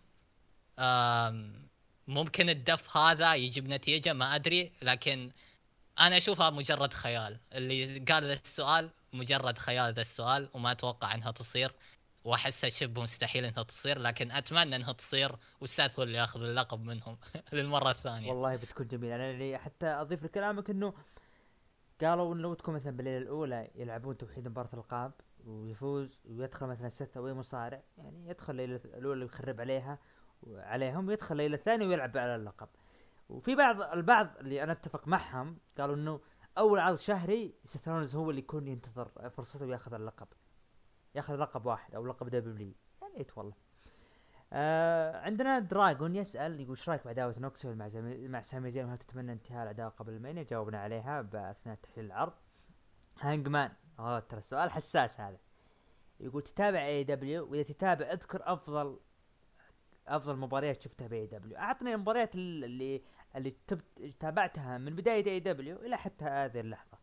ممكن الدف هذا يجيب نتيجه ما ادري، لكن انا اشوفها مجرد خيال. اللي قال ذا السؤال مجرد خيال ذا السؤال، وما اتوقع انها تصير، واحسها شبه مستحيل انها تصير، لكن اتمنى انها تصير والساث هو اللي ياخذ اللقب منهم للمره الثانيه. والله بتكون جميله. انا اللي حتى اضيف لكلامك انه قالوا انه تكون مثلا بالليله الاولى يلعبون توحيد مباراه القاب ويفوز ويدخل مثلا ستة او مصارع، يعني يدخل الليله الاولى ويخرب عليها عليهم، ويدخل الليله الثانيه ويلعب على اللقب. وفي بعض البعض اللي انا اتفق معهم قالوا انه اول عرض شهري سيث رولينز هو اللي يكون ينتظر فرصته وياخذ اللقب، ياخذ لقب واحد او لقب دبليو. يا ريت والله. آه عندنا دراجون يسأل يقول ايش رايك بعداوة نوكسويل مع زمي... مع سامي زين، وهل تتمنى انتهاء العداوة قبل المانيا؟ جاوبنا عليها باثناء تحليل العرض. هانجمان، اه ترى السؤال حساس هذا. يقول تتابع اي دبليو، واذا تتابع اذكر افضل افضل مباريات شفتها باي دبليو. اعطني المباريات اللي اللي تبت... تابعتها من بداية اي دبليو الى حتى هذه اللحظة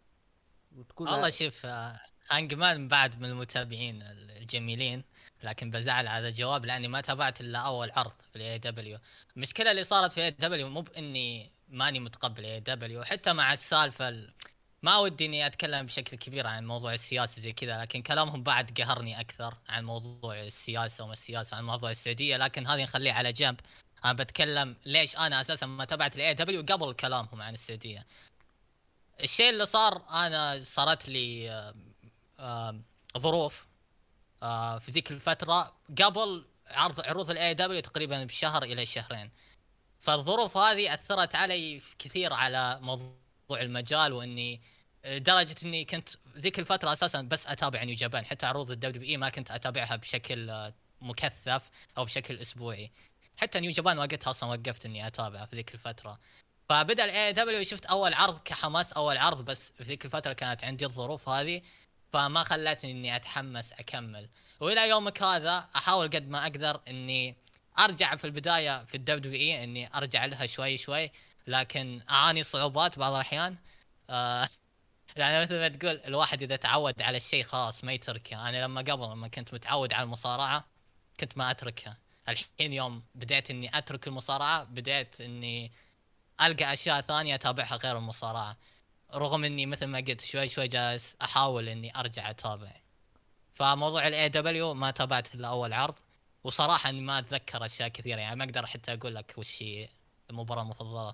وتقول. والله شوف، آه، هانجمان بعد من المتابعين الجميلين، لكن بزعل هذا الجواب لاني ما تابعت الا اول عرض في الاي دبليو. المشكله اللي صارت في اي دبليو مو باني ماني متقبل اي دبليو، حتى مع السالفه ال... ما ودي اني اتكلم بشكل كبير عن موضوع السياسه زي كذا، لكن كلامهم بعد قهرني اكثر عن موضوع السياسه وما السياسه، عن موضوع السعوديه، لكن هذه نخليه على جنب. انا بتكلم ليش انا اساسا ما تابعت الاي دبليو قبل كلامهم عن السعوديه. الشيء اللي صار، انا صارت لي آه، آه، ظروف آه، في ذيك الفتره قبل عرض عروض الاي دبليو تقريبا بشهر الى شهرين. فالظروف هذه اثرت علي كثير على موضوع المجال، واني درجه اني كنت ذيك الفتره اساسا بس اتابع نيو جابان، حتى عروض الدبليو اي ما كنت اتابعها بشكل آه، مكثف او بشكل اسبوعي. حتى نيو جابان وقتها اصلا وقفت اني اتابع في ذيك الفتره. فبدا الاي دبليو، شفت اول عرض كحماس اول عرض، بس في ذيك الفتره كانت عندي الظروف هذه فما خلتني اني اتحمس اكمل. والى يومك هذا احاول قد ما اقدر اني ارجع في البدايه في الدبليو اي، اني ارجع لها شوي شوي، لكن اعاني صعوبات بعض الاحيان. آه يعني مثل ما تقول الواحد اذا تعود على الشيء خلاص ما يتركه. انا لما قبل لما كنت متعود على المصارعه كنت ما اتركها. الحين يوم بديت اني اترك المصارعه بديت اني القى اشياء ثانيه اتابعها غير المصارعه، رغم اني مثل ما قلت شوي شوي جالس احاول اني ارجع اتابع. فموضوع الاي دبليو ما تابعت الا اول عرض، وصراحه اني ما اتذكر اشياء كثيره، يعني ما اقدر حتى اقول لك وش هي المباراه المفضله.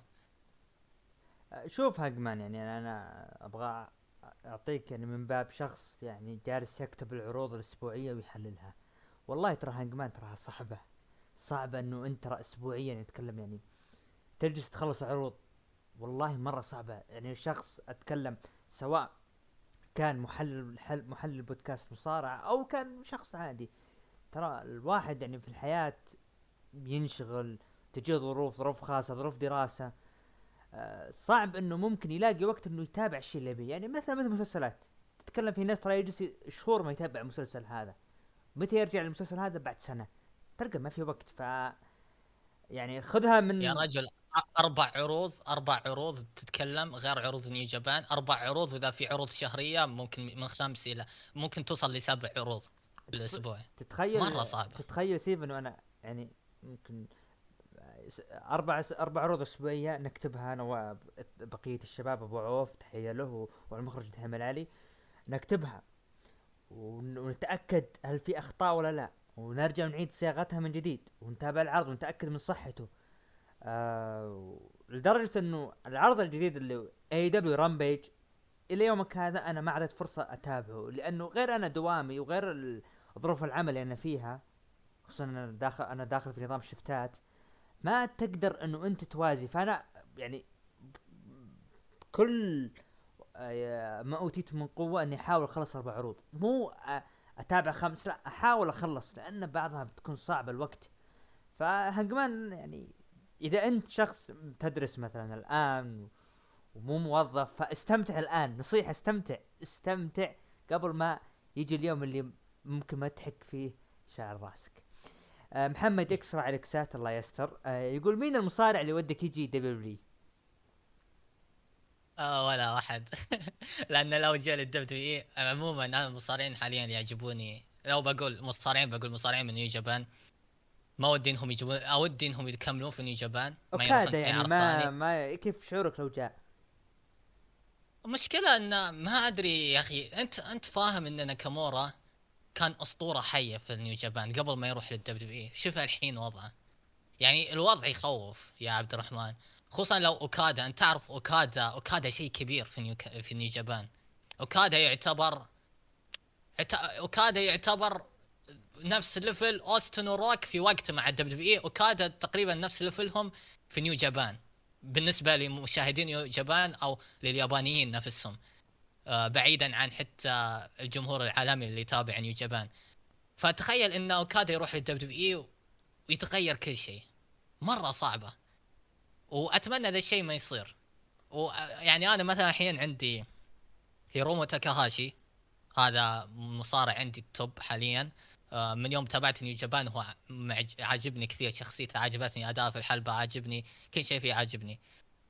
شوف هاجمان، يعني انا ابغى اعطيك يعني من باب شخص يعني جالس يكتب العروض الاسبوعيه ويحللها. والله ترى هاجمان تراها صعبه صعبه انه انت ترى اسبوعيا يتكلم، يعني تجلس تخلص عروض. والله مره صعبه. يعني شخص اتكلم سواء كان محلل محلل بودكاست مصارعه او كان شخص عادي، ترى الواحد يعني في الحياه ينشغل، تجي ظروف ظروف خاصه ظروف دراسه. آه صعب انه ممكن يلاقي وقت انه يتابع الشيء اللي يبيه. يعني مثلا مثل مسلسلات، تتكلم في ناس ترى يجلس شهور ما يتابع المسلسل هذا، متى يرجع للمسلسل هذا؟ بعد سنه. تلقى ما في وقت. ف يعني خذها من يا رجل، اربع عروض اربع عروض تتكلم غير عروض نيو جابان، اربع عروض، واذا في عروض شهريه ممكن من خمس الى ممكن توصل لسبع عروض بالاسبوع. تتخيل مره صعبه. تتخيل سيفن وانا يعني ممكن اربع اربع عروض اسبوعيه نكتبها انا وبقيه الشباب، ابو عوف تحيه له والمخرج دحيم العلي، نكتبها ونتاكد هل في اخطاء ولا لا، ونرجع نعيد صياغتها من جديد ونتابع العرض ونتاكد من صحته. آه لدرجه انه العرض الجديد اللي اي دبليو رامبيج الى يومك هذا انا ما عدت فرصه اتابعه، لانه غير انا دوامي وغير ظروف العمل اللي انا فيها، خصوصا انا داخل انا داخل في نظام شفتات، ما تقدر انه انت توازي. فانا يعني كل ما اوتيت من قوه اني احاول اخلص اربع عروض، مو اتابع خمس، لا احاول اخلص، لان بعضها بتكون صعبه الوقت. فهنجمان يعني اذا انت شخص تدرس مثلا الان ومو موظف فاستمتع الان، نصيحه استمتع استمتع قبل ما يجي اليوم اللي ممكن ما تحك فيه شعر راسك. آه محمد اكسرا على اكسات الله يستر، آه يقول مين المصارع اللي ودك يجي دبليو؟ آه ولا واحد. لان لو جاء للدبليو اي عموما انا المصارعين حاليا يعجبوني، لو بقول مصارعين بقول مصارعين من نيو جابان. ما ودي انهم يجيبون، اودي انهم يكملون في نيو جابان ما يروحون اوكادا اي يعني عرض ما ثاني. ما كيف شعورك لو جاء؟ المشكله ان ما ادري يا اخي، انت انت فاهم ان ناكامورا كان اسطوره حيه في نيو جابان قبل ما يروح للدبليو اي، شوف الحين وضعه. يعني الوضع يخوف يا عبد الرحمن، خصوصا لو اوكادا. انت تعرف اوكادا اوكادا شيء كبير في نيو ك... في نيو جابان. اوكادا يعتبر عت... اوكادا يعتبر نفس ليفل اوستن وروك في وقته مع الدبليو اي. اوكادا تقريبا نفس ليفلهم في نيو جابان بالنسبه لمشاهدين نيو جابان او لليابانيين نفسهم، آه بعيدا عن حتى الجمهور العالمي اللي يتابع نيو جابان. فتخيل ان اوكادا يروح للدبليو اي ويتغير كل شيء، مره صعبه. واتمنى ذا الشيء ما يصير. ويعني انا مثلا الحين عندي هيرومو تاكاهاشي، هذا مصارع عندي التوب حاليا. آه، من يوم تابعت نيو جابان هو معج... عاجبني كثير، شخصيته عجبتني، اداء في الحلبة عاجبني، كل شيء فيه عاجبني.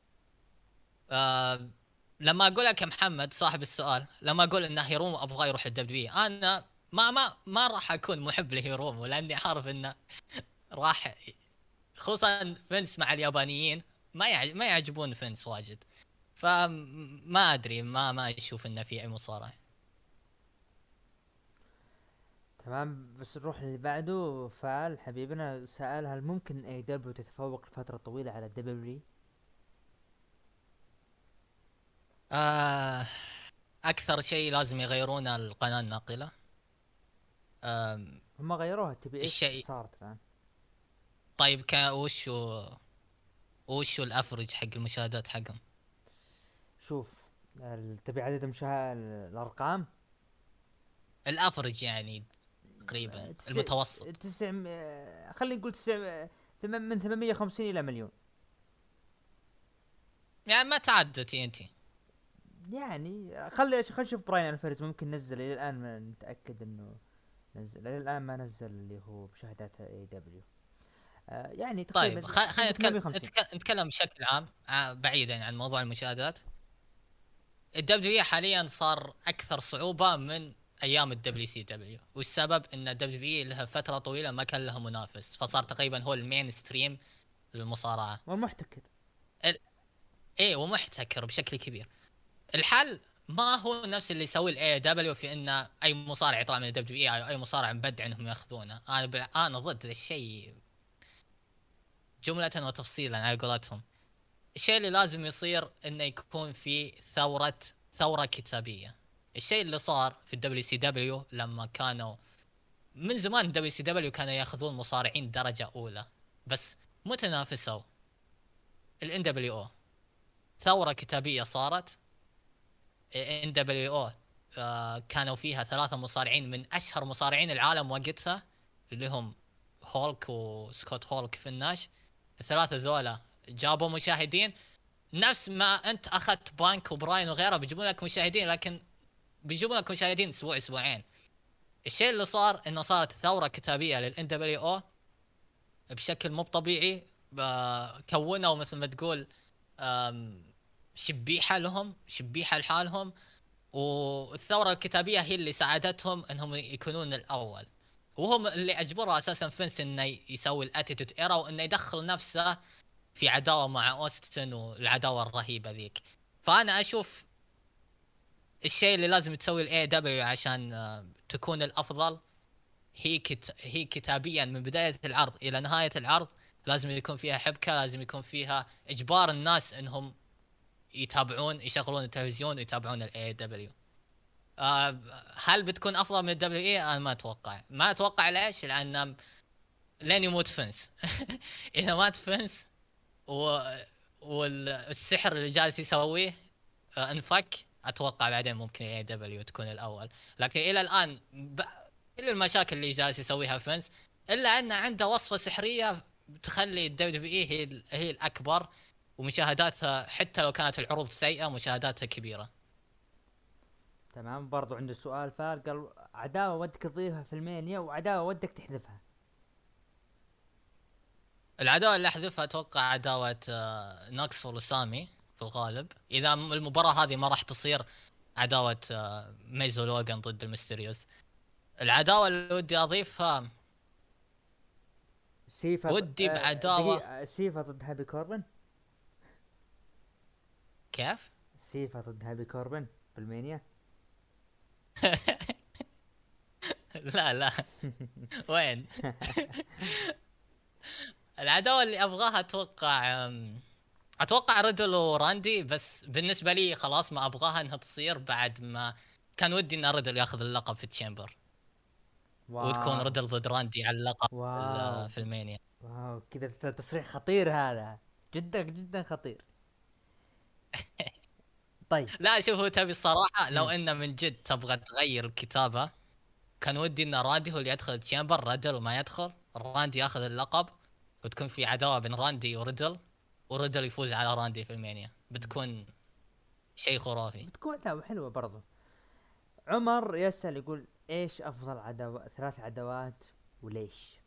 أه لما اقول لك يا محمد صاحب السؤال، لما اقول ان هيرومو ابغى يروح الدبليو، انا ما ما ما راح اكون محب لهيرومو لاني عارف انه راح، خصوصا فينس مع اليابانيين ما يع... ما يعجبون فينس واجد. فما ادري، ما ما اشوف انه في اي مصارع. تمام، بس نروح اللي بعده. فعل حبيبنا سأل هل ممكن اي دبليو تتفوق لفترة طويلة على الدبليو؟ آه اكثر شيء لازم يغيرون القناه الناقله. آه هم غيروها تي بي اس الشيء. صارت الان. طيب كا وشو وشو الافرج حق المشاهدات حقهم؟ شوف، ال- تبي عدد مشاهد الارقام؟ الافرج يعني تقريبا تسع المتوسط. تسع م- خلينا نقول تسع ثم- من ثمانمية وخمسين الى مليون. يعني ما تعدى تي ان تي. يعني خلي خلينا نشوف براين الفيرز ممكن نزل، الى الان ما نتاكد انه نزل، الى الان ما نزل اللي هو مشاهدات اي دبليو. آه يعني تقريبا طيب خ- خلينا نتكلم ثمانمية وخمسين. نتك- نتكلم بشكل عام، ع- بعيدا عن موضوع المشاهدات. الدبليو حاليا صار اكثر صعوبه من ايام الدبليو سي دبليو، والسبب ان الدبليو لها فتره طويله ما كان لها منافس، فصار تقريبا هو المين ستريم للمصارعه. والمحتكر. ال... ايه ومحتكر بشكل كبير. الحل ما هو نفس اللي يسوي الاي دبليو في ان اي مصارع يطلع من الدبليو اي او اي مصارع مبدع انهم ياخذونه. انا ب... انا ضد ذا الشيء جمله وتفصيلا على قولتهم. الشيء اللي لازم يصير انه يكون في ثوره ثوره كتابيه. الشيء اللي صار في الدبليو سي دبليو لما كانوا من زمان الدبليو سي دبليو كانوا ياخذون مصارعين درجه اولى بس متنافسوا الان دبليو او. ثوره كتابيه صارت. ان دبليو او آه كانوا فيها ثلاثة مصارعين من اشهر مصارعين العالم وقتها، اللي هم هولك وسكوت هولك في الناش. الثلاثة ذولا جابوا مشاهدين، نفس ما انت اخذت بانك وبراين وغيره بيجيبون لك مشاهدين، لكن بيجيبون لك مشاهدين اسبوع اسبوعين. الشيء اللي صار انه صارت ثورة كتابية للان دبليو او بشكل مو طبيعي. آه كونوا مثل ما تقول شبيحة لهم، شبيحة لحالهم. والثورة الكتابية هي اللي ساعدتهم انهم يكونون الاول، وهم اللي اجبروا اساسا فينس انه يسوي الاتيتود ايرا وانه يدخل نفسه في عداوة مع اوستن والعداوة الرهيبة ذيك. فانا اشوف الشيء اللي لازم تسوي الاي دبليو عشان تكون الافضل هي كت... هي كتابيا من بداية العرض الى نهاية العرض لازم يكون فيها حبكة، لازم يكون فيها اجبار الناس انهم يتابعون، يشغلون التلفزيون ويتابعون الاي دبليو. آه هل بتكون افضل من الدبليو اي؟ انا ما اتوقع، ما اتوقع. ليش؟ لان لين يموت فينس. اذا مات فينس و... والسحر اللي جالس يسويه آه انفك، اتوقع بعدين ممكن الاي دبليو تكون الاول. لكن الى الان ب... كل المشاكل اللي جالس يسويها فينس الا انه عنده وصفة سحرية تخلي الدبليو اي هي هي الاكبر، ومشاهداتها حتى لو كانت العروض سيئة مشاهداتها كبيرة. تمام، برضو عنده سؤال فار، قال عداوة ودك تضيفها في المانيا وعداوة ودك تحذفها. العداوه اللي احذفها اتوقع عداوه آه، ناكسول وسامي في الغالب، اذا م- المباراه هذه ما راح تصير عداوه آه، ميزو لوغان ضد الميستيريوس. العداوه اللي ودي اضيفها سيفا ض- ودي آه، بعداوه. دقيقة، سيفا ضد هابي كوربن. كيف؟ سيفا ضد هابي كوربن بالمانيا. لا لا، وين؟ العداوه اللي ابغاها اتوقع أم، اتوقع ريدل وراندي، بس بالنسبه لي خلاص ما ابغاها انها تصير بعد ما كان ودي ان ريدل ياخذ اللقب في تشامبر، وتكون واو ريدل ضد راندي على اللقب في واو ال- في المانيا. واو، كذا ت- تصريح خطير هذا، جدا جدا خطير. طيب. لا شوف، هو تبي الصراحه لو مم. انه من جد تبغى تغير الكتابه، كان ودي ان راندي هو اللي يدخل تشامبر، ريدل وما يدخل، راندي ياخذ اللقب، وتكون في عداوه بين راندي وريدل، وريدل يفوز على راندي في المانيا، بتكون شيء خرافي. بتكون لا حلوة برضو. عمر يسأل يقول ايش افضل عداوة، ثلاث عداوات وليش؟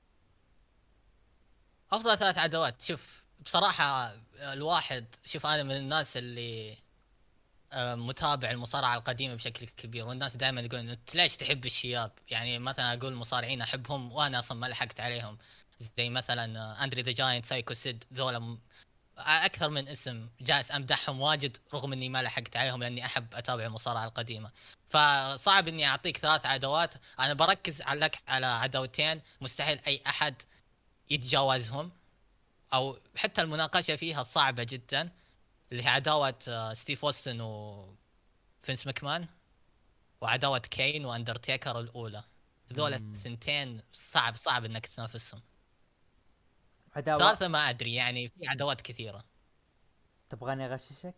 افضل ثلاث عداوات، شوف بصراحه الواحد، شوف انا من الناس اللي آه، متابع المصارعه القديمه بشكل كبير، والناس دائما يقولون انت ليش تحب الشياب، يعني مثلا اقول مصارعين احبهم وانا اصلا ما لحقت عليهم، زي مثلا آه، اندري ذا جاينت، سايكو سيد، ذولا م- اكثر من اسم جالس امدحهم واجد رغم اني ما لحقت عليهم لاني احب اتابع المصارعه القديمه. فصعب اني اعطيك ثلاث عداوات، انا بركز على لك على عداوتين مستحيل اي احد يتجاوزهم، او حتى المناقشه فيها صعبه جدا، اللي هي عداوه آه، ستيف اوستن وفينس ماكمان، وعداوه كين واندرتيكر الاولى. ذولا مم. الثنتين صعب صعب انك تنافسهم. عداوة. ثالثه ما ادري، يعني في عداوات كثيره. تبغاني اغششك؟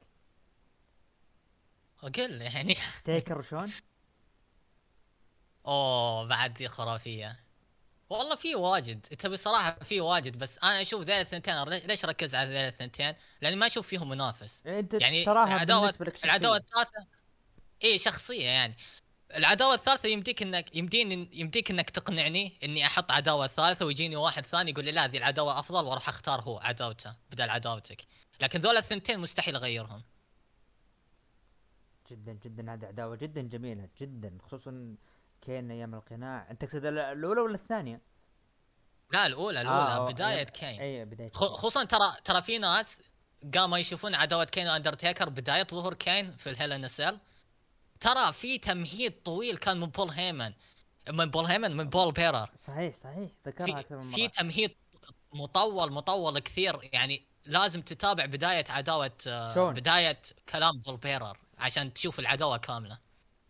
اقل يعني. تيكر وشون. اوه بعد دي خرافيه. والله في واجد، تبي صراحه في واجد، بس انا اشوف ذيل الثنتين، ليش ركز على ذيل الثنتين؟ لاني ما اشوف فيهم منافس. انت يعني تراها عداوه بالنسبة لك العداوه شخصية. الثالثه ايه شخصيه يعني. العداوه الثالثه يمديك انك يمدين يمديك انك تقنعني اني احط عداوه ثالثه، ويجيني واحد ثاني يقول لي لا هذه العداوه افضل، واروح اختار هو عداوته بدل عداوتك. لكن ذول الثنتين مستحيل اغيرهم. جدا جدا هذه عداوة جدا جميلة جدا، خصوصا كين ايام القناع. انت تقصد ال- الاولى ولا الثانية؟ لا الاولى الاولى اه اه بدايه ايام. كين. اي بداية خ- كين. خصوصا ترى ترى في ناس قاموا يشوفون عداوه كين واندرتيكر بدايه ظهور كين في الهيل ان سيل، ترى في تمهيد طويل كان من بول هيمن، من بول هيمن من بول بيرر. صحيح صحيح، ذكرها في اكثر من في مرة. تمهيد مطول مطول كثير، يعني لازم تتابع بداية عداوة آه، شون. بداية كلام بول بيرر عشان تشوف العداوة كاملة.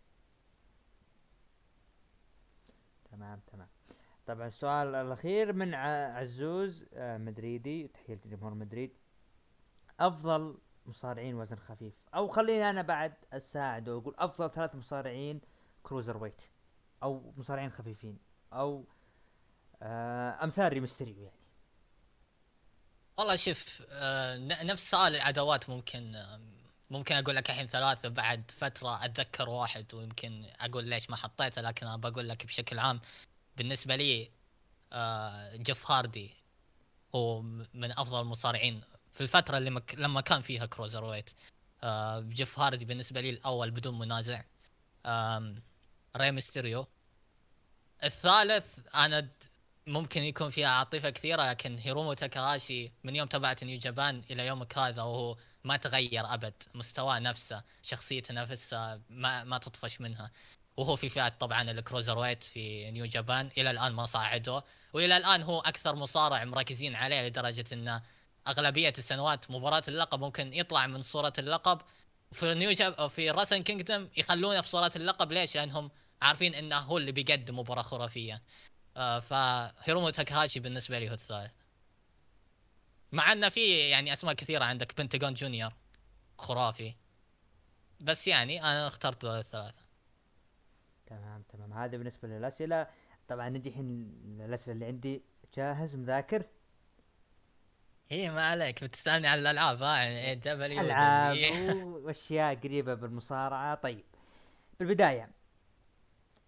تمام تمام. طبعا السؤال الاخير من ع- عزوز آه، مدريدي، تحية لجمهور مدريد. افضل مصارعين وزن خفيف، او خليني انا بعد اساعد واقول افضل ثلاث مصارعين كروزر ويت، او مصارعين خفيفين، او آه امثال ريمستريو يعني. والله شوف آه، ن- نفس سؤال العداوات، ممكن آه، ممكن اقول لك الحين ثلاثة، بعد فترة اتذكر واحد ويمكن اقول ليش ما حطيته، لكن انا بقول لك بشكل عام. بالنسبة لي آه، جيف هاردي هو م- من افضل المصارعين في الفترة اللي مك... لما كان فيها كروزر ويت. آه، جيف هاردي بالنسبة لي الاول بدون منازع. آم، ري ميستيريو. الثالث انا د- ممكن يكون فيها عاطفة كثيرة، لكن هيرومو تاكاهاشي من يوم تبعت نيو جابان الى يومك هذا وهو ما تغير ابد، مستواه نفسه، شخصيته نفسها ما ما تطفش منها. وهو في فئة طبعا الكروزر ويت في نيو جابان الى الان ما صعده، والى الان هو اكثر مصارع مركزين عليه، لدرجة انه اغلبية السنوات مباراة اللقب ممكن يطلع من صورة اللقب في نيو جاب في راسن كينجدم يخلونه في صورة اللقب. ليش؟ لانهم عارفين انه هو اللي بيقدم مباراة خرافية. آه فهيرومو تاكاهاشي بالنسبة لي هو الثالث، مع انه في يعني اسماء كثيرة، عندك بنتاغون جونيور خرافي، بس يعني انا اخترت دول الثلاثة. تمام تمام، هذا بالنسبة للأسئلة. طبعا نجي الحين الأسئلة اللي عندي، جاهز مذاكر؟ هي ما عليك بتسألني على الالعاب ها، يعني اي دبليو ألعاب دبليو. وأشياء قريبة بالمصارعة. طيب بالبداية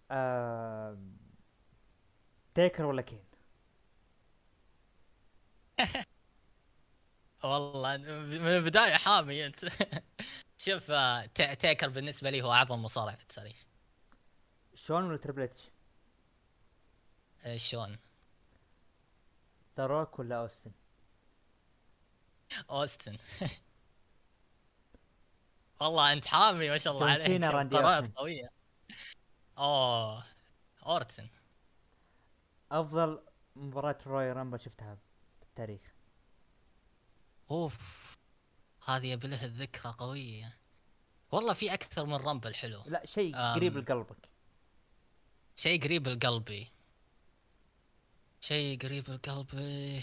آه... تيكر ولا كين؟ والله من البدايه حامي انت. شوف آه، تا- تيكر بالنسبه لي هو اعظم مصارع في التاريخ. شون ولا تريبل اتش؟ آه، شون. ذا روك ولا اوستن؟ اوستن. والله انت حامي ما شاء الله جون عليك، سينا راندي قرارات اورتن؟ قويه. اوه اورتن. افضل مباراة روي رامبل شفتها بالتاريخ؟ اوف هذه يبله الذكرى قويه. والله في اكثر من رامبل حلو. لا شيء قريب أم، لقلبك. شيء قريب لقلبي. شيء قريب لقلبي.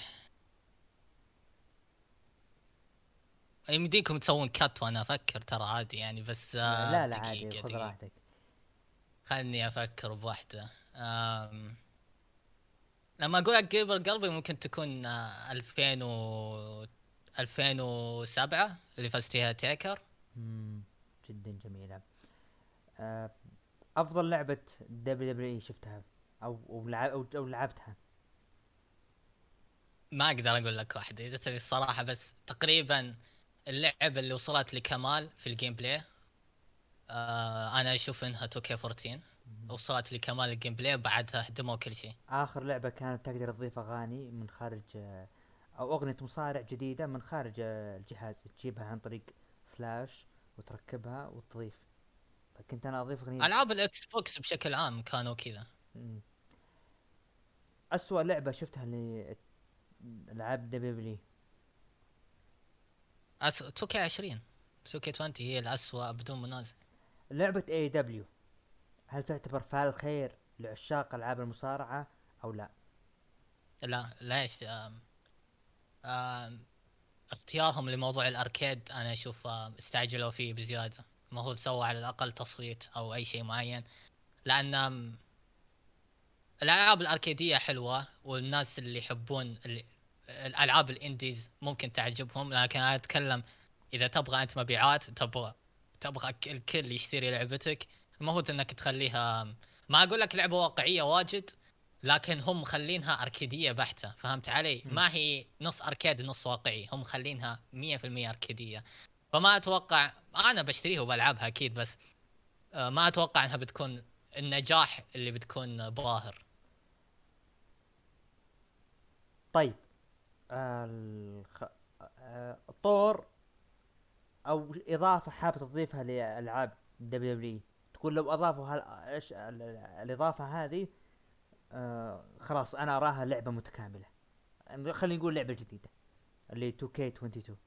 يمديكم تسوون كات وانا افكر ترى عادي يعني، بس آه، لا لا عادي، دقيقة خذ دقيقة راحتك. خلني افكر بواحدة. أم... لما اقول لك قريب لقلبي ممكن تكون آه، ألفين و ألفين وسبعة اللي فاز فيها تيكر. مم. جدا جميلة. آه، افضل لعبة دبليو دبليو اي شفتها او او, لعب أو, أو لعبتها؟ ما اقدر اقول لك واحدة اذا تبي الصراحة، بس تقريبا اللعبة اللي وصلت لكمال في الجيم بلاي آه انا اشوف انها تو كي أربعة عشر. وصلت لكمال الجيم بلاي بعدها هدموا كل شيء. اخر لعبة كانت تقدر تضيف اغاني من خارج آه، او اغنية مصارع جديدة من خارج آه، الجهاز، تجيبها عن طريق فلاش وتركبها وتضيف. فكنت انا اضيف اغنية. العاب الاكس بوكس بشكل عام كانوا كذا. مم. اسوأ لعبة شفتها لالعاب دبليو دبليو؟ أس... تو كي عشرين تو كي عشرين هي الأسوأ بدون منازع. لعبة اي دبليو هل تعتبر فعل خير لعشاق العاب المصارعة او لا؟ لا ليش؟ آم... آم... اختيارهم لموضوع الاركيد انا اشوف آم... استعجلوا فيه بزيادة. ما هو سوى على الاقل تصويت او اي شيء معين، لان آم... الالعاب الاركيدية حلوة والناس اللي يحبون اللي... الالعاب الانديز ممكن تعجبهم، لكن انا اتكلم اذا تبغى انت مبيعات، تبغى تبغى ك- الكل يشتري لعبتك، المفروض انك تخليها. ما اقول لك لعبة واقعية واجد، لكن هم مخلينها اركيدية بحتة، فهمت علي؟ مم. ما هي نص اركيد نص واقعي، هم مخلينها مية في المية اركيدية. فما اتوقع انا بشتريها وبلعبها اكيد، بس آه، ما اتوقع انها بتكون النجاح اللي بتكون باهر. طيب آه الخ... آه طور او اضافة حابب تضيفها لالعاب دبليو دبليو، تقول لو اضافوا هال... ايش ال- ال- الاضافة هذه آه خلاص انا اراها لعبة متكاملة، يعني خلينا نقول لعبة جديدة اللي تو كي اثنين وعشرين.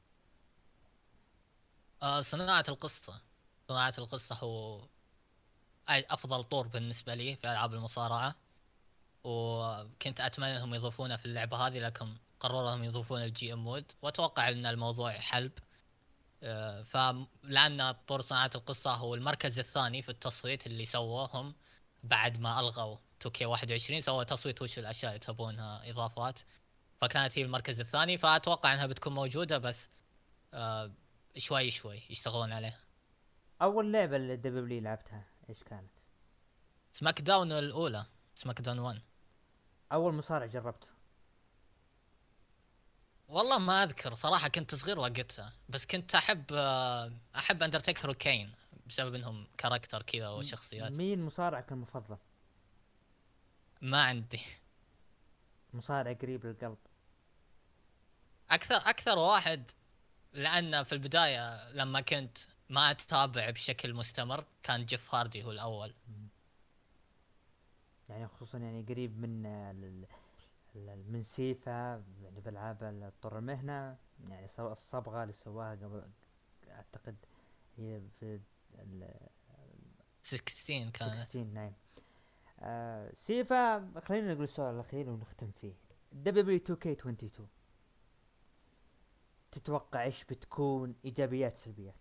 آه، صناعة القصة. صناعة القصة هو أي أفضل طور بالنسبة لي في ألعاب المصارعة، وكنت أتمنى أنهم يضيفونه في اللعبة هذه، لكن قرروا أنهم يضيفون الجي ام مود، وأتوقع أن الموضوع حلب. آه، فلأن طور صناعة القصة هو المركز الثاني في التصويت اللي سووهم بعد ما ألغوا تو كي واحد وعشرين، سووا تصويت وش الأشياء اللي تبونها إضافات، فكانت هي المركز الثاني، فأتوقع أنها بتكون موجودة، بس آه، شوي شوي يشتغلون عليه. اول لعبة اللي دبليو دبليو لعبتها ايش كانت؟ سماك داون الأولى، سماك داون واحد. اول مصارع جربته؟ والله ما أذكر صراحة، كنت صغير وقتها، بس كنت أحب آه، أحب أندرتيكر وكين بسبب إنهم كاركتر كذا وشخصيات. مين مصارعك المفضل؟ ما عندي. مصارع قريب للقلب؟ أكثر أكثر واحد، لأن في البداية لما كنت ما أتابع بشكل مستمر كان جيف هاردي هو الأول. يعني خصوصا يعني قريب من آه، ال- ال- من سيفا يعني بالعاب الطر المهنة، يعني سواء الصبغة اللي سواها قبل اعتقد هي في ال ستة عشر كانت. ستة عشر. نعم. آه سيفا، خلينا نقول السؤال الاخير ونختم فيه. دبليو دبليو تو كي اثنين وعشرين تتوقع ايش بتكون ايجابيات سلبيات؟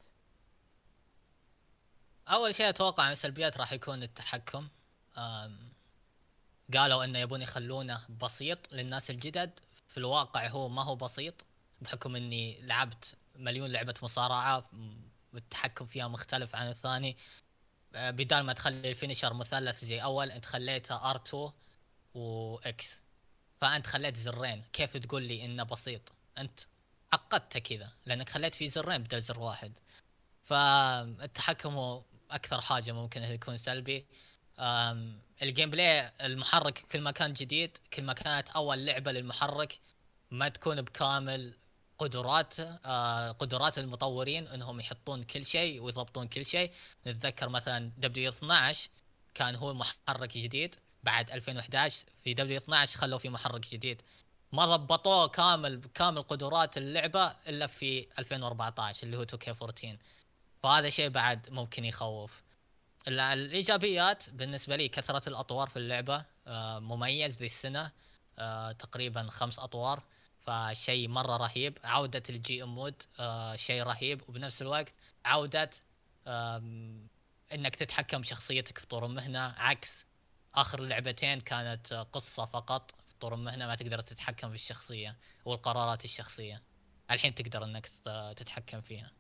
أول شيء أتوقع من السلبيات راح يكون التحكم. آم، قالوا انه يبون يخلونه بسيط للناس الجدد، في الواقع هو ما هو بسيط، بحكم اني لعبت مليون لعبة مصارعة والتحكم فيها مختلف عن الثاني. آه، بدال ما تخلي الفينيشر مثلث زي اول، انت خليته ار اثنين و اكس، فانت خليت زرين، كيف تقول لي انه بسيط؟ انت عقدته كذا لانك خليت فيه زرين بدل زر واحد. فالتحكم هو اكثر حاجه ممكن يكون سلبي. الجيم بلاي المحرك كل ما كان جديد كل ما كانت اول لعبه للمحرك ما تكون بكامل قدرات آه قدرات المطورين انهم يحطون كل شيء ويضبطون كل شيء. نتذكر مثلا دبليو اثناشر كان هو محرك جديد، بعد ألفين وأحد عشر في دبليو اثناشر خلوا في محرك جديد، ما ضبطوه كامل بكامل قدرات اللعبه الا في ألفين وأربعة عشر اللي هو تو كيه أربعة عشر. فهذا شيء بعد ممكن يخوف. الايجابيات بالنسبه لي كثره الاطوار في اللعبه آه مميز ذي السنه، آه تقريبا خمس اطوار، فشيء مره رهيب. عوده الجي ام مود آه شيء رهيب، وبنفس الوقت عوده آه انك تتحكم شخصيتك في طور المهنه، عكس اخر لعبتين كانت قصه فقط في طور المهنه ما تقدر تتحكم في الشخصيه والقرارات الشخصيه. الحين تقدر انك تتحكم فيها.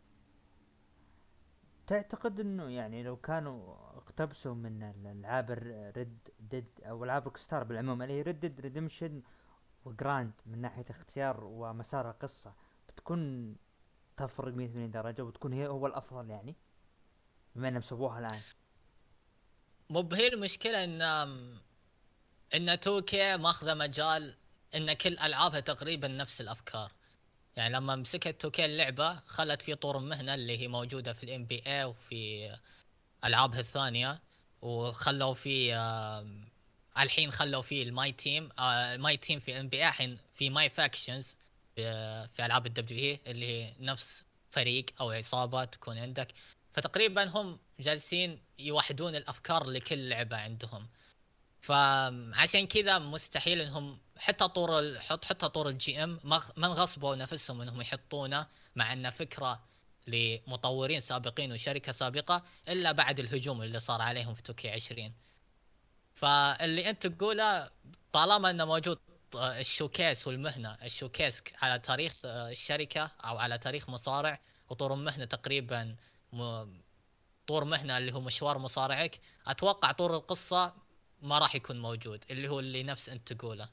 تعتقد انه يعني لو كانوا اقتبسوا من الالعاب ريد ديد او العاب روكستار بالعموم اللي هي ريد ديد ريدمشن وجراند من ناحيه اختيار ومسار القصه بتكون تفرق مية وثمانين درجه وتكون هي هو الافضل، يعني بما انهم سووها الان؟ مو بهي المشكله ان ان تو كيه ماخذه مجال ان كل العابها تقريبا نفس الافكار. يعني لما مسكت تو كيه اللعبه خلت في طور المهنه اللي هي موجوده في الام بي اي وفي العابها الثانيه، وخلوا في آه الحين خلوا في الماي تيم آه الماي تيم في ام بي اي، الحين في ماي فاكشنز في العاب الدبليو اي اللي هي نفس فريق او عصابه تكون عندك. فتقريبا هم جالسين يوحدون الافكار لكل لعبه عندهم. فعشان كذا مستحيل انهم حتى طور حط حتى طور الجي ام ما انغصبوا نفسهم انهم يحطونه، مع ان فكره لمطورين سابقين وشركه سابقه، الا بعد الهجوم اللي صار عليهم في توكي عشرين. فاللي انت تقوله طالما انه موجود الشوكيس والمهنه، الشوكيس على تاريخ الشركه او على تاريخ مصارع، وطور المهنه تقريبا م... طور مهنه اللي هو مشوار مصارعك، اتوقع طور القصه ما راح يكون موجود اللي هو اللي نفس انت تقوله.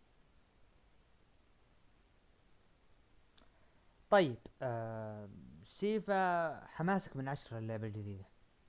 طيب آه سيفا حماسك من عشرة اللعبة الجديدة؟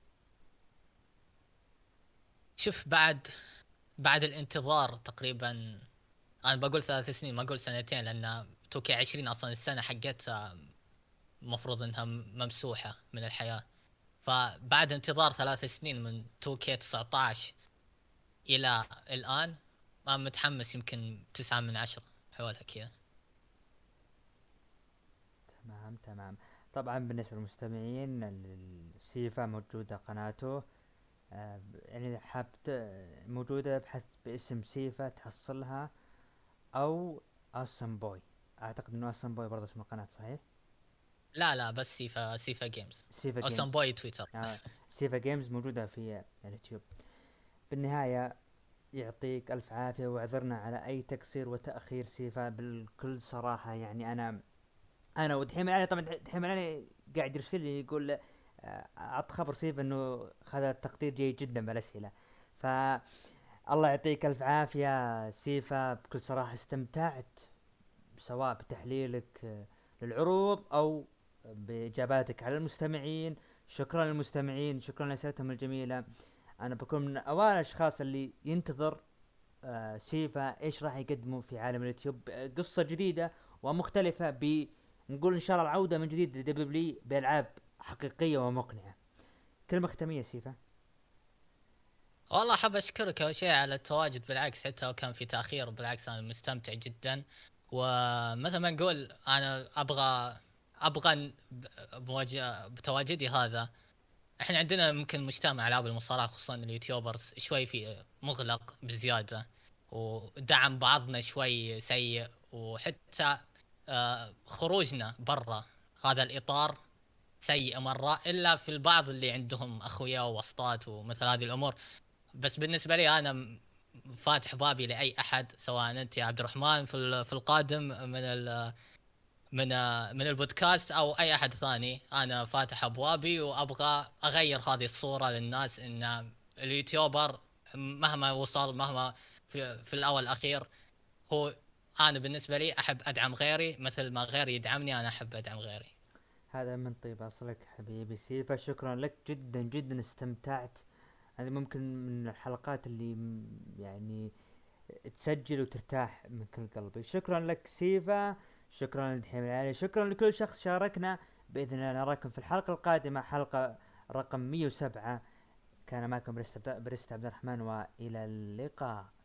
شوف بعد بعد الانتظار تقريبا انا بقول ثلاث سنين ما اقول سنتين، لان توكي عشرين اصلا السنة حقتها مفروض انها ممسوحة من الحياة. فبعد انتظار ثلاث سنين من توكي تسعة عشر الى الان ما متحمس، يمكن تسعة من عشرة حولها كذا. تمام تمام. طبعا بالنسبة للمستمعين السيفا موجودة قناته آه يعني حابت موجودة بحث باسم سيفا تحصلها، او اسم بوي، اعتقد انه اسم بوي برضه اسم القناة صحيح؟ لا لا بس سيفا سيفا جيمز سيفا جيمز اسم بوي تويتر. آه سيفا جيمز موجودة في اليوتيوب. بالنهاية يعطيك الف عافية واعذرنا على اي تقصير وتأخير سيفا بكل صراحة. يعني انا انا ودحيم العلي طبعا دحيم العلي قاعد يرسل لي يقول اعط خبر سيفا انه هذا التقدير جيد جدا بالاسئلة. ف الله يعطيك الف عافية سيفا، بكل صراحة استمتعت سواء بتحليلك للعروض او باجاباتك على المستمعين. شكرا للمستمعين، شكرا لاسئلتهم الجميلة. انا بكون من اوائل الاشخاص اللي ينتظر آه سيفا ايش راح يقدموا في عالم اليوتيوب، قصة جديدة ومختلفة، ب نقول ان شاء الله العودة من جديد لدبليو بالعاب حقيقية ومقنعة. كلمة ختامية سيفا. والله حاب اشكرك اول شيء على التواجد، بالعكس حتى لو كان في تاخير بالعكس انا مستمتع جدا. ومثل ما نقول انا ابغى ابغى بتواجدي هذا. احنا عندنا ممكن مجتمع العاب المصارعه خصوصا اليوتيوبرز شوي في مغلق بزياده، ودعم بعضنا شوي سيء، وحتى آه خروجنا برا هذا الاطار سيء مره، الا في البعض اللي عندهم اخويا ووسطات ومثل هذه الامور. بس بالنسبه لي انا فاتح بابي لاي احد، سواء انت يا عبد الرحمن في في القادم من ال من من البودكاست او اي احد ثاني، انا فاتح ابوابي وابغى اغير هذه الصوره للناس ان اليوتيوبر مهما وصل مهما في, في الاول الاخير هو انا بالنسبه لي احب ادعم غيري مثل ما غيري يدعمني، انا احب ادعم غيري. هذا من طيب اصلك حبيبي سيفا، شكرا لك جدا جدا، استمتعت. هذه ممكن من الحلقات اللي م- يعني تسجل وترتاح من كل قلبي. شكرا لك سيفا، شكرا لدحيم العالي، شكرا لكل شخص شاركنا. باذن الله نراكم في الحلقه القادمه، حلقه رقم مية وسبعة. كان معكم بريست عبد بريست عبد الرحمن، والى اللقاء.